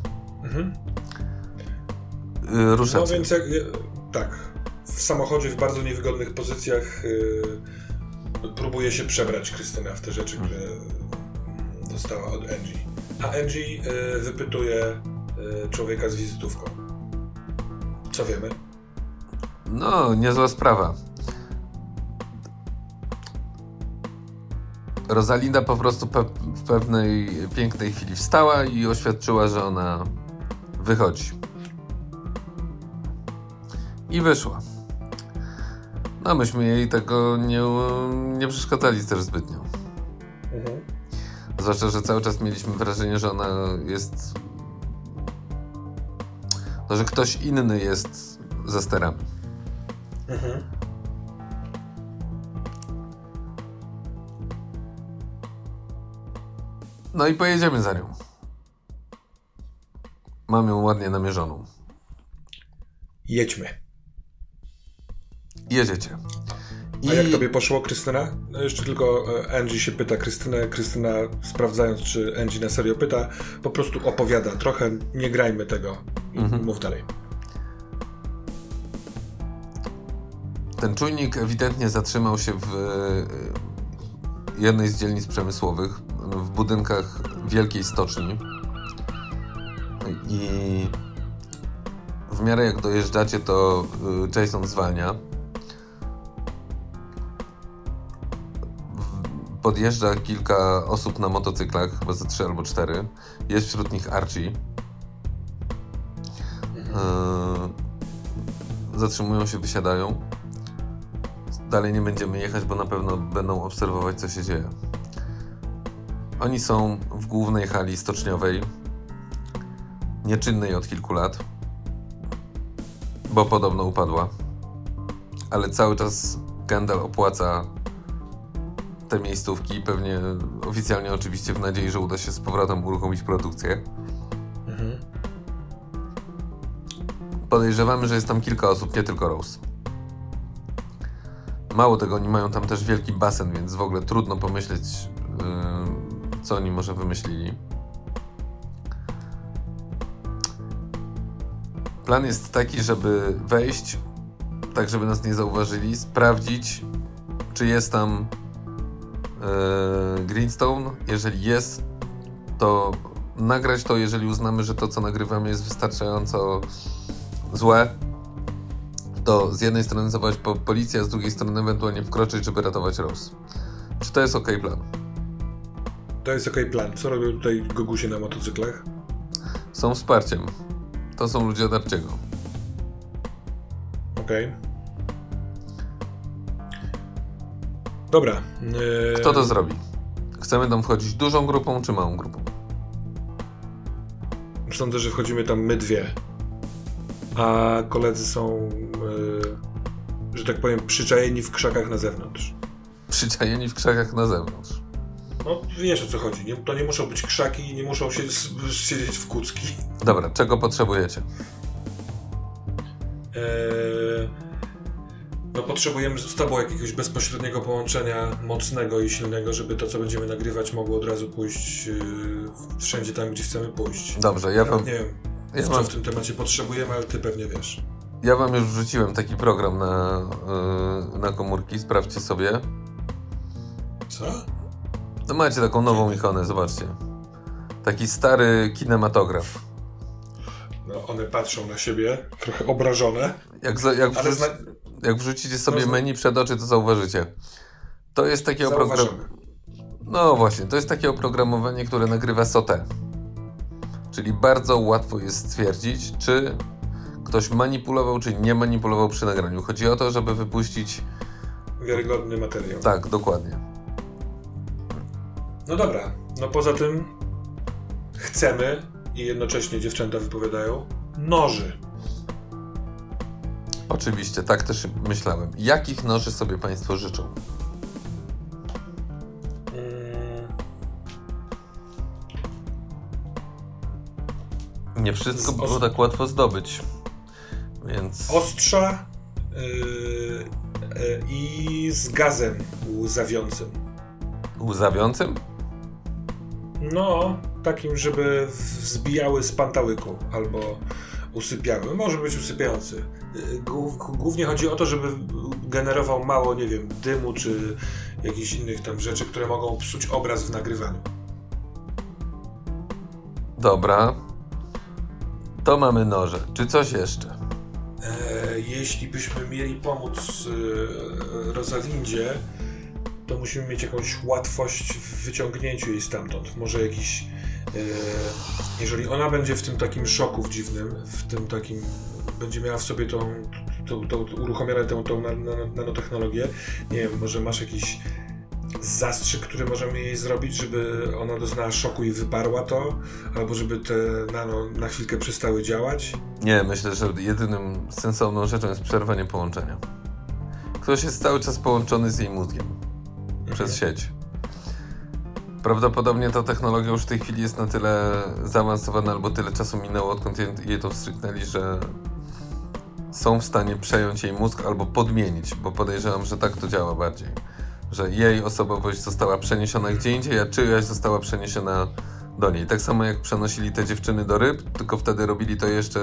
Ruszacie. No więc tak. W samochodzie w bardzo niewygodnych pozycjach próbuje się przebrać Krystyna w te rzeczy, które dostała od Angie. A Angie wypytuje człowieka z wizytówką. Co wiemy? No, niezła sprawa. Rosalinda po prostu w pewnej pięknej chwili wstała i oświadczyła, że ona wychodzi. I wyszła. No, myśmy jej tego nie przeszkadzali też zbytnio. Zwłaszcza, że cały czas mieliśmy wrażenie, że ona jest... No, że ktoś inny jest za sterami. No i pojedziemy za nią. Mam ją ładnie namierzoną. Jedźmy. Jedziecie. A jak tobie poszło, Krystyna? No jeszcze tylko Angie się pyta Krystynę. Krystyna, sprawdzając, czy Angie na serio pyta, po prostu opowiada trochę, nie grajmy tego i mów dalej. Ten czujnik ewidentnie zatrzymał się w jednej z dzielnic przemysłowych, w budynkach wielkiej stoczni. I w miarę jak dojeżdżacie, to Jason zwalnia. Podjeżdża kilka osób na motocyklach, chyba ze 3 albo 4. Jest wśród nich Archie. Zatrzymują się, wysiadają. Dalej nie będziemy jechać, bo na pewno będą obserwować, co się dzieje. Oni są w głównej hali stoczniowej, nieczynnej od kilku lat, bo podobno upadła. Ale cały czas Kendall opłaca te miejscówki, pewnie oficjalnie oczywiście w nadziei, że uda się z powrotem uruchomić produkcję. Podejrzewamy, że jest tam kilka osób, nie tylko Rose. Mało tego, oni mają tam też wielki basen, więc w ogóle trudno pomyśleć, co oni może wymyślili. Plan jest taki, żeby wejść, tak żeby nas nie zauważyli, sprawdzić, czy jest tam Greenstone. Jeżeli jest, to nagrać to, jeżeli uznamy, że to, co nagrywamy, jest wystarczająco złe, to z jednej strony zawołać policję, a z drugiej strony ewentualnie wkroczyć, żeby ratować Rose. Czy to jest okej plan? To jest okej plan. Co robią tutaj gogusie na motocyklach? Są wsparciem. To są ludzie od Archiego. Okej. Dobra. Kto to zrobi? Chcemy tam wchodzić dużą grupą czy małą grupą? Sądzę, że wchodzimy tam my dwie. A koledzy są, że tak powiem, przyczajeni w krzakach na zewnątrz. Przyczajeni w krzakach na zewnątrz. No, wiesz, o co chodzi. To nie muszą być krzaki i nie muszą siedzieć w kucki. Dobra, czego potrzebujecie? No, potrzebujemy z tobą jakiegoś bezpośredniego połączenia, mocnego i silnego, żeby to, co będziemy nagrywać, mogło od razu pójść wszędzie tam, gdzie chcemy pójść. Dobrze, ja wam... Nie wiem, co w tym temacie potrzebujemy, ale ty pewnie wiesz. Ja wam już wrzuciłem taki program na komórki, sprawdźcie sobie. Co? No macie taką nową ikonę, zobaczcie. Taki stary kinematograf. No, one patrzą na siebie, trochę obrażone. Jak wrzucicie sobie menu przed oczy, to zauważycie. To jest takie oprogramowanie. No właśnie, to jest takie oprogramowanie, które nagrywa sauté. Czyli bardzo łatwo jest stwierdzić, czy ktoś manipulował, czy nie manipulował przy nagraniu. Chodzi o to, żeby wypuścić... wiarygodny materiał. Tak, dokładnie. No dobra, no poza tym chcemy i jednocześnie dziewczęta wypowiadają noży. Oczywiście, tak też myślałem. Jakich noży sobie Państwo życzą? Nie wszystko było tak łatwo zdobyć, więc... Ostrza i z gazem łzawiącym. Łzawiącym? No, takim, żeby wzbijały z pantałyku albo usypiały. Może być usypiający. Głównie chodzi o to, żeby generował mało, nie wiem, dymu czy jakichś innych tam rzeczy, które mogą psuć obraz w nagrywaniu. Dobra. To mamy noże. Czy coś jeszcze? Jeśli byśmy mieli pomóc Rosalindzie, to musimy mieć jakąś łatwość w wyciągnięciu jej stamtąd. Może jakiś... jeżeli ona będzie w tym takim szoku dziwnym, w tym takim... będzie miała w sobie tą uruchomioną tą nanotechnologię, nie wiem, może masz jakiś zastrzyk, który możemy jej zrobić, żeby ona doznała szoku i wyparła to, albo żeby te nano na chwilkę przestały działać? Nie, myślę, że jedynym sensowną rzeczą jest przerwanie połączenia. Ktoś jest cały czas połączony z jej mózgiem przez sieć. Prawdopodobnie ta technologia już w tej chwili jest na tyle zaawansowana, albo tyle czasu minęło, odkąd jej to wstrzyknęli, że są w stanie przejąć jej mózg albo podmienić, bo podejrzewam, że tak to działa bardziej. Że jej osobowość została przeniesiona gdzie indziej, a czyjaś została przeniesiona do niej. Tak samo jak przenosili te dziewczyny do ryb, tylko wtedy robili to jeszcze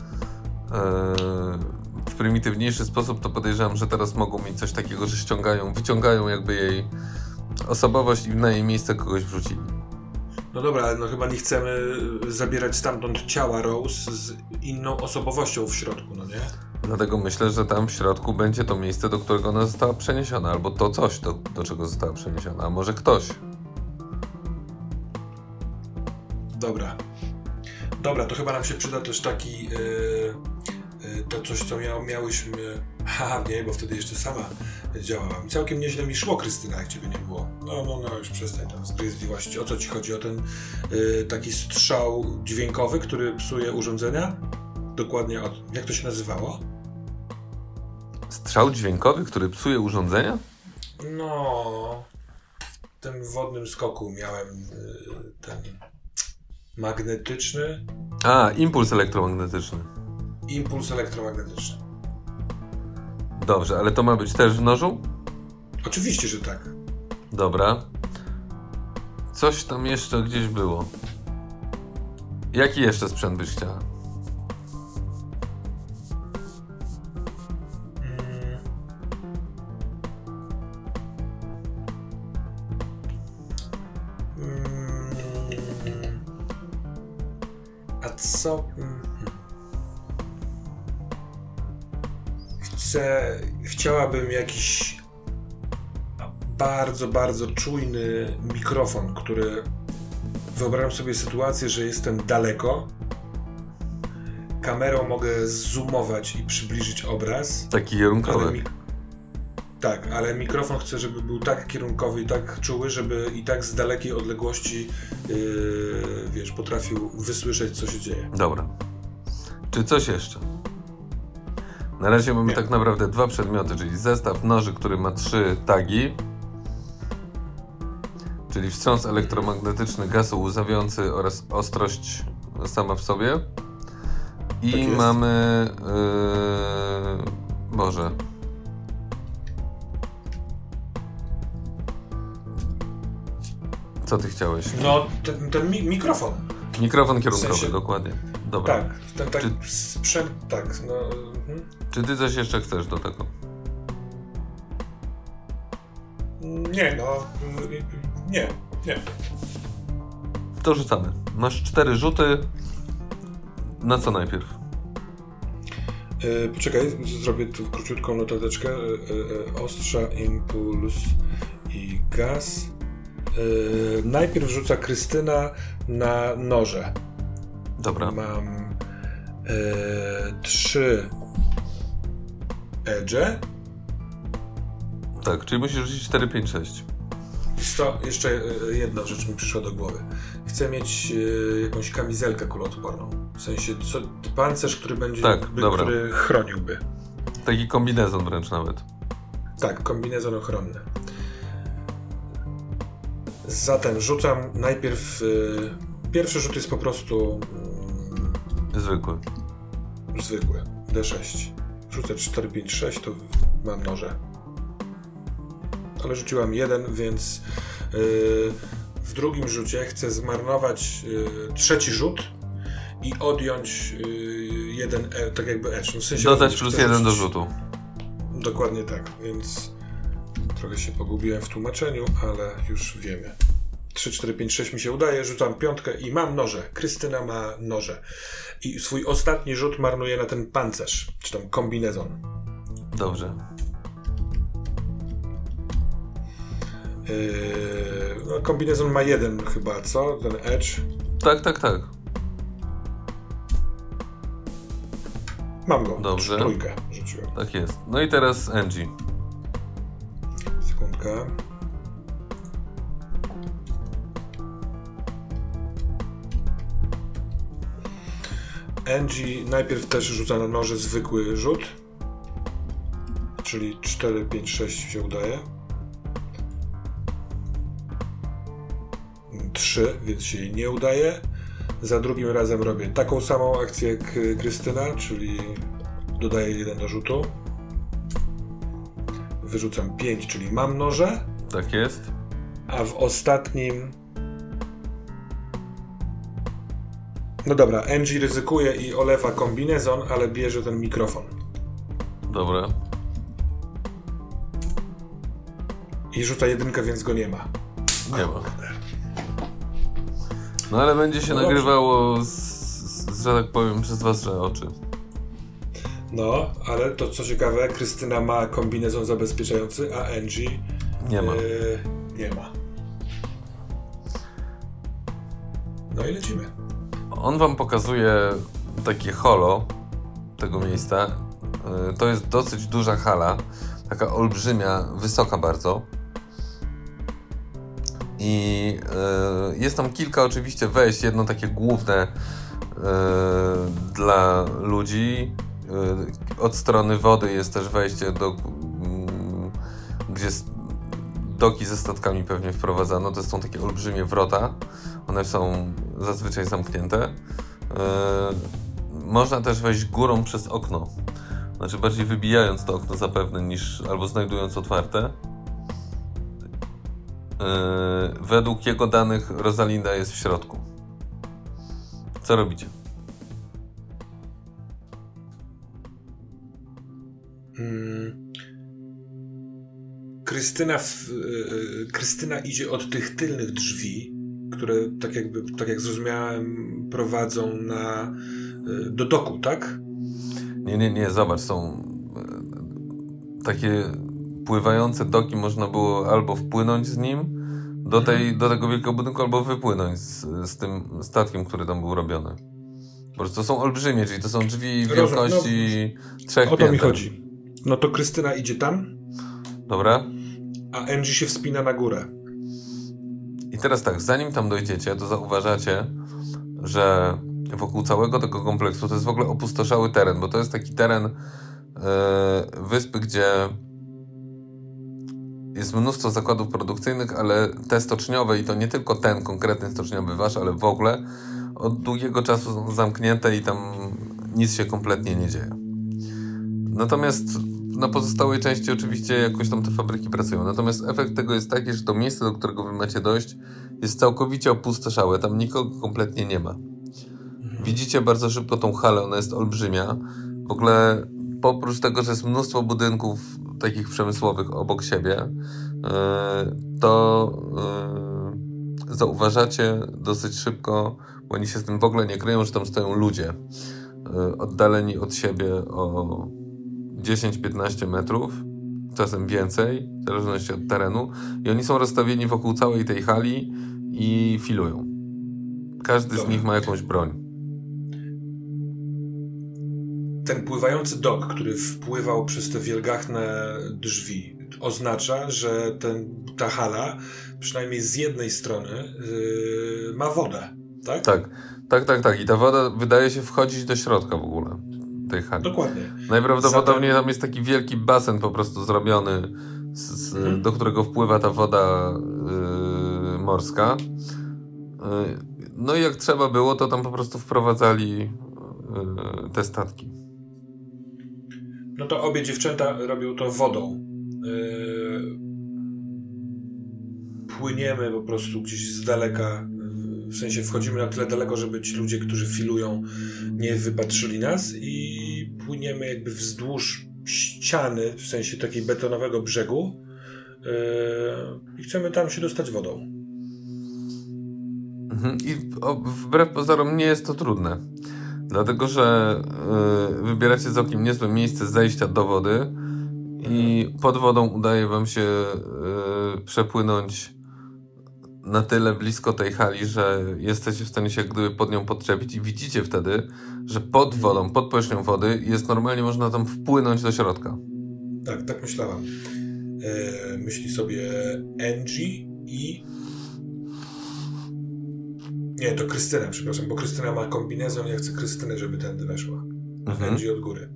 w prymitywniejszy sposób, to podejrzewam, że teraz mogą mieć coś takiego, że wyciągają jakby jej osobowość i na jej miejsce kogoś wrzucili. No dobra, ale no chyba nie chcemy zabierać stamtąd ciała Rose z inną osobowością w środku, no nie? Dlatego myślę, że tam w środku będzie to miejsce, do którego ona została przeniesiona, albo to coś, do czego została przeniesiona, a może ktoś. Dobra, to chyba nam się przyda też taki to coś, co miałyśmy... nie, bo wtedy jeszcze sama działałam. Całkiem nieźle mi szło, Krystyna, jak ciebie nie było. No, już przestań tam z gryzliwości. O co ci chodzi? O ten taki strzał dźwiękowy, który psuje urządzenia? Dokładnie jak to się nazywało? Strzał dźwiękowy, który psuje urządzenia? No... W tym wodnym skoku miałem ten... magnetyczny... Impuls elektromagnetyczny. Impuls elektromagnetyczny. Dobrze, ale to ma być też w nożu? Oczywiście, że tak. Dobra. Coś tam jeszcze gdzieś było. Jaki jeszcze sprzęt byś chciała? A co... Chciałabym jakiś bardzo, bardzo czujny mikrofon, który... Wyobrażam sobie sytuację, że jestem daleko. Kamerą mogę zoomować i przybliżyć obraz. Taki kierunkowy. Tak, ale mikrofon chcę, żeby był tak kierunkowy i tak czuły, żeby i tak z dalekiej odległości potrafił wysłyszeć, co się dzieje. Dobra. Czy coś jeszcze? Na razie mamy tak naprawdę 2 przedmioty, czyli zestaw noży, który ma 3 tagi, czyli wstrząs elektromagnetyczny, gazu łzawiący oraz ostrość sama w sobie. I tak mamy... Boże... Co ty chciałeś? No, ten mikrofon. Mikrofon kierunkowy, w sensie, dokładnie. Dobra. Tak, ten sprzęt, tak. No, Czy ty coś jeszcze chcesz do tego? Nie. To rzucamy. Masz 4 rzuty. Na co najpierw? Poczekaj, zrobię tu króciutką notateczkę. Ostrza, impuls i gaz. Najpierw rzuca Krystyna na noże. Dobra. Mam 3 edge. Tak, czyli musisz rzucić 4, 5, 6. Jeszcze jedna rzecz mi przyszła do głowy. Chcę mieć jakąś kamizelkę kuloodporną. W sensie pancerz, który będzie, który chroniłby. Taki kombinezon wręcz nawet. Tak, kombinezon ochronny. Zatem rzucam najpierw... Pierwszy rzut jest po prostu... Zwykły. D6. Rzucę 4, 5, 6, to mam noże. Ale rzuciłam 1, więc w drugim rzucie chcę zmarnować trzeci rzut i odjąć jeden, tak jakby edge. W sensie dodać plus 1 do rzutu. Dokładnie tak, więc trochę się pogubiłem w tłumaczeniu, ale już wiemy. 3, 4, 5, 6 mi się udaje, rzucam 5 i mam noże. Krystyna ma noże. I swój ostatni rzut marnuje na ten pancerz, czy tam kombinezon. Dobrze. No, kombinezon ma 1 chyba, co? Ten edge. Tak. Mam go. Dobrze. 3 rzuciłem. Tak jest. No i teraz Angie. Sekundka. Angie najpierw też rzuca na noże zwykły rzut. Czyli 4, 5, 6 się udaje. 3, więc się jej nie udaje. Za drugim razem robię taką samą akcję jak Krystyna, czyli dodaję 1 do rzutu. Wyrzucam 5, czyli mam noże. Tak jest. A w ostatnim... No dobra, Angie ryzykuje i olewa kombinezon, ale bierze ten mikrofon. Dobra. I rzuca 1, więc go nie ma. Nie ma. No ale będzie się nagrywało że tak powiem, przez wasze oczy. No, ale to co ciekawe, Krystyna ma kombinezon zabezpieczający, a Angie nie ma. Nie ma. No i lecimy. On wam pokazuje takie holo tego miejsca. To jest dosyć duża hala, taka olbrzymia, wysoka bardzo. I jest tam kilka oczywiście wejść, jedno takie główne dla ludzi. Od strony wody jest też wejście gdzie doki ze statkami pewnie wprowadzano. To są takie olbrzymie wrota. One są zazwyczaj zamknięte. Można też wejść górą przez okno. Znaczy bardziej wybijając to okno zapewne niż albo znajdując otwarte. Według jego danych Rosalinda jest w środku. Co robicie? Krystyna idzie od tych tylnych drzwi, które tak jak zrozumiałem, prowadzą do doku, tak? Nie, zobacz, są takie pływające doki, można było albo wpłynąć z nim do tego wielkiego budynku, albo wypłynąć z tym statkiem, który tam był robiony. Po prostu to są olbrzymie drzwi, to są drzwi wielkości 3 pięter. O to mi chodzi. No to Krystyna idzie tam. Dobra. A Angie się wspina na górę. I teraz tak, zanim tam dojdziecie, to zauważacie, że wokół całego tego kompleksu to jest w ogóle opustoszały teren, bo to jest taki teren wyspy, gdzie jest mnóstwo zakładów produkcyjnych, ale te stoczniowe, i to nie tylko ten konkretny stoczniowy wasz, ale w ogóle od długiego czasu są zamknięte i tam nic się kompletnie nie dzieje. Natomiast na pozostałej części oczywiście jakoś tam te fabryki pracują. Natomiast efekt tego jest taki, że to miejsce, do którego wy macie dojść, jest całkowicie opustoszałe. Tam nikogo kompletnie nie ma. Widzicie bardzo szybko tą halę, ona jest olbrzymia. W ogóle oprócz tego, że jest mnóstwo budynków takich przemysłowych obok siebie, to zauważacie dosyć szybko, bo oni się z tym w ogóle nie kryją, że tam stoją ludzie oddaleni od siebie o 10-15 metrów, czasem więcej, w zależności od terenu, i oni są rozstawieni wokół całej tej hali i filują. Każdy z nich ma jakąś broń. Ten pływający dok, który wpływał przez te wielgachne drzwi, oznacza, że ta hala, przynajmniej z jednej strony, ma wodę, tak? Tak. I ta woda wydaje się wchodzić do środka w ogóle tej hali. Dokładnie. Najprawdopodobniej tam jest taki wielki basen po prostu zrobiony, do którego wpływa ta woda morska. No i jak trzeba było, to tam po prostu wprowadzali te statki. No to obie dziewczęta robią to wodą. Płyniemy po prostu gdzieś z daleka, w sensie wchodzimy na tyle daleko, żeby ci ludzie, którzy filują, nie wypatrzyli nas, i płyniemy jakby wzdłuż ściany, w sensie takiej betonowego brzegu, i chcemy tam się dostać wodą. I wbrew pozorom nie jest to trudne. Dlatego, że wybieracie całkiem niezłe miejsce zejścia do wody i pod wodą udaje wam się przepłynąć na tyle blisko tej hali, że jesteście w stanie się jak gdyby pod nią podczepić, i widzicie wtedy, że pod wodą, pod powierzchnią wody jest normalnie, można tam wpłynąć do środka. Tak myślałam. Myśli sobie Angie i... Nie, to Krystyna, przepraszam, bo Krystyna ma kombinezon, ja chcę Krystynę, żeby tędy weszła. Angie od góry.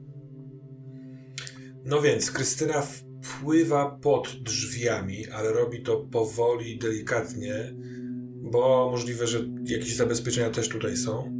No więc, Krystyna wpływa pod drzwiami, ale robi to powoli, delikatnie, bo możliwe, że jakieś zabezpieczenia też tutaj są.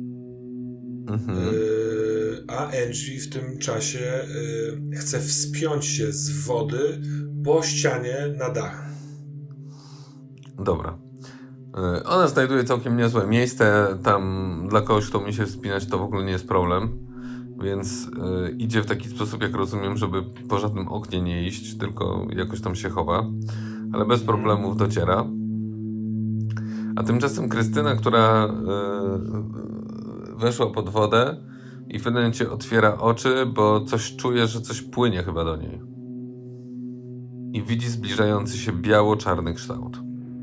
A Angie w tym czasie chce wspiąć się z wody po ścianie na dach. Dobra. Ona znajduje całkiem niezłe miejsce. Tam dla kogoś, kto umie się wspinać, to w ogóle nie jest problem. Więc idzie w taki sposób, jak rozumiem, żeby po żadnym oknie nie iść, tylko jakoś tam się chowa. Ale bez problemów dociera. A tymczasem Krystyna, która weszła pod wodę i w pewnym momencie otwiera oczy, bo coś czuje, że coś płynie chyba do niej. I widzi zbliżający się biało-czarny kształt.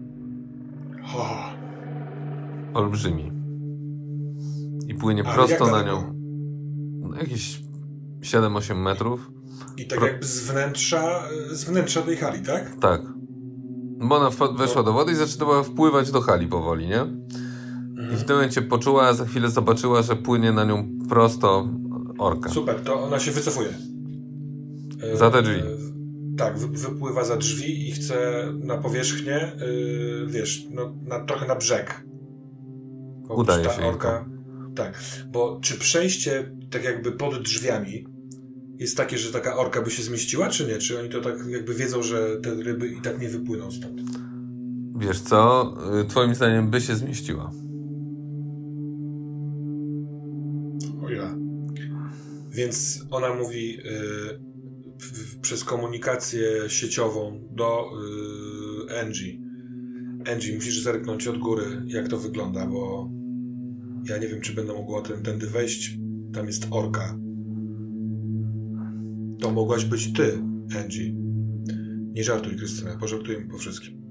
Olbrzymi. I płynie prosto na nią. Jakieś 7-8 metrów. I tak jakby z wnętrza tej hali, tak? Tak. Bo ona weszła do wody i zaczynała wpływać do hali powoli, nie? I w tym momencie poczuła, a za chwilę zobaczyła, że płynie na nią prosto orka. Super, to ona się wycofuje. Za te drzwi. Tak, wypływa za drzwi i chce na powierzchnię, trochę na brzeg. Bo udaje ta się orka. Tak, bo czy przejście tak jakby pod drzwiami jest takie, że taka orka by się zmieściła, czy nie? Czy oni to tak jakby wiedzą, że te ryby i tak nie wypłyną stąd? Wiesz co? Twoim zdaniem by się zmieściła. O ja. Więc ona mówi przez komunikację sieciową do Angie. Angie, musisz zerknąć od góry, jak to wygląda, bo ja nie wiem, czy będę mogła tędy wejść. Tam jest orka. To mogłaś być ty, Angie. Nie żartuj, Krystyna. Pożartujemy po wszystkim.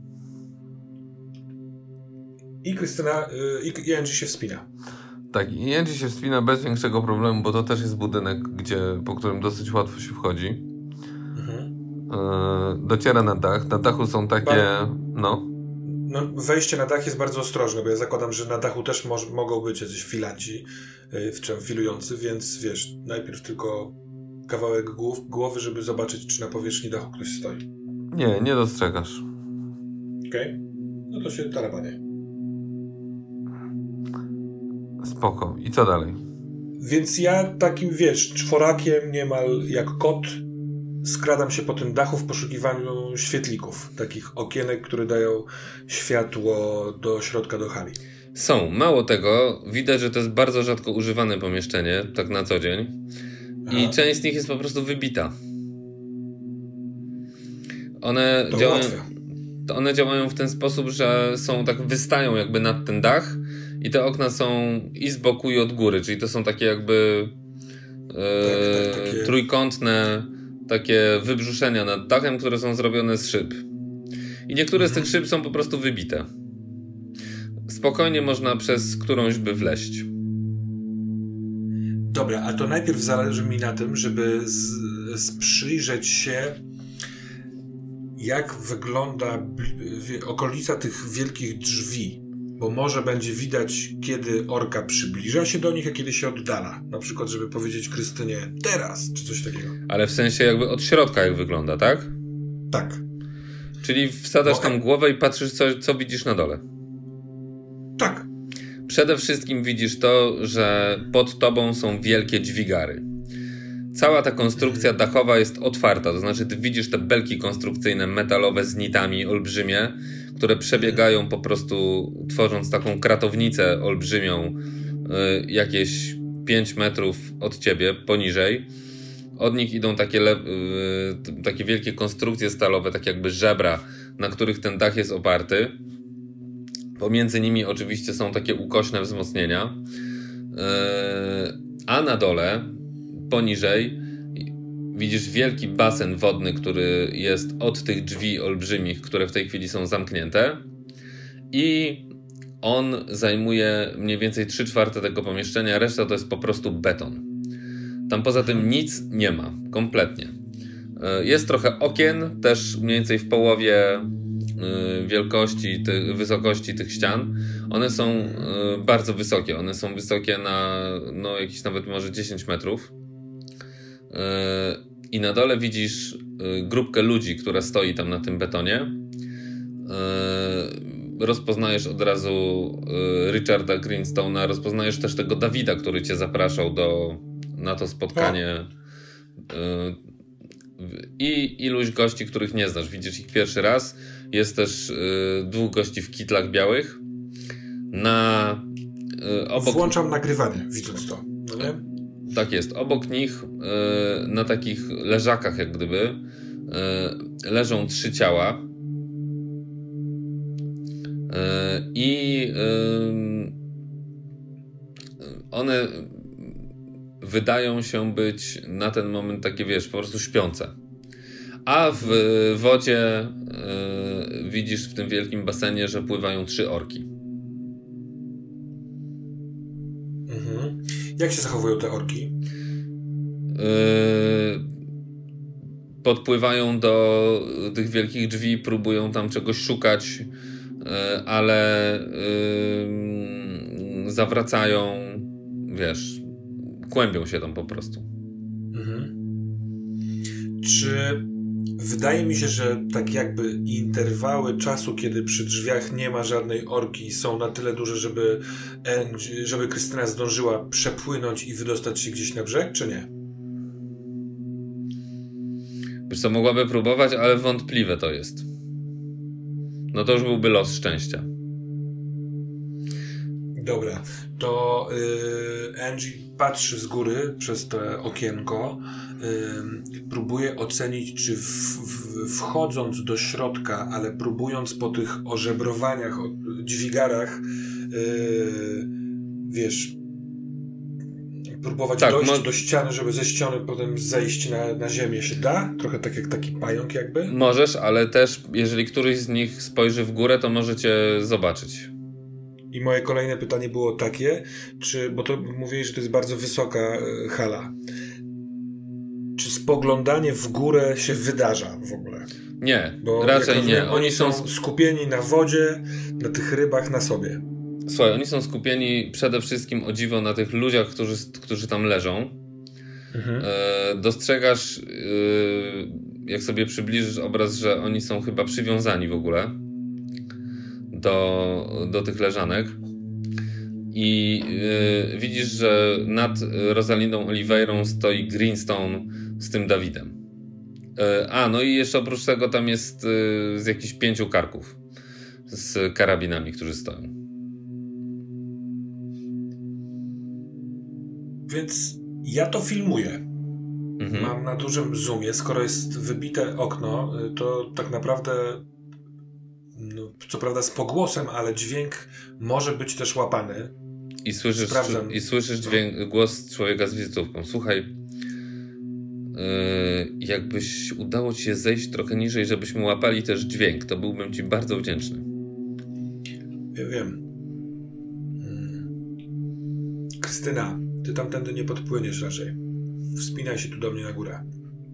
I Krystyna, i Angie się wspina. Tak, i Angie się wspina bez większego problemu, bo to też jest budynek, po którym dosyć łatwo się wchodzi. Dociera na dach. Na dachu są takie... No, wejście na dach jest bardzo ostrożne, bo ja zakładam, że na dachu też mogą być jacyś filanci, filujący, więc wiesz, najpierw tylko kawałek głowy, żeby zobaczyć, czy na powierzchni dachu ktoś stoi. Nie dostrzegasz. Okej. No to się tarabanie. Spoko. I co dalej? Więc ja takim, wiesz, czworakiem niemal jak kot skradam się po tym dachu w poszukiwaniu świetlików. Takich okienek, które dają światło do środka, do hali. Są. Mało tego, widać, że to jest bardzo rzadko używane pomieszczenie, tak na co dzień. I część z nich jest po prostu wybita. One działają w ten sposób, że wystają jakby nad ten dach i te okna są i z boku, i od góry, czyli to są takie jakby trójkątne takie wybrzuszenia nad dachem, które są zrobione z szyb. I niektóre z tych szyb są po prostu wybite. Spokojnie można przez którąś by wleść. Dobra, a to najpierw zależy mi na tym, żeby przyjrzeć się, jak wygląda okolica tych wielkich drzwi. Bo może będzie widać, kiedy orka przybliża się do nich, a kiedy się oddala. Na przykład, żeby powiedzieć Krystynie teraz, czy coś takiego. Ale w sensie jakby od środka jak wygląda, tak? Tak. Czyli wsadzasz tam głowę i patrzysz, co widzisz na dole. Tak. Przede wszystkim widzisz to, że pod tobą są wielkie dźwigary. Cała ta konstrukcja dachowa jest otwarta, to znaczy ty widzisz te belki konstrukcyjne metalowe z nitami olbrzymie, które przebiegają po prostu, tworząc taką kratownicę olbrzymią, jakieś 5 metrów od ciebie, poniżej. Od nich idą takie wielkie konstrukcje stalowe, tak jakby żebra, na których ten dach jest oparty. Pomiędzy nimi oczywiście są takie ukośne wzmocnienia. A na dole, poniżej, widzisz wielki basen wodny, który jest od tych drzwi olbrzymich, które w tej chwili są zamknięte. I on zajmuje mniej więcej 3/4 tego pomieszczenia, reszta to jest po prostu beton. Tam poza tym nic nie ma, kompletnie. Jest trochę okien, też mniej więcej w połowie wielkości, wysokości tych ścian. One są bardzo wysokie. One są wysokie na jakieś nawet może 10 metrów. I na dole widzisz grupkę ludzi, która stoi tam na tym betonie. rozpoznajesz od razu Richarda Greenstone'a, rozpoznajesz też tego Dawida, który cię zapraszał na to spotkanie. I iluś gości, których nie znasz. Widzisz ich pierwszy raz. Jest też 2 gości w kitlach białych. Włączam nagrywanie, widząc to. No nie? Tak jest. Obok nich na takich leżakach jak gdyby leżą 3 ciała. I one wydają się być na ten moment takie, wiesz, po prostu śpiące. A w wodzie widzisz w tym wielkim basenie, że pływają 3 orki. Mhm. Jak się zachowują te orki? Podpływają do tych wielkich drzwi, próbują tam czegoś szukać, ale zawracają, wiesz, kłębią się tam po prostu. Mhm. Czy wydaje mi się, że tak jakby interwały czasu, kiedy przy drzwiach nie ma żadnej orki, są na tyle duże, żeby Krystyna zdążyła przepłynąć i wydostać się gdzieś na brzeg, czy nie? Wiesz co, mogłaby próbować, ale wątpliwe to jest. No to już byłby los szczęścia. Dobra, to Angie patrzy z góry przez to okienko, próbuje ocenić, czy wchodząc do środka, ale próbując po tych ożebrowaniach, dźwigarach, wiesz, próbować dojść do ściany, żeby ze ściany potem zejść na ziemię się da? Trochę tak jak taki pająk jakby? Możesz, ale też jeżeli któryś z nich spojrzy w górę, to możecie zobaczyć. I moje kolejne pytanie było takie, bo to mówiłeś, że to jest bardzo wysoka hala. Czy spoglądanie w górę się wydarza w ogóle? Nie, bo raczej nie. Oni są skupieni na wodzie, na tych rybach, na sobie. Słuchaj, oni są skupieni przede wszystkim, o dziwo, na tych ludziach, którzy tam leżą. Mhm. Dostrzegasz, jak sobie przybliżysz obraz, że oni są chyba przywiązani w ogóle do tych leżanek. I widzisz, że nad Rosalindą Oliveirą stoi Greenstone z tym Dawidem. No i jeszcze oprócz tego tam jest z jakichś 5 karków z karabinami, którzy stoją. Więc ja to filmuję. Mhm. Mam na dużym zoomie. Skoro jest wybite okno, to tak naprawdę, co prawda z pogłosem, ale dźwięk może być też łapany. I słyszysz głos człowieka z wizytówką. Słuchaj, jakbyś udało ci się zejść trochę niżej, żebyśmy łapali też dźwięk, to byłbym ci bardzo wdzięczny. Ja wiem. Krystyna, ty tamtędy nie podpłyniesz raczej. Wspinaj się tu do mnie na górę.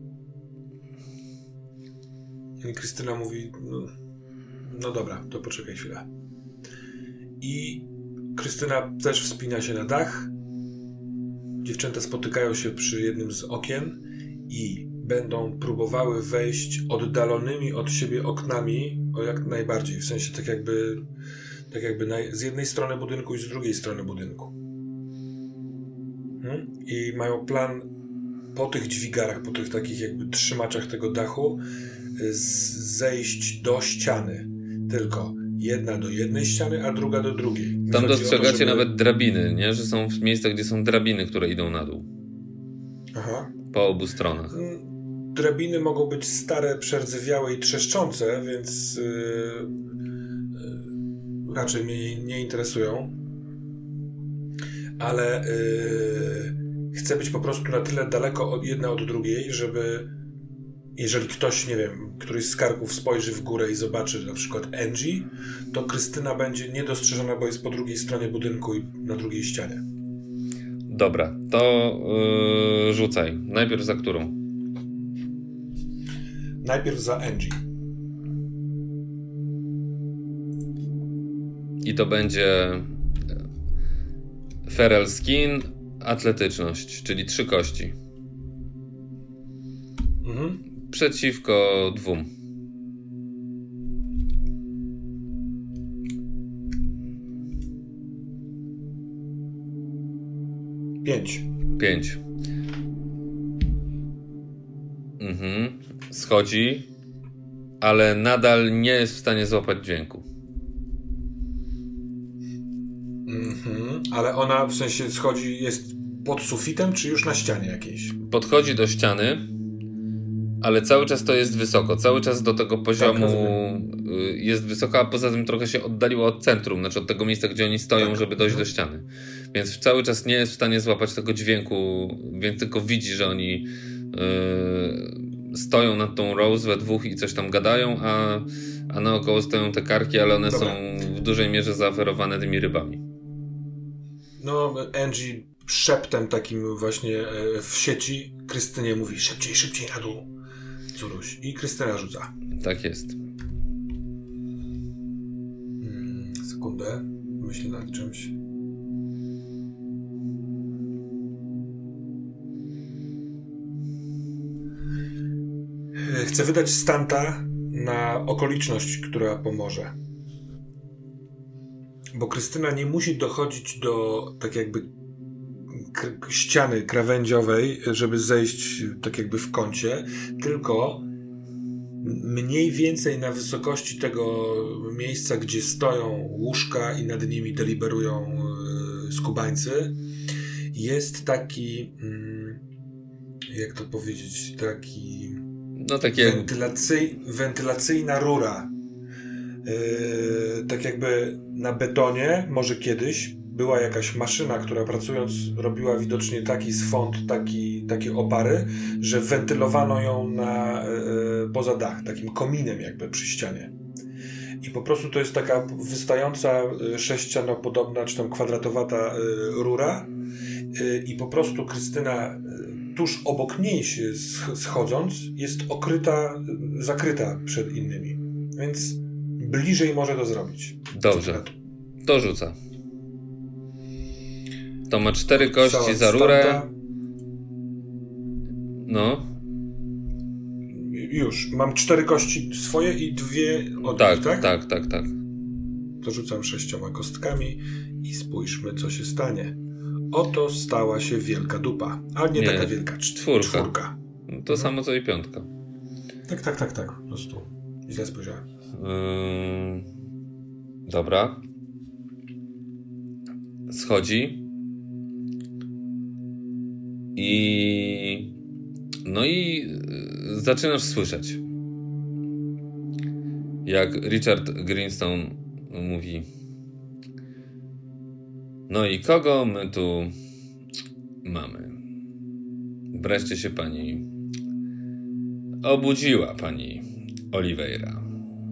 I Krystyna mówi, no dobra, to poczekaj chwilę. I Krystyna też wspina się na dach. Dziewczęta spotykają się przy jednym z okien i będą próbowały wejść oddalonymi od siebie oknami o jak najbardziej. W sensie tak jakby z jednej strony budynku i z drugiej strony budynku. I mają plan po tych dźwigarach, po tych takich jakby trzymaczach tego dachu zejść do ściany. Tylko jedna do jednej ściany, a druga do drugiej. Tam dostrzegacie nawet drabiny, nie? Że są w miejscach, gdzie są drabiny, które idą na dół. Aha. Po obu stronach. Drabiny mogą być stare, przerdzewiałe i trzeszczące, więc raczej mnie nie interesują. Ale chcę być po prostu na tyle daleko jedna od drugiej, żeby jeżeli ktoś, nie wiem, któryś z karków spojrzy w górę i zobaczy na przykład Angie, to Krystyna będzie niedostrzeżona, bo jest po drugiej stronie budynku i na drugiej ścianie. Dobra, to rzucaj. Najpierw za którą? Najpierw za Angie. I to będzie Feral Skin, atletyczność, czyli 3 kości. Mhm. Przeciwko 2. 5. 5. Schodzi, ale nadal nie jest w stanie złapać dźwięku. Ale ona w sensie schodzi, jest pod sufitem, czy już na ścianie jakiejś? Podchodzi do ściany, ale cały czas to jest wysoko. Cały czas do tego poziomu jest wysoko, a poza tym trochę się oddaliła od centrum, znaczy od tego miejsca, gdzie oni stoją, żeby dojść do ściany. Więc cały czas nie jest w stanie złapać tego dźwięku, więc tylko widzi, że oni stoją nad tą Rose we dwóch i coś tam gadają, a naokoło stoją te karki, ale one są w dużej mierze zaoferowane tymi rybami. No, Angie szeptem takim właśnie w sieci Krystynie mówi: szybciej na dół, córuś. I Krystyna rzuca. Tak jest. Sekundę, myślę nad czymś. Chcę wydać stanta na okoliczność, która pomoże. Bo Krystyna nie musi dochodzić do tak jakby ściany krawędziowej, żeby zejść tak jakby w kącie, tylko mniej więcej na wysokości tego miejsca, gdzie stoją łóżka i nad nimi deliberują skubańcy, jest taki, jak to powiedzieć, taki wentylacyjna rura. Tak jakby na betonie, może kiedyś, była jakaś maszyna, która pracując robiła widocznie taki swąd, takie opary, że wentylowano ją poza dach, takim kominem jakby przy ścianie. I po prostu to jest taka wystająca, sześcianopodobna, czy tam kwadratowata rura i po prostu Krystyna tuż obok niej się schodząc jest zakryta przed innymi. Więc bliżej może to zrobić. Dobrze. To rzuca. To ma 4 kości za rurę. No. Już. Mam 4 kości swoje i 2 od nich, tak? Tak. To rzucam 6 kostkami i spójrzmy, co się stanie. Oto stała się wielka dupa. Ale nie taka wielka. 4. To samo co i 5. Tak. Po prostu źle spojrzałem. Dobra. Schodzi. I zaczynasz słyszeć, jak Richard Greenstone mówi: no i kogo my tu mamy? Wreszcie się pani obudziła, pani Oliveira.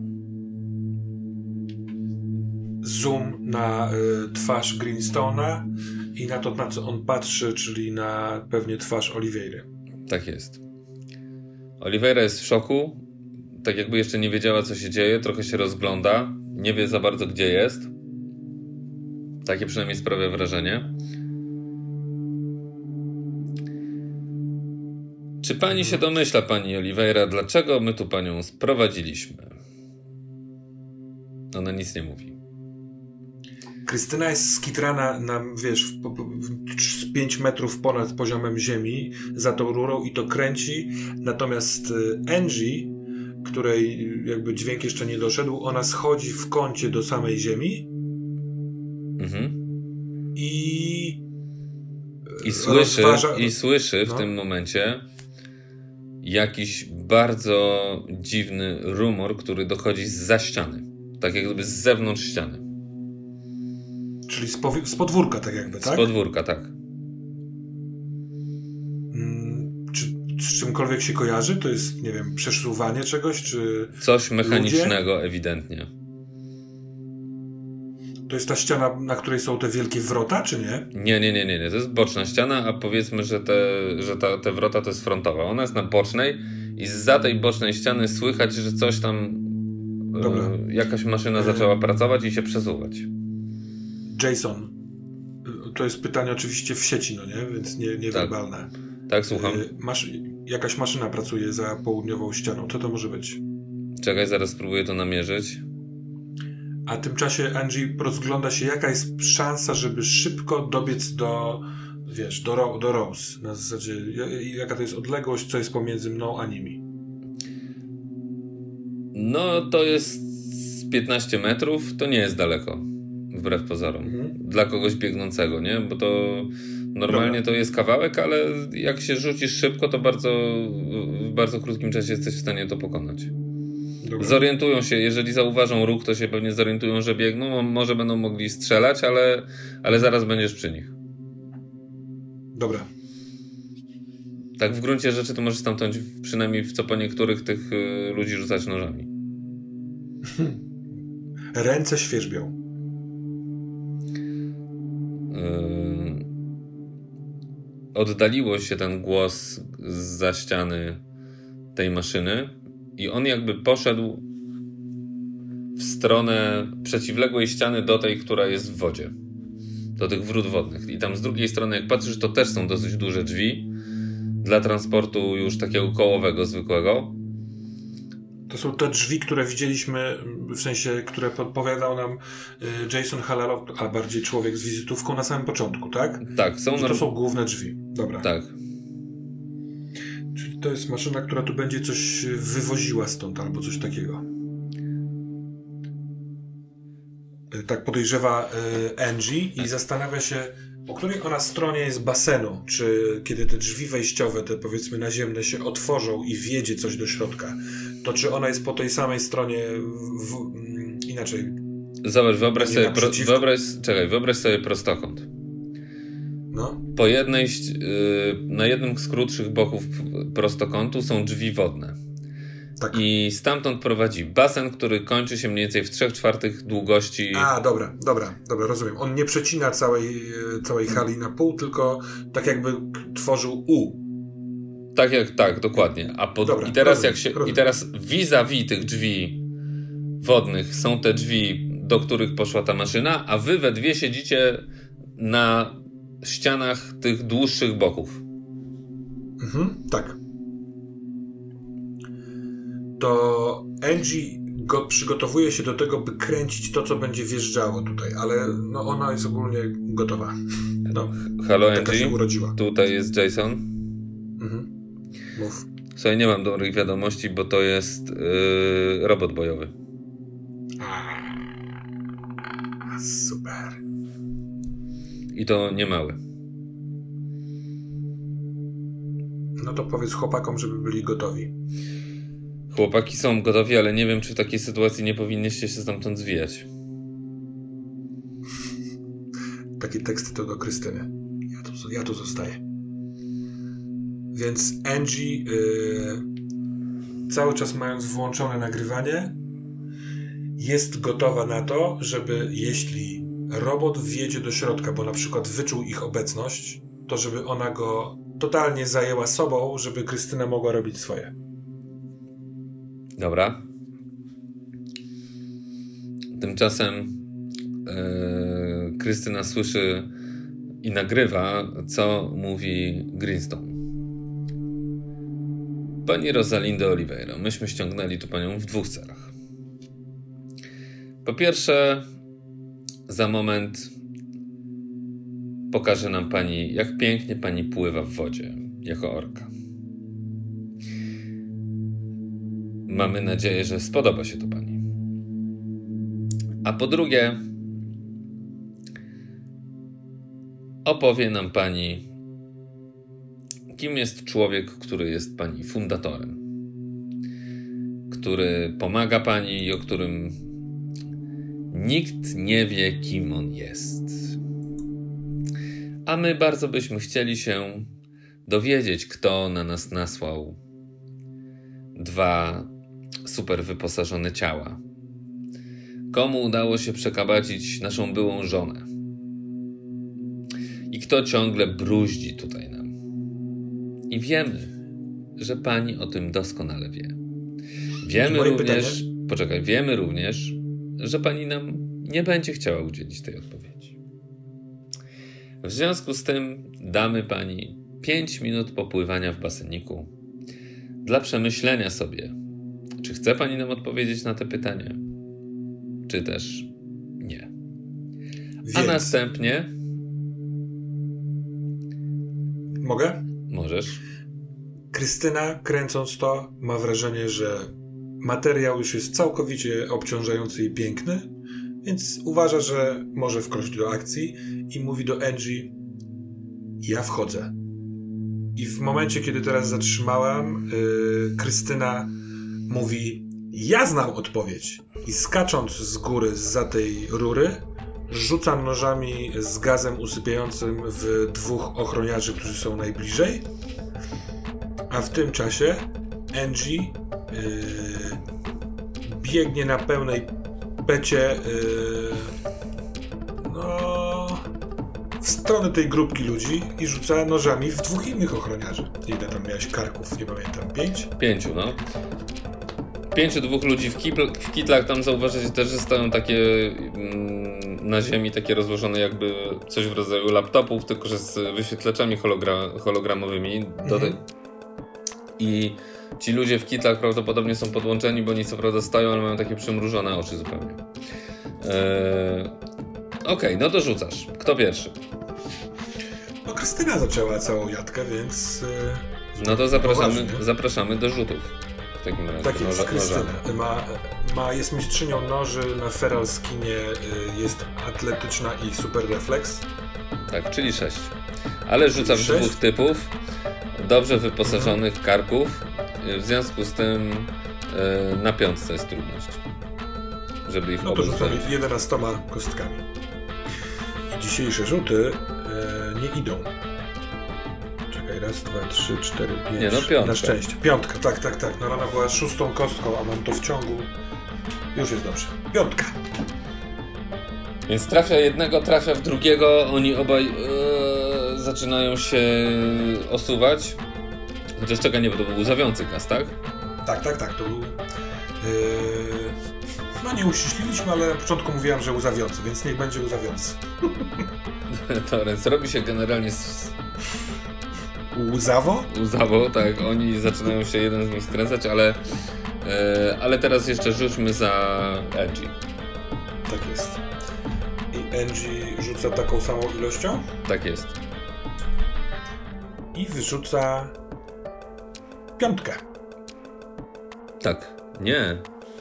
Zoom na twarz Greenstone'a i na to, na co on patrzy, czyli na pewnie twarz Oliveiry. Tak jest. Oliveira jest w szoku, tak jakby jeszcze nie wiedziała, co się dzieje, trochę się rozgląda, nie wie za bardzo, gdzie jest. Takie przynajmniej sprawia wrażenie. Czy pani się domyśla, pani Oliveira, dlaczego my tu panią sprowadziliśmy? Ona nic nie mówi. Krystyna jest skitrana na, wiesz, 5 metrów ponad poziomem ziemi za tą rurą i to kręci. Natomiast Angie, której jakby dźwięk jeszcze nie doszedł, ona schodzi w kącie do samej ziemi i słyszy w tym momencie jakiś bardzo dziwny rumor, który dochodzi zza ściany. Tak jakby z zewnątrz ściany. Czyli z podwórka tak jakby, tak? Z podwórka, tak. Czy z czymkolwiek się kojarzy? To jest, nie wiem, przesuwanie czegoś, czy coś mechanicznego ludzie? Ewidentnie. To jest ta ściana, na której są te wielkie wrota, czy nie? Nie. To jest boczna ściana, a powiedzmy, że te wrota to jest frontowa. Ona jest na bocznej i zza tej bocznej ściany słychać, że coś tam jakaś maszyna zaczęła pracować i się przesuwać. Jason, to jest pytanie oczywiście w sieci, no nie? Więc niewerbalne. Tak, słucham. Jakaś maszyna pracuje za południową ścianą. Co to może być? Czekaj, zaraz spróbuję to namierzyć. A w tym czasie Angie rozgląda się, jaka jest szansa, żeby szybko dobiec do wiesz, do Rose. Na zasadzie, jaka to jest odległość, co jest pomiędzy mną a nimi. No, to jest 15 metrów, to nie jest daleko, wbrew pozorom. Dla kogoś biegnącego, nie? Bo to normalnie to jest kawałek, ale jak się rzucisz szybko, to w bardzo krótkim czasie jesteś w stanie to pokonać. Dobra. Zorientują się, jeżeli zauważą ruch, to się pewnie zorientują, że biegną, może będą mogli strzelać, ale zaraz będziesz przy nich. Dobra. Tak w gruncie rzeczy to możesz stamtąd przynajmniej w co po niektórych tych ludzi rzucać nożami. Ręce świerzbią. Oddaliło się ten głos zza ściany tej maszyny i on jakby poszedł w stronę przeciwległej ściany do tej, która jest w wodzie. Do tych wrót wodnych. I tam z drugiej strony, jak patrzysz, to też są dosyć duże drzwi dla transportu już takiego kołowego, zwykłego. To są te drzwi, które widzieliśmy, w sensie, które podpowiadał nam Jason Halal, a bardziej człowiek z wizytówką na samym początku, tak? Tak. To są główne drzwi. Dobra. Tak. Czyli to jest maszyna, która tu będzie coś wywoziła stąd, albo coś takiego. Tak podejrzewa Angie i zastanawia się, po której ona stronie jest basenu, czy kiedy te drzwi wejściowe, te powiedzmy naziemne się otworzą i wjedzie coś do środka, to czy ona jest po tej samej stronie inaczej? Zobacz, wyobraź sobie prostokąt. No. Na jednym z krótszych boków prostokątu są drzwi wodne. Tak. I stamtąd prowadzi basen, który kończy się mniej więcej w 3/4 długości. Dobra, rozumiem. On nie przecina całej hali na pół, tylko tak jakby tworzył U. Tak, dokładnie. I teraz vis-a-vis tych drzwi wodnych są te drzwi, do których poszła ta maszyna, a wy we dwie siedzicie na ścianach tych dłuższych boków. Tak. To Angie przygotowuje się do tego, by kręcić to, co będzie wjeżdżało tutaj, ale no ona jest ogólnie gotowa. No, halo taka Angie, się urodziła. Tutaj jest Jason. Mów. Słuchaj, nie mam dobrych wiadomości, bo to jest robot bojowy. Super. I to nie mały. No to powiedz chłopakom, żeby byli gotowi. Chłopaki są gotowi, ale nie wiem, czy w takiej sytuacji nie powinniście się stamtąd zwijać. Takie teksty to do Krystyny. Ja tu zostaję. Więc Angie, cały czas mając włączone nagrywanie, jest gotowa na to, żeby jeśli robot wjedzie do środka, bo na przykład wyczuł ich obecność, to żeby ona go totalnie zajęła sobą, żeby Krystyna mogła robić swoje. Dobra. Tymczasem Krystyna słyszy i nagrywa, co mówi Greenstone. Pani Rosalinda Oliveira, myśmy ściągnęli tu panią w 2 celach. Po pierwsze, za moment pokaże nam pani, jak pięknie pani pływa w wodzie, jako orka. Mamy nadzieję, że spodoba się to pani. A po drugie, opowie nam pani, kim jest człowiek, który jest pani fundatorem, który pomaga pani i o którym nikt nie wie, kim on jest. A my bardzo byśmy chcieli się dowiedzieć, kto na nas nasłał 2 super wyposażone ciała. Komu udało się przekabacić naszą byłą żonę. I kto ciągle bruździ tutaj nam. I wiemy, że pani o tym doskonale wie. Wiemy również, że pani nam nie będzie chciała udzielić tej odpowiedzi. W związku z tym damy pani 5 minut popływania w baseniku dla przemyślenia sobie, czy chce pani nam odpowiedzieć na te pytania, czy też nie. A następnie Mogę? Możesz. Krystyna, kręcąc to, ma wrażenie, że materiał już jest całkowicie obciążający i piękny, więc uważa, że może wkroczyć do akcji i mówi do Angie: ja wchodzę. I w momencie, kiedy teraz zatrzymałam, Krystyna mówi: ja znam odpowiedź. I skacząc z góry zza tej rury, rzuca nożami z gazem usypiającym w 2 ochroniarzy, którzy są najbliżej. A w tym czasie Angie biegnie na pełnej pecie w stronę tej grupki ludzi i rzuca nożami w 2 innych ochroniarzy. Ile tam miałeś karków? Nie pamiętam. 5? 5, no. 5, 2 ludzi w kitlach. Tam zauważycie też, że stoją takie na ziemi, takie rozłożone jakby coś w rodzaju laptopów, tylko że z wyświetlaczami hologramowymi. I ci ludzie w kitlach prawdopodobnie są podłączeni, bo oni co prawda stoją, ale mają takie przymrużone oczy zupełnie. Okej, no to rzucasz. Kto pierwszy? No Krystyna zaczęła całą jatkę, więc... no to zapraszamy do rzutów. W takim razie. Tak jest, Krystyna. Jest mistrzynią noży, na feral skinie jest atletyczna i super refleks. Tak, czyli 6. Ale rzuca w 2 typów dobrze wyposażonych karków. W związku z tym na 5 jest trudność. Żeby ich to rzucamy 11 kostkami. I dzisiejsze rzuty nie idą. Czekaj, 1, 2, 3, 4, 5. Nie, no 5. Na szczęście. 5, tak. No ona była 6 kostką, a mam to w ciągu. Już jest dobrze. 5. Więc trafia jednego, trafia w drugiego. Oni obaj zaczynają się osuwać. Chociaż czego nie, bo to był łzawiący gaz, tak? Tak. To był... No nie uściśliliśmy, ale na początku mówiłam, że łzawiący, więc niech będzie łzawiący. To więc robi się generalnie łzawo? Łzawo, tak. Oni zaczynają się jeden z nich skręcać, ale teraz jeszcze rzućmy za Angie. Tak jest. I Angie rzuca taką samą ilością? Tak jest. I wyrzuca 5. Tak. Nie.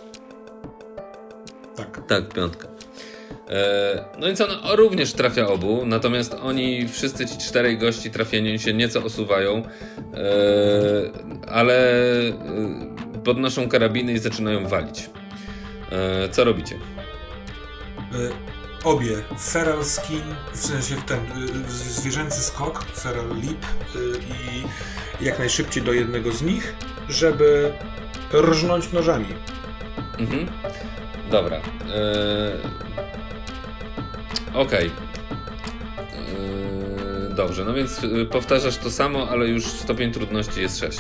Tak, 5. No i co, no, również trafia obu, natomiast oni, wszyscy ci 4 gości trafieni się nieco osuwają, ale podnoszą karabiny i zaczynają walić. Co robicie? Obie. Feral skin, w sensie ten zwierzęcy skok, feral leap i jak najszybciej do jednego z nich, żeby rżnąć nożami. Mhm. Dobra. Okej. Dobrze, no więc powtarzasz to samo, ale już stopień trudności jest 6.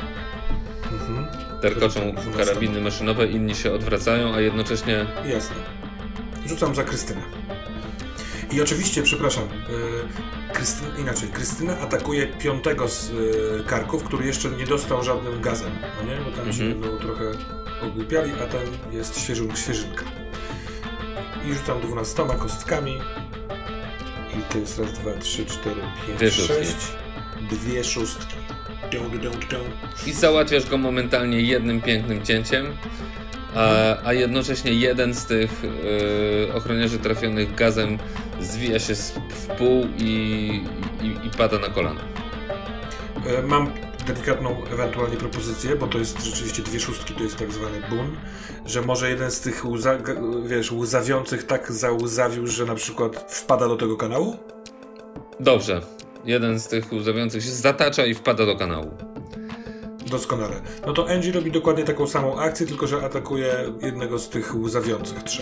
Terkoczą karabiny maszynowe, inni się odwracają, a jednocześnie... Jasne. Rzucam za Krystynę. I oczywiście, przepraszam, Krystyna atakuje 5 z karków, który jeszcze nie dostał żadnym gazem, no nie? Bo tam się będą trochę ogłupiali, a ten jest świeżynka. I rzucam 12 kostkami. I to jest 1, 2, 3, 4, 5, 6. 2 szóstki. I załatwiasz go momentalnie jednym pięknym cięciem, a jednocześnie jeden z tych ochroniarzy trafionych gazem zwija się w pół i pada na kolana. Mam delikatną ewentualnie propozycję, bo to jest rzeczywiście 2 szóstki, to jest tak zwany bun, że może jeden z tych łzawiących tak załzawił, że na przykład wpada do tego kanału? Dobrze. Jeden z tych łzawiących się zatacza i wpada do kanału. Doskonale. No to Angie robi dokładnie taką samą akcję, tylko że atakuje jednego z tych łzawiących 3.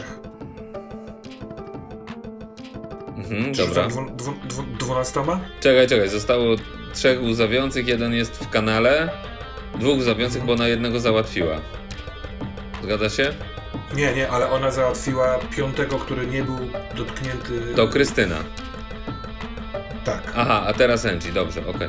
Dobra. 12? Czekaj. Zostało 3 łzawiących, jeden jest w kanale. 2 łzawiących, bo ona jednego załatwiła. Zgadza się? Nie, ale ona załatwiła 5, który nie był dotknięty... To Krystyna. Tak. Aha, a teraz Angie, dobrze, okej.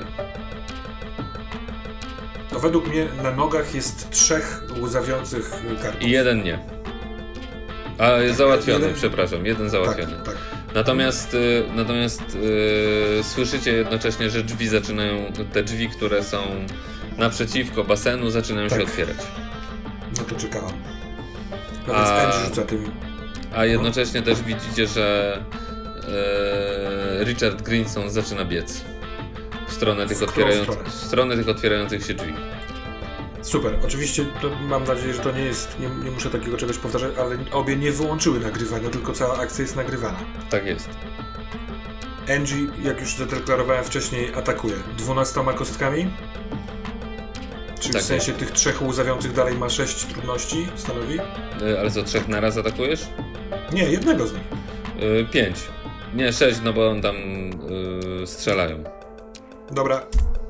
To według mnie na nogach jest 3 łzawiących karków. I jeden nie. A jest załatwiony, przepraszam, jeden załatwiony. Tak. Natomiast słyszycie jednocześnie, że drzwi zaczynają, te drzwi, które są naprzeciwko basenu, zaczynają się otwierać. No to czekałam. No więc Angie rzuca tym. A jednocześnie też widzicie, że Richard Greenstone zaczyna biec w stronę tych otwierających się drzwi. Super, oczywiście to mam nadzieję, że to nie jest, nie muszę takiego czegoś powtarzać, ale obie nie wyłączyły nagrywania, tylko cała akcja jest nagrywana. Tak jest. Angie, jak już zadeklarowałem wcześniej, atakuje 12 kostkami. Czyli tak w sensie tych 3 łzawiących dalej ma 6 trudności, stanowi? Ale co, 3 na raz atakujesz? Nie, jednego z nich. 5. Nie, 6, no bo on tam strzelają. Dobra.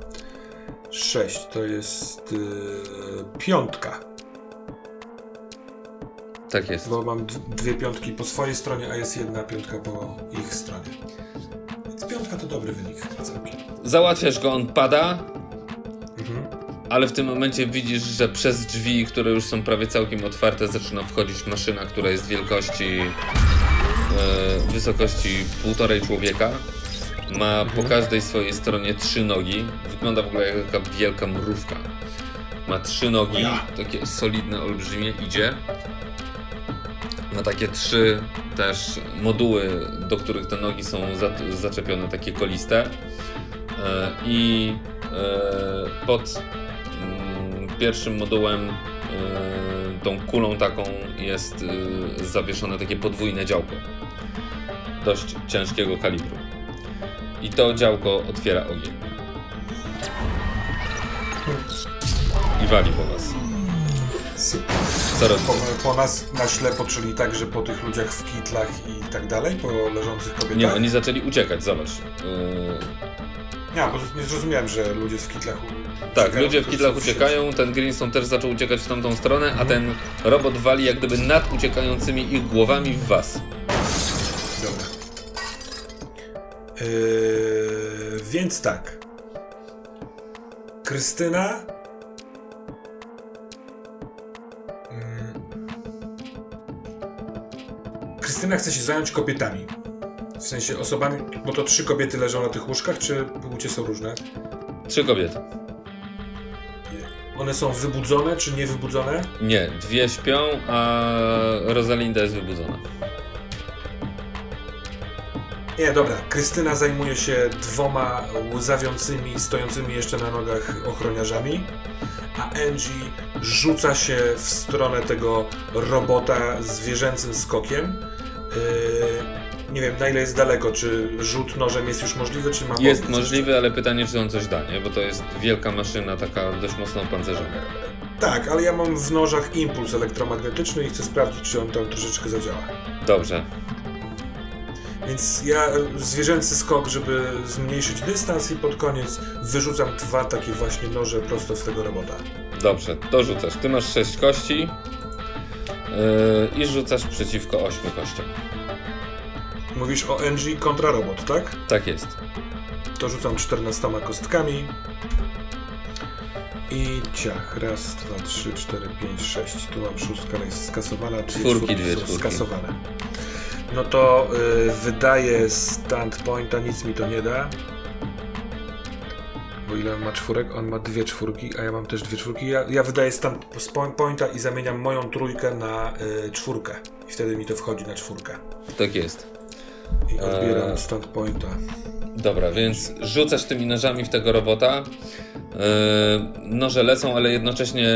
6 to jest 5. Tak jest. Bo mam 2 piątki po swojej stronie, a jest 1 piątka po ich stronie. Więc 5 to dobry wynik. Załatwiasz go, on pada. Ale w tym momencie widzisz, że przez drzwi, które już są prawie całkiem otwarte, zaczyna wchodzić maszyna, która jest wielkości wysokości 1,5 człowieka. Ma po każdej swojej stronie 3 nogi. Wygląda w ogóle jak taka wielka mrówka. Ma 3 nogi, takie solidne, olbrzymie, idzie. Ma takie 3 też moduły, do których te nogi są zaczepione, takie koliste. I pod pierwszym modułem, tą kulą taką, jest zawieszone takie podwójne działko. Dość ciężkiego kalibru. I to działko otwiera ogień. I wali po was. Super. Co robisz? Po nas na ślepo, czyli tak, że po tych ludziach w kitlach i tak dalej, po leżących kobietach? Nie, oni zaczęli uciekać, zobacz. Ja, bo nie zrozumiałem, że ludzie w kitlach tak, ludzie w kitlach uciekają, ten Greenstone też zaczął uciekać w tamtą stronę, a ten robot wali jak gdyby nad uciekającymi ich głowami w was. Dobra. Więc tak. Krystyna Krystyna chce się zająć kobietami. W sensie osobami, bo to 3 kobiety leżą na tych łóżkach, czy płcie są różne? 3 kobiety. One są wybudzone, czy niewybudzone? Nie, 2 śpią, a Rosalinda jest wybudzona. Nie, dobra. Krystyna zajmuje się 2 łzawiącymi, stojącymi jeszcze na nogach ochroniarzami, a Angie rzuca się w stronę tego robota zwierzęcym skokiem. Nie wiem, na ile jest daleko, czy rzut nożem jest już możliwy, czy mam... Jest możliwy, ale pytanie, czy on coś da, nie? Bo to jest wielka maszyna, taka dość mocno opancerzona. Tak, ale ja mam w nożach impuls elektromagnetyczny i chcę sprawdzić, czy on tam troszeczkę zadziała. Dobrze. Więc ja zwierzęcy skok, żeby zmniejszyć dystans i pod koniec wyrzucam 2 takie właśnie noże prosto w tego robota. Dobrze, to rzucasz. Ty masz 6 kości i rzucasz przeciwko 8 kościom. Mówisz o Angie kontra robot, tak? Tak jest. To rzucam 14 kostkami. I ciach. 1, 2, 3, 4, 5, 6. Tu mam 6, ale jest skasowana. 2 czwórki są skasowane. No to wydaje standpointa, nic mi to nie da. Bo ile on ma 4? On ma 2 czwórki, a ja mam też 2 czwórki. Ja wydaję standpointa i zamieniam moją 3 na 4. I wtedy mi to wchodzi na 4. Tak jest. I odbieram standpointa. Dobra, więc rzucasz tymi nożami w tego robota. Noże lecą, ale jednocześnie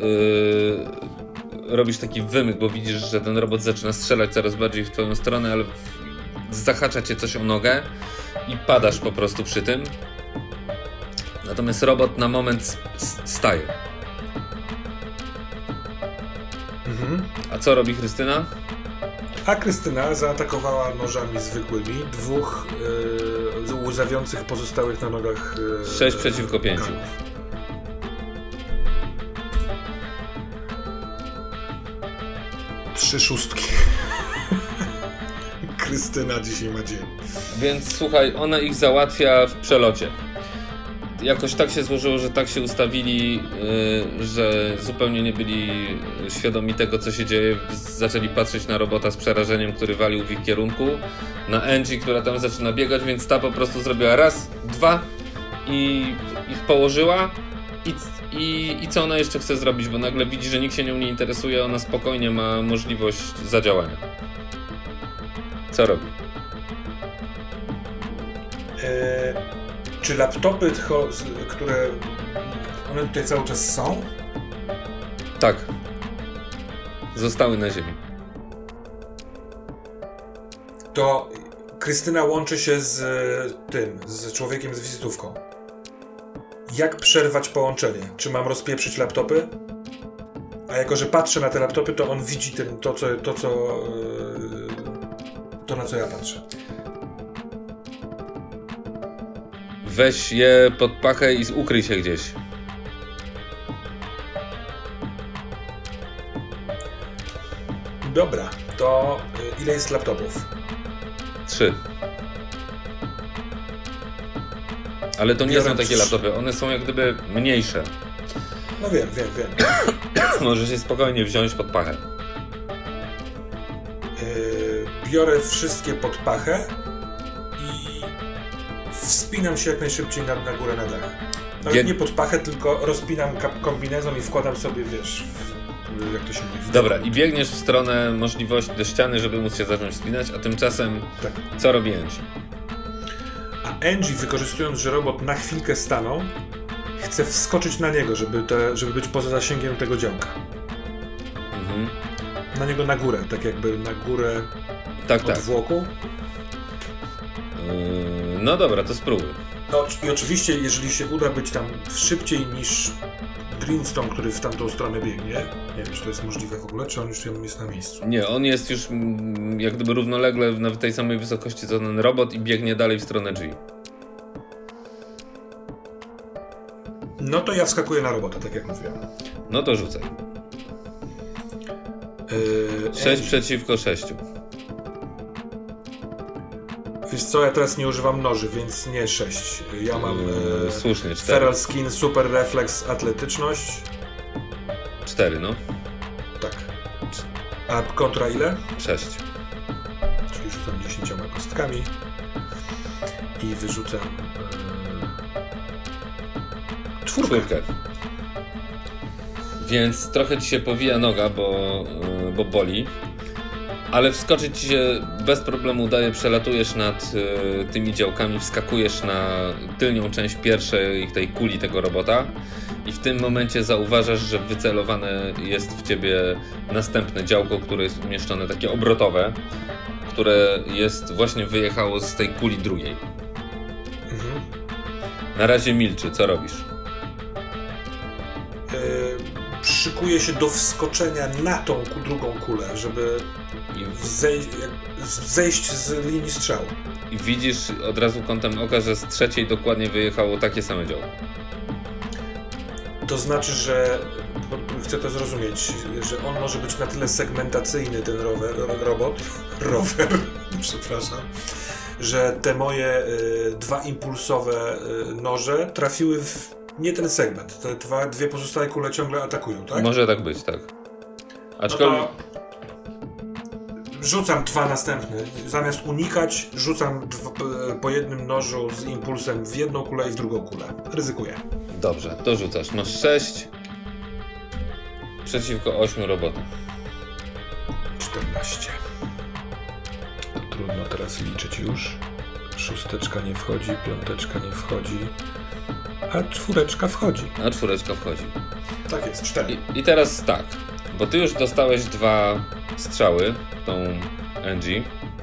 robisz taki wymyk, bo widzisz, że ten robot zaczyna strzelać coraz bardziej w twoją stronę, ale zahacza cię coś o nogę i padasz po prostu przy tym. Natomiast robot na moment staje. A co robi Krystyna? A Krystyna zaatakowała nożami zwykłymi 2 łzawiących pozostałych na nogach 6 przeciwko 5. Kanów. 3 szóstki. Krystyna dzisiaj ma dzień. Więc słuchaj, ona ich załatwia w przelocie. jakoś tak się złożyło, że tak się ustawili, że zupełnie nie byli świadomi tego, co się dzieje. Zaczęli patrzeć na robota z przerażeniem, który walił w ich kierunku, na Angie, która tam zaczyna biegać, więc ta po prostu zrobiła raz, dwa i ich położyła. I co ona jeszcze chce zrobić, bo nagle widzi, że nikt się nią nie interesuje, ona spokojnie ma możliwość zadziałania. Co robi? Czy laptopy, które one tutaj cały czas są? Tak. Zostały na ziemi. To Krystyna łączy się z człowiekiem z wizytówką. Jak przerwać połączenie? Czy mam rozpieprzyć laptopy? A jako, że patrzę na te laptopy, to on widzi to na co ja patrzę. Weź je pod pachę i ukryj się gdzieś. Dobra, to ile jest laptopów? 3. Ale to nie są takie laptopy, one są jak gdyby mniejsze. No wiem. Możesz je spokojnie wziąć pod pachę. Biorę wszystkie pod pachę i wspinam się jak najszybciej na górę na dach. Nawet nie pod pachę, tylko rozpinam kombinezon i wkładam sobie, wiesz, jak to się mówi. Dobra, i biegniesz w stronę możliwości do ściany, żeby móc się zacząć wspinać, a tymczasem tak. Co robi Angie? A Angie, wykorzystując, że robot na chwilkę stanął, chce wskoczyć na niego, żeby być poza zasięgiem tego działka. Mhm. Na niego na górę, tak jakby na górę tak. włoku. No dobra, to spróbuj. No i oczywiście, jeżeli się uda być tam szybciej niż Greenstone, który w tamtą stronę biegnie, nie wiem, czy to jest możliwe w ogóle, czy on już jest na miejscu. Nie, on jest już jak gdyby równolegle na tej samej wysokości co ten robot i biegnie dalej w stronę drzwi. No to ja wskakuję na robota, tak jak mówiłem. No to rzucaj. 6 przeciwko 6. Wiesz co, ja teraz nie używam noży, więc nie 6. Ja mam słusznie, 4. Feral Skin, Super Reflex, Atletyczność. 4, no. Tak. A kontra ile? 6. Czyli rzucam 10 kostkami i wyrzucam 4. Więc trochę ci się powija noga, bo boli. Ale wskoczyć ci się bez problemu udaje, przelatujesz nad tymi działkami, wskakujesz na tylnią część pierwszej tej kuli tego robota i w tym momencie zauważasz, że wycelowane jest w ciebie następne działko, które jest umieszczone, takie obrotowe, które właśnie wyjechało z tej kuli drugiej. Mhm. Na razie milczy, co robisz? Szykuję się do wskoczenia na tą drugą kulę, żeby zejść z linii strzału. I widzisz od razu kątem oka, że z trzeciej dokładnie wyjechało takie same działko. To znaczy, że chcę to zrozumieć, że on może być na tyle segmentacyjny, ten robot, przepraszam, że te moje dwa impulsowe noże trafiły w nie ten segment. Te dwie pozostałe kule ciągle atakują, tak? Może tak być, tak. Aczkolwiek... No rzucam 2 następne. Zamiast unikać, rzucam po jednym nożu z impulsem w jedną kulę i w drugą kulę. Ryzykuję. Dobrze, to rzucasz. Masz 6 przeciwko 8 robotów. 14. To trudno teraz liczyć już. 6 nie wchodzi, 5 nie wchodzi, a 4 wchodzi. A 4 wchodzi. Tak jest, 4. I teraz tak, bo ty już dostałeś 2 strzały, tą Angie.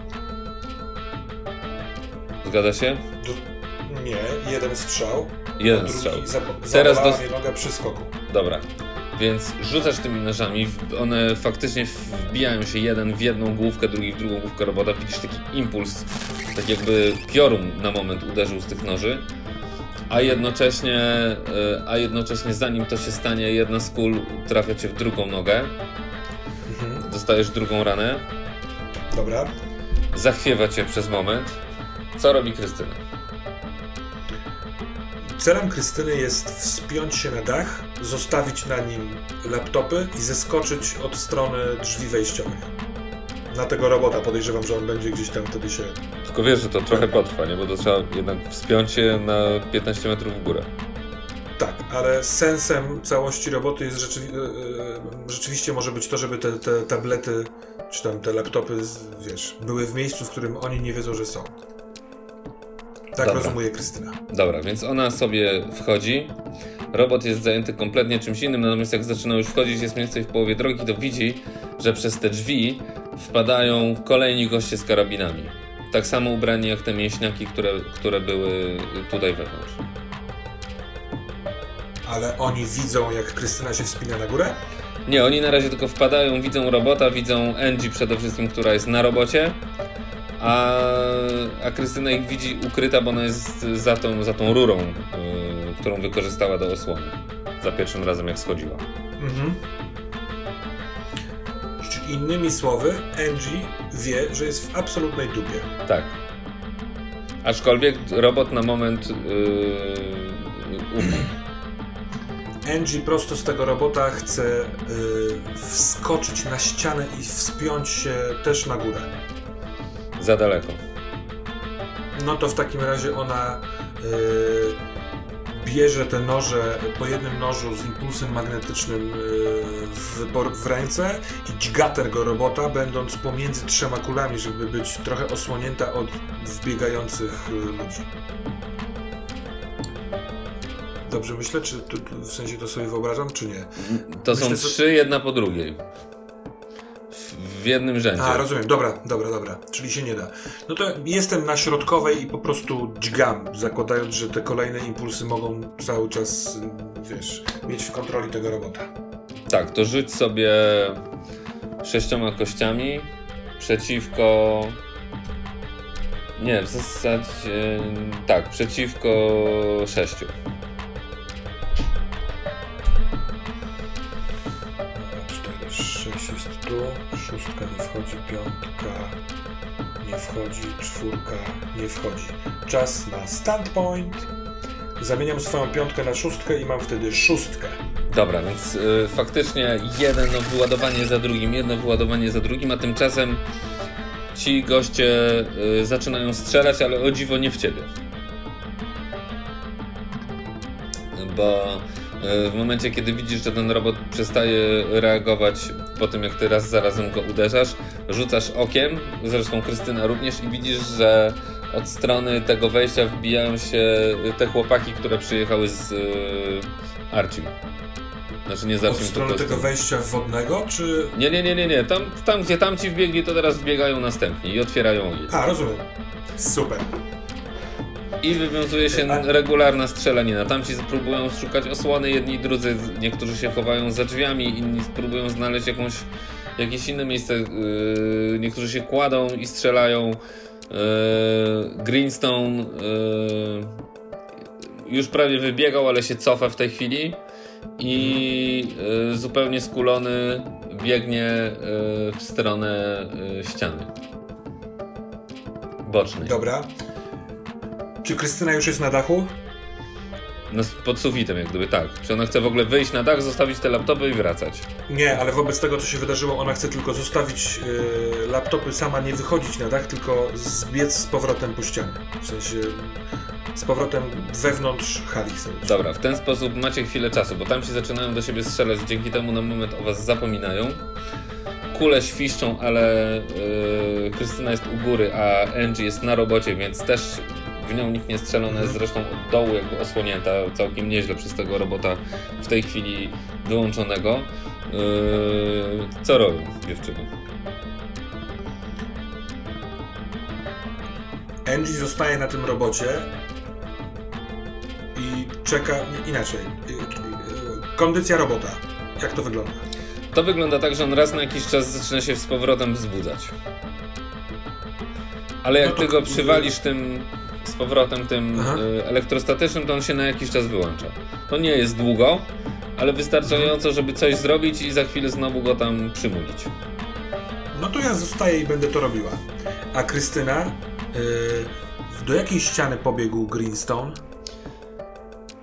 Zgadza się? Nie, 1 strzał. Jeden strzał. Teraz mnie noga przy skoku. Dobra, więc rzucasz tymi nożami, one faktycznie wbijają się jeden w jedną główkę, drugi w drugą główkę robota. Widzisz taki impuls, tak jakby piorun na moment uderzył z tych noży, a jednocześnie zanim to się stanie, jedna z kul trafia cię w drugą nogę. Dostajesz drugą ranę. Dobra. Zachwiewa cię przez moment. Co robi Krystyna? celem Krystyny jest wspiąć się na dach, zostawić na nim laptopy i zeskoczyć od strony drzwi wejściowych. Na tego robota podejrzewam, że on będzie gdzieś tam wtedy się... Tylko wiesz, że to trochę potrwa, nie? Bo to trzeba jednak wspiąć się na 15 metrów w górę. Tak, ale sensem całości roboty jest rzeczywiście może być to, żeby te tablety, czy tam te laptopy, wiesz, były w miejscu, w którym oni nie wiedzą, że są. Tak rozumie Krystyna. Dobra, więc ona sobie wchodzi. Robot jest zajęty kompletnie czymś innym, natomiast jak zaczyna już wchodzić, jest mniej więcej w połowie drogi, to widzi, że przez te drzwi wpadają kolejni goście z karabinami. Tak samo ubrani jak te mięśniaki, które były tutaj wewnątrz. Ale oni widzą, jak Krystyna się wspina na górę? Nie, oni na razie tylko wpadają, widzą robota, widzą Angie przede wszystkim, która jest na robocie, a Krystyna ich widzi ukryta, bo ona jest za tą rurą, którą wykorzystała do osłony. Za pierwszym razem, jak schodziła. Mhm. Czyli innymi słowy, Angie wie, że jest w absolutnej dupie. Tak. Aczkolwiek robot na moment umarł. Angie prosto z tego robota chce wskoczyć na ścianę i wspiąć się też na górę. Za daleko. No to w takim razie ona bierze te noże po jednym nożu z impulsem magnetycznym w ręce i dźga tego robota, będąc pomiędzy trzema kulami, żeby być trochę osłonięta od wbiegających ludzi. Dobrze myślę, czy w sensie to sobie wyobrażam, czy nie? To myślę, są trzy, jedna po drugiej. W jednym rzędzie. A, rozumiem. Dobra. Czyli się nie da. No to jestem na środkowej i po prostu dźgam, zakładając, że te kolejne impulsy mogą cały czas, wiesz, mieć w kontroli tego robota. Tak, to rzuć sobie 6 kościami przeciwko... Nie, w zasadzie... Tak, przeciwko 6. 6 jest tu, 6 nie wchodzi, 5 nie wchodzi, 4 nie wchodzi. Czas na standpoint. Zamieniam swoją 5 na 6 i mam wtedy 6. Dobra, więc faktycznie jedno wyładowanie za drugim, a tymczasem ci goście zaczynają strzelać, ale o dziwo nie w ciebie. Bo w momencie, kiedy widzisz, że ten robot przestaje reagować po tym, jak ty raz za razem go uderzasz, rzucasz okiem, zresztą Krystyna również, i widzisz, że od strony tego wejścia wbijają się te chłopaki, które przyjechały z Archim. Znaczy nie z Archim, od strony tego wejścia wodnego, czy... Nie. Tam, gdzie tamci wbiegli, to teraz wbiegają następni i otwierają ogień. A, rozumiem. Super. I wywiązuje się regularna strzelanina. Tamci próbują szukać osłony, jedni i drudzy, niektórzy się chowają za drzwiami, inni próbują znaleźć jakieś inne miejsce, niektórzy się kładą i strzelają. Greenstone już prawie wybiegał, ale się cofa w tej chwili i zupełnie skulony biegnie w stronę ściany bocznej. Dobra. Czy Krystyna już jest na dachu? No, pod sufitem jak gdyby, tak. Czy ona chce w ogóle wyjść na dach, zostawić te laptopy i wracać? Nie, ale wobec tego, co się wydarzyło, ona chce tylko zostawić laptopy, sama nie wychodzić na dach, tylko zbiec z powrotem po ścianie. W sensie z powrotem wewnątrz hali. Dobra, w ten sposób macie chwilę czasu, bo tam się zaczynają do siebie strzelać, dzięki temu na moment o was zapominają. Kule świszczą, ale Krystyna jest u góry, a Angie jest na robocie, więc też w nią nikt nie strzela, ona jest zresztą od dołu jakby osłonięta całkiem nieźle przez tego robota w tej chwili wyłączonego. Co robią dziewczyny? Angie zostaje na tym robocie i czeka, inaczej, kondycja robota, jak to wygląda? To wygląda tak, że on raz na jakiś czas zaczyna się z powrotem wzbudzać. Ale jak ty go przywalisz tym z powrotem tym elektrostatycznym, to on się na jakiś czas wyłącza. To nie jest długo, ale wystarczająco, żeby coś zrobić i za chwilę znowu go tam przymulić. No to ja zostaję i będę to robiła. A Krystyna, do jakiej ściany pobiegł Greenstone?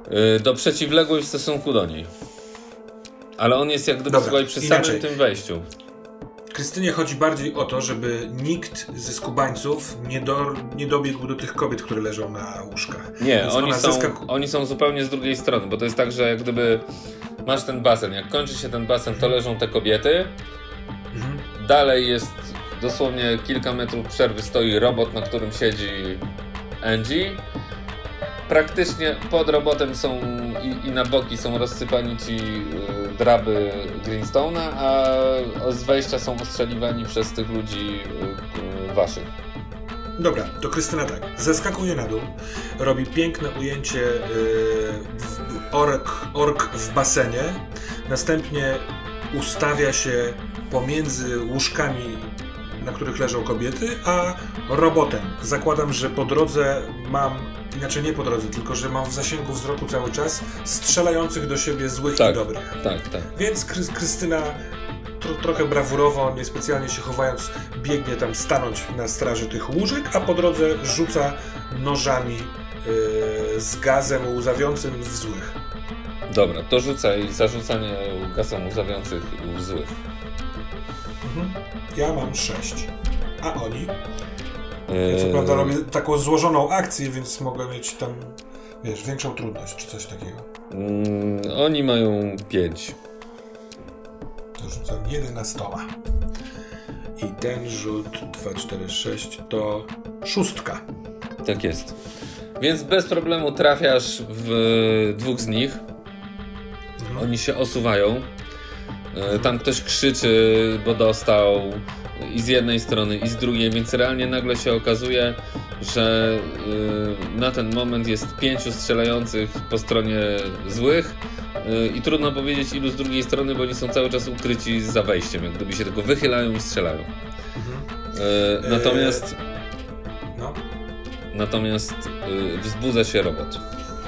Do przeciwległej w stosunku do niej. Ale on jest jak gdyby, słuchaj, przy samym tym wejściu. Krystynie chodzi bardziej o to, żeby nikt ze skubańców nie dobiegł do tych kobiet, które leżą na łóżkach. Nie, oni są zupełnie z drugiej strony, bo to jest tak, że jak gdyby masz ten basen, jak kończy się ten basen, to leżą te kobiety. Dalej jest dosłownie kilka metrów przerwy, stoi robot, na którym siedzi Angie. Praktycznie pod robotem są i na boki są rozsypani ci draby Greenstone'a, a z wejścia są ostrzeliwani przez tych ludzi waszych. Dobra, to Krystyna tak, zeskakuje na dół, robi piękne ujęcie ork w basenie, następnie ustawia się pomiędzy łóżkami, na których leżą kobiety, a robotem. Zakładam, że po drodze inaczej nie po drodze, tylko że mam w zasięgu wzroku cały czas strzelających do siebie złych i dobrych. Tak. Więc Krystyna trochę brawurowo, niespecjalnie się chowając, biegnie tam stanąć na straży tych łóżek, a po drodze rzuca nożami z gazem łzawiącym w złych. Dobra, to rzucaj zarzucanie gazem łzawiących w złych. Ja mam 6. A oni? Ja co prawda robię taką złożoną akcję, więc mogę mieć tam, większą trudność, czy coś takiego. Oni mają 5. To rzucam 11. I ten rzut 2, 4, 6 to 6. Tak jest. Więc bez problemu trafiasz w 2 z nich. Oni się osuwają. Tam ktoś krzyczy, bo dostał i z jednej strony, i z drugiej, więc realnie nagle się okazuje, że na ten moment jest 5 strzelających po stronie złych i trudno powiedzieć, ilu z drugiej strony, bo oni są cały czas ukryci za wejściem, jak gdyby się tylko wychylają i strzelają. Natomiast wzbudza się robot.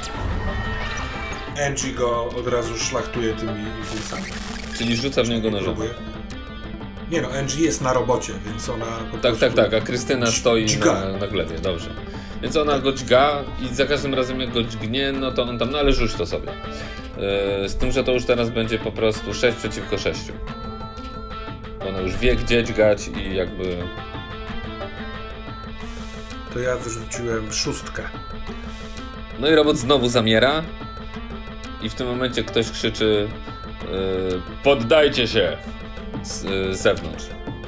Angie go od razu szlachtuje tymi wilcami. Czyli rzuca w niego nożem. Nie no, Angie jest na robocie, więc ona... Tak, a Krystyna stoi na glebie, dobrze. Więc ona go dźga i za każdym razem jak go dźgnie, no to on tam, ale rzuć to sobie. Z tym, że to już teraz będzie po prostu 6 przeciwko 6. Ona już wie, gdzie dźgać i jakby... To ja wyrzuciłem 6. No i robot znowu zamiera i w tym momencie ktoś krzyczy poddajcie się z zewnątrz.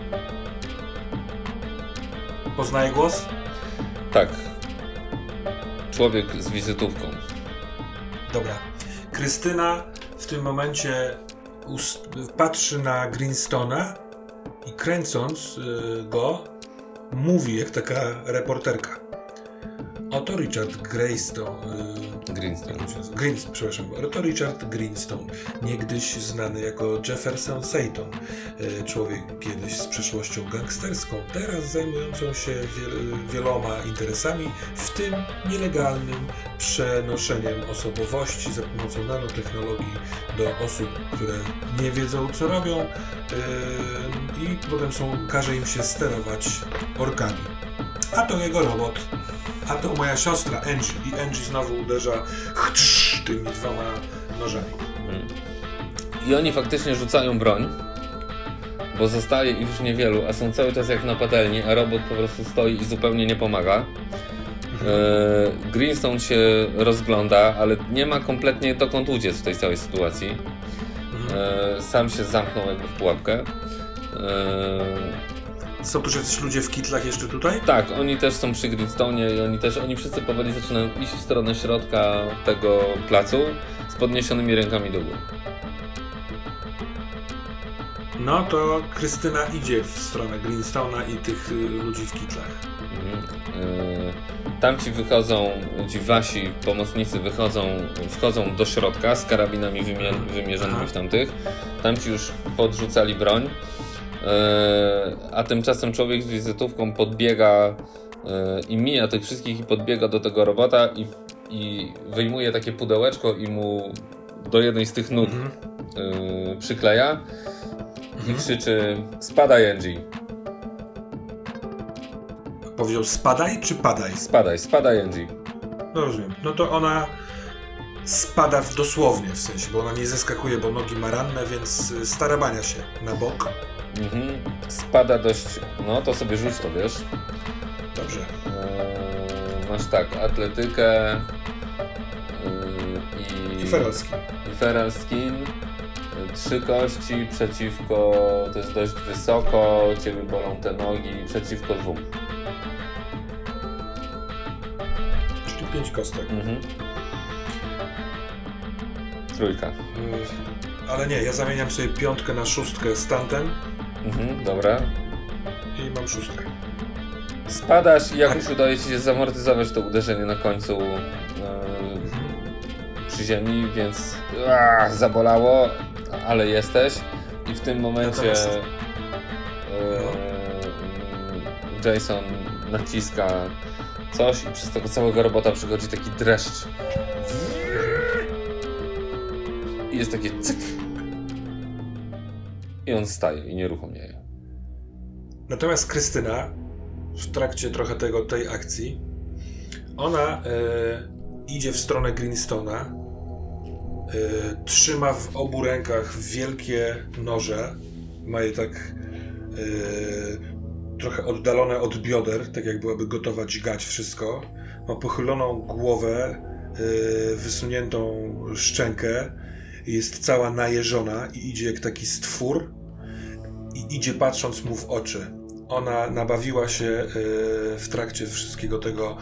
Poznaje głos? Tak. Człowiek z wizytówką. Dobra. Krystyna w tym momencie patrzy na Greenstone'a i kręcąc go mówi jak taka reporterka. Oto Richard Oto Richard Greenstone, niegdyś znany jako Jefferson Seton, człowiek kiedyś z przeszłością gangsterską, teraz zajmującą się wieloma interesami, w tym nielegalnym przenoszeniem osobowości za pomocą nanotechnologii do osób, które nie wiedzą co robią i potem każe im się sterować orkami. A to jego robot. A to moja siostra Angie. I Angie znowu uderza tymi 2 nożami. I oni faktycznie rzucają broń, bo zostaje ich już niewielu, a są cały czas jak na patelni, a robot po prostu stoi i zupełnie nie pomaga. Greenstone się rozgląda, ale nie ma kompletnie dokąd uciec w tej całej sytuacji. Sam się zamknął jakby w pułapkę. Są tu jacyś ludzie w kitlach jeszcze tutaj? Tak, oni też są przy Greenstone'ie i oni wszyscy powoli zaczynają iść w stronę środka tego placu z podniesionymi rękami do góry. No to Krystyna idzie w stronę Greenstone'a i tych ludzi w kitlach. Tamci wychodzą, ci wasi pomocnicy wchodzą do środka z karabinami wymierzonymi w tamtych. Tamci już podrzucali broń. A tymczasem człowiek z wizytówką podbiega i mija tych wszystkich i podbiega do tego robota i wyjmuje takie pudełeczko i mu do jednej z tych nóg przykleja i krzyczy spadaj Angie. Powiedział spadaj czy padaj? Spadaj Angie. No rozumiem. No to ona spada dosłownie, w sensie, bo ona nie zeskakuje, bo nogi ma ranne, więc starabania się na bok. Spada dość... No to sobie rzuć to, wiesz. Dobrze. Masz tak, atletykę I feral skin. I feral skin. 3 kości przeciwko... To jest dość wysoko, ciebie bolą te nogi, przeciwko 2. Czyli 5 kostek. 3. Ale nie, ja zamieniam sobie 5 na 6 stantem. Dobra. I mam 6. Spadasz i jakoś udaje ci się zamortyzować to uderzenie na końcu przy ziemi, więc zabolało, ale jesteś. I w tym momencie Jason naciska coś i przez tego całego robota przychodzi taki dreszcz. I jest takie cyk. I on staje i nieruchomieje. Natomiast Krystyna w trakcie trochę tej akcji ona idzie w stronę Greenstone'a, trzyma w obu rękach wielkie noże, ma je tak trochę oddalone od bioder, tak jak byłaby gotowa dźgać wszystko, ma pochyloną głowę, wysuniętą szczękę, jest cała najeżona i idzie jak taki stwór i idzie patrząc mu w oczy. Ona nabawiła się w trakcie wszystkiego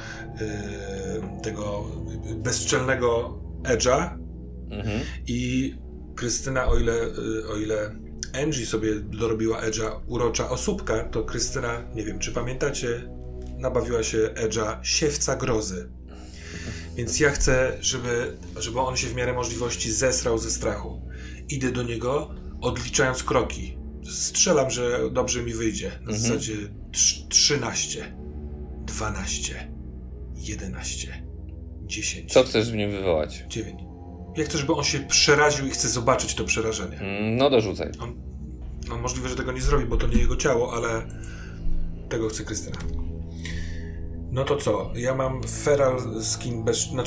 tego bezczelnego edge'a i Krystyna, o ile Angie sobie dorobiła edge'a urocza osóbka, to Krystyna, nie wiem czy pamiętacie, nabawiła się edge'a siewca grozy. Więc ja chcę, żeby on się w miarę możliwości zesrał ze strachu. Idę do niego, odliczając kroki. Strzelam, że dobrze mi wyjdzie. Na zasadzie 13, 12, 11, 10. Co chcesz w nim wywołać? 9. Ja chcę, żeby on się przeraził i chcę zobaczyć to przerażenie. No dorzucaj. Możliwe, że tego nie zrobi, bo to nie jego ciało, ale tego chce Krystyna. No to co? Ja mam feral skin,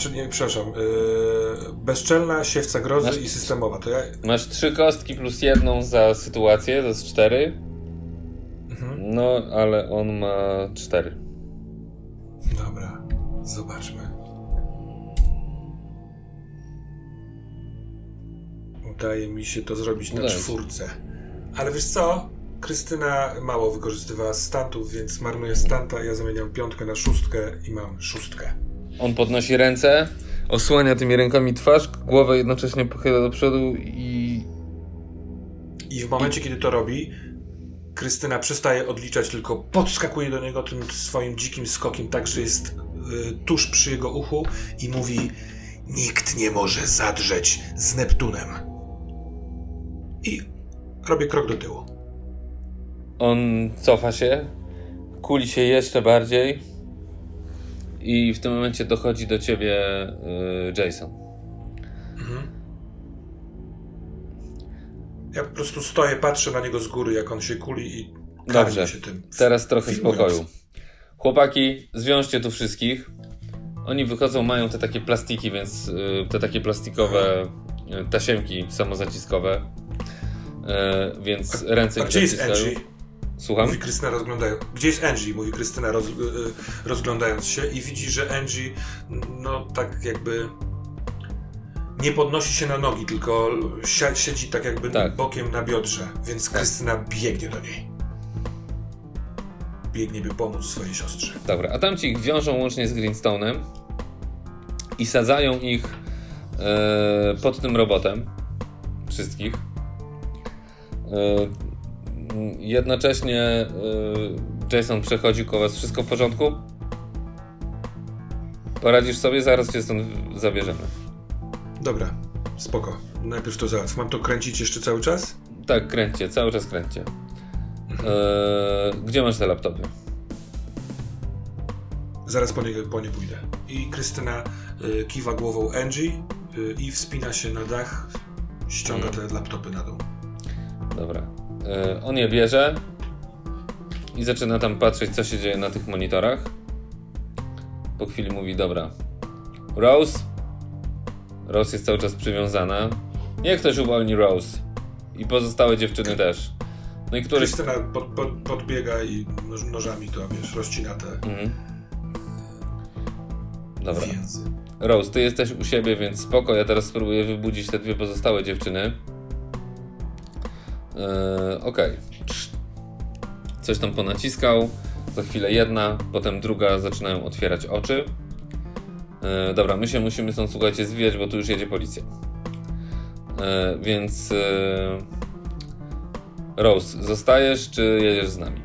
bezczelna, siewca grozy i systemowa. To ja... Masz 3 kostki plus 1 za sytuację, to jest 4. No, ale on ma 4. Dobra, zobaczmy. Udaje mi się to zrobić na 4. Ale wiesz co? Krystyna mało wykorzystywała stantów, więc marnuje stanta. Ja zamieniam 5 na 6 i mam 6. On podnosi ręce, osłania tymi rękami twarz, głowę jednocześnie pochyla do przodu i w momencie, kiedy to robi, Krystyna przestaje odliczać, tylko podskakuje do niego tym swoim dzikim skokiem, tak, że jest tuż przy jego uchu i mówi: nikt nie może zadrzeć z Neptunem. I robię krok do tyłu. On cofa się, kuli się jeszcze bardziej i w tym momencie dochodzi do ciebie Jason. Ja po prostu stoję, patrzę na niego z góry, jak on się kuli i dobrze, się tym. Teraz trochę spokoju. Chłopaki, zwiążcie tu wszystkich. Oni wychodzą, mają te takie plastiki, więc te takie plastikowe tasiemki samozaciskowe, więc ręce... A gdzie jest Angie? Słucham? Mówi Krystyna rozglądając. Gdzie jest Angie? Mówi Krystyna rozglądając się i widzi, że Angie no tak jakby nie podnosi się na nogi, tylko siedzi tak jakby bokiem na biodrze, więc Krystyna biegnie do niej. Biegnie, by pomóc swojej siostrze. Dobra, a tam ci ich wiążą łącznie z Greenstone'em i sadzają ich pod tym robotem. Wszystkich. Jednocześnie Jason przechodzi koło was. Wszystko w porządku? Poradzisz sobie? Zaraz cię stąd zabierzemy. Dobra, spoko. Najpierw to załatw. Mam to kręcić jeszcze cały czas? Tak, kręćcie, cały czas kręćcie. Gdzie masz te laptopy? Zaraz po nie pójdę. I Krystyna kiwa głową Angie i wspina się na dach, ściąga te laptopy na dół. Dobra. On je bierze i zaczyna tam patrzeć, co się dzieje na tych monitorach. Po chwili mówi: dobra, Rose jest cały czas przywiązana. Niech ktoś uwolni Rose. I pozostałe dziewczyny też. No i któryś... Krystyna podbiega i nożami to, wiesz, rozcina te Dobra. więzy. Rose, ty jesteś u siebie, więc spoko. Ja teraz spróbuję wybudzić te dwie pozostałe dziewczyny. Okej. Coś tam ponaciskał. Za chwilę jedna, potem druga zaczynają otwierać oczy. Dobra, my się musimy stąd, słuchajcie, zwijać, bo tu już jedzie policja. Więc... Rose, zostajesz, czy jedziesz z nami?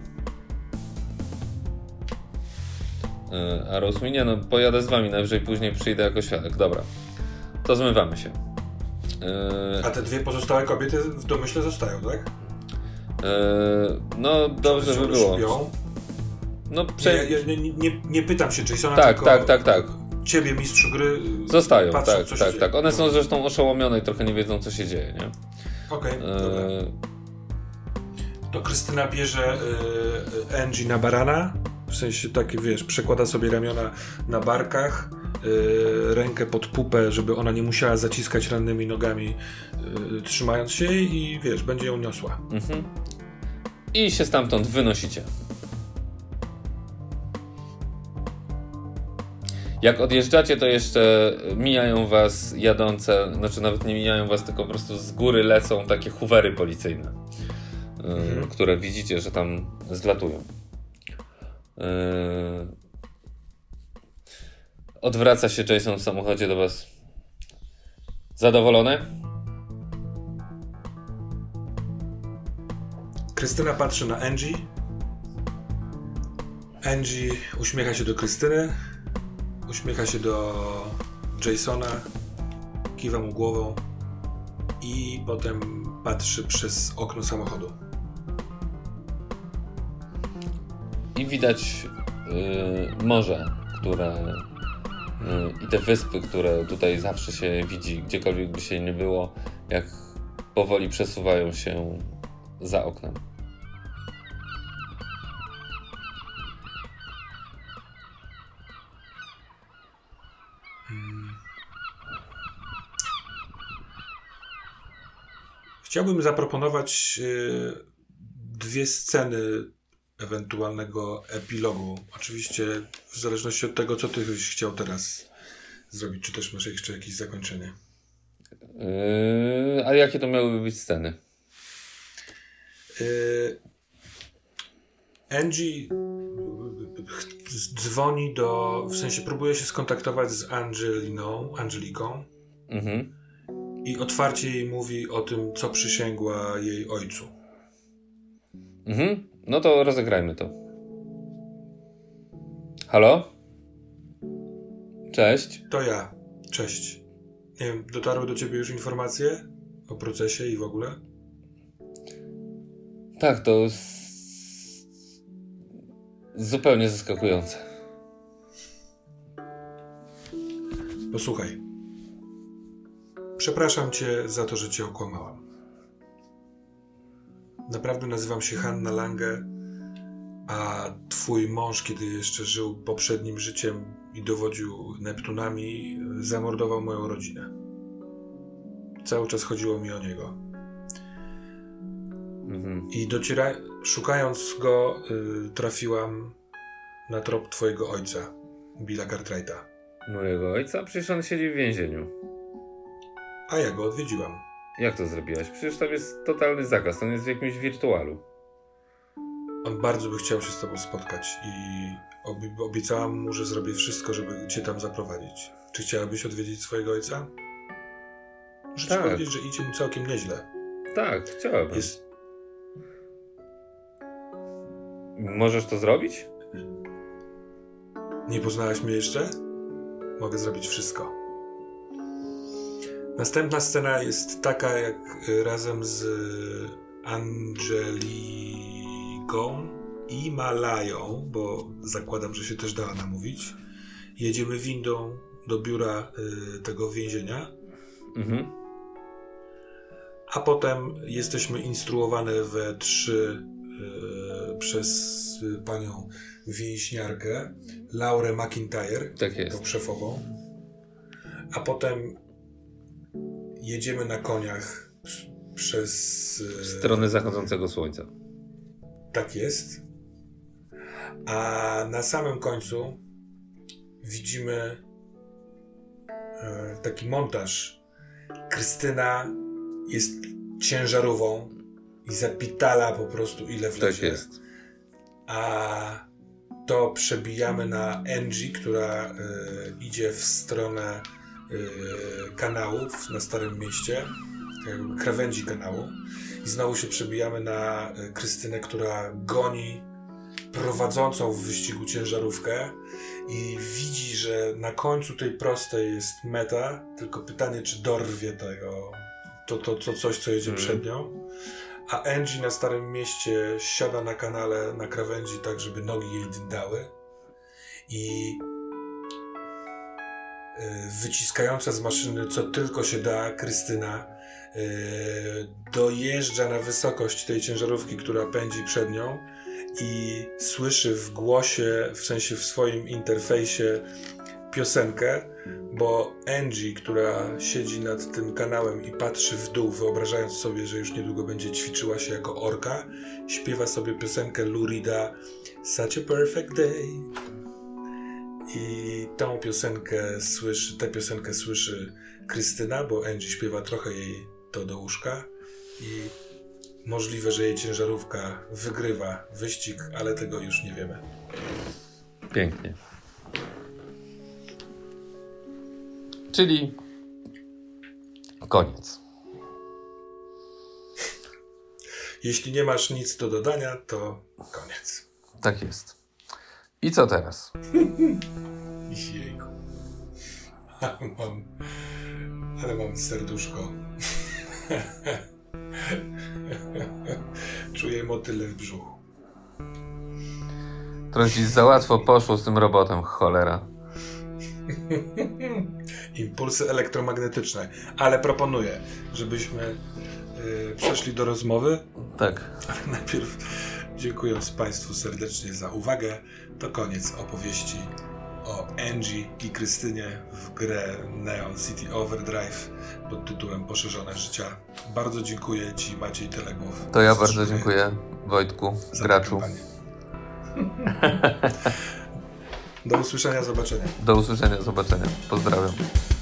A Rose mi nie, no pojadę z wami, najwyżej później przyjdę jako świadek. Dobra, to zmywamy się. A te dwie pozostałe kobiety w domyśle zostają, tak? No dobrze by było. Śpią? No, nie pytam się Jasona, tak, tylko tak. ciebie, mistrzu gry. Zostają, patrzą, tak. One są zresztą oszołomione i trochę nie wiedzą, co się dzieje, nie? Okej, dobra. To Krystyna bierze Angie na barana, w sensie taki, wiesz, przekłada sobie ramiona na barkach, rękę pod pupę, żeby ona nie musiała zaciskać rannymi nogami, trzymając się i wiesz, będzie ją niosła. Mhm. I się stamtąd wynosicie. Jak odjeżdżacie, to jeszcze mijają was jadące, znaczy nawet nie mijają was, tylko po prostu z góry lecą takie hoovery policyjne, które widzicie, że tam zlatują. Odwraca się Jason w samochodzie do was. Zadowolony? Krystyna patrzy na Angie. Angie uśmiecha się do Krystyny. Uśmiecha się do Jasona. Kiwa mu głową. I potem patrzy przez okno samochodu. I widać morze, które i te wyspy, które tutaj zawsze się widzi, gdziekolwiek by się nie było, jak powoli przesuwają się za oknem. Chciałbym zaproponować dwie sceny ewentualnego epilogu. Oczywiście w zależności od tego, co ty byś chciał teraz zrobić, czy też masz jeszcze jakieś zakończenie. A jakie to miałyby być sceny? Angie dzwoni w sensie próbuje się skontaktować z Angeliką i otwarcie jej mówi o tym, co przysięgła jej ojcu. No to rozegrajmy to. Halo? Cześć. To ja. Cześć. Nie wiem, dotarły do ciebie już informacje o procesie i w ogóle? Tak, to zupełnie zaskakujące. Posłuchaj. Przepraszam cię za to, że cię okłamałam. Naprawdę nazywam się Hanna Lange, a twój mąż, kiedy jeszcze żył poprzednim życiem i dowodził Neptunami, zamordował moją rodzinę. Cały czas chodziło mi o niego. I szukając go, trafiłam na trop twojego ojca, Billa Cartwrighta. Mojego ojca? Przecież on siedzi w więzieniu. A ja go odwiedziłam. Jak to zrobiłaś? Przecież tam jest totalny zakaz, on jest w jakimś wirtualu. On bardzo by chciał się z tobą spotkać i obiecałam mu, że zrobię wszystko, żeby cię tam zaprowadzić. Czy chciałabyś odwiedzić swojego ojca? Muszę ci powiedzieć, że idzie mu całkiem nieźle. Tak, chciałabym. Możesz to zrobić? Nie poznałaś mnie jeszcze? Mogę zrobić wszystko. Następna scena jest taka, jak razem z Angeliką i Malają, bo zakładam, że się też dała namówić, jedziemy windą do biura tego więzienia, a potem jesteśmy instruowane we trzy przez panią więźniarkę, Laurę McIntyre, tak jest, tą szefową, a potem jedziemy na koniach przez... W stronę zachodzącego słońca. Tak jest. A na samym końcu widzimy taki montaż. Krystyna jest ciężarową i zapitala po prostu ile wlezie. Tak jest. A to przebijamy na Angie, która idzie w stronę kanałów na Starym Mieście, krawędzi kanału. I znowu się przebijamy na Krystynę, która goni prowadzącą w wyścigu ciężarówkę i widzi, że na końcu tej prostej jest meta, tylko pytanie, czy dorwie tego, to coś, co jedzie przed nią. A Angie na Starym Mieście siada na kanale, na krawędzi, tak żeby nogi jej dyndały i wyciskająca z maszyny co tylko się da Krystyna dojeżdża na wysokość tej ciężarówki, która pędzi przed nią i słyszy w głosie, w sensie w swoim interfejsie piosenkę, bo Angie, która siedzi nad tym kanałem i patrzy w dół, wyobrażając sobie, że już niedługo będzie ćwiczyła się jako orka, śpiewa sobie piosenkę Lou Reeda Such a Perfect Day. I tę piosenkę słyszy Krystyna, bo Angie śpiewa trochę jej to do łóżka i możliwe, że jej ciężarówka wygrywa wyścig, ale tego już nie wiemy. Pięknie. Czyli koniec. Jeśli nie masz nic do dodania, to koniec. Tak jest. I co teraz? Jejku. Ale mam serduszko. Czuję motyle w brzuchu. Trochę ci za łatwo poszło z tym robotem, cholera. Impulsy elektromagnetyczne. Ale proponuję, żebyśmy przeszli do rozmowy. Tak. Ale najpierw, dziękując Państwu serdecznie za uwagę, to koniec opowieści o Angie i Krystynie w grę Neon City Overdrive pod tytułem Poszerzone Życia. Bardzo dziękuję Ci, Maciej Teległow. To ja bardzo dziękuję, Wojtku, graczu. Do usłyszenia, zobaczenia. Do usłyszenia, zobaczenia. Pozdrawiam.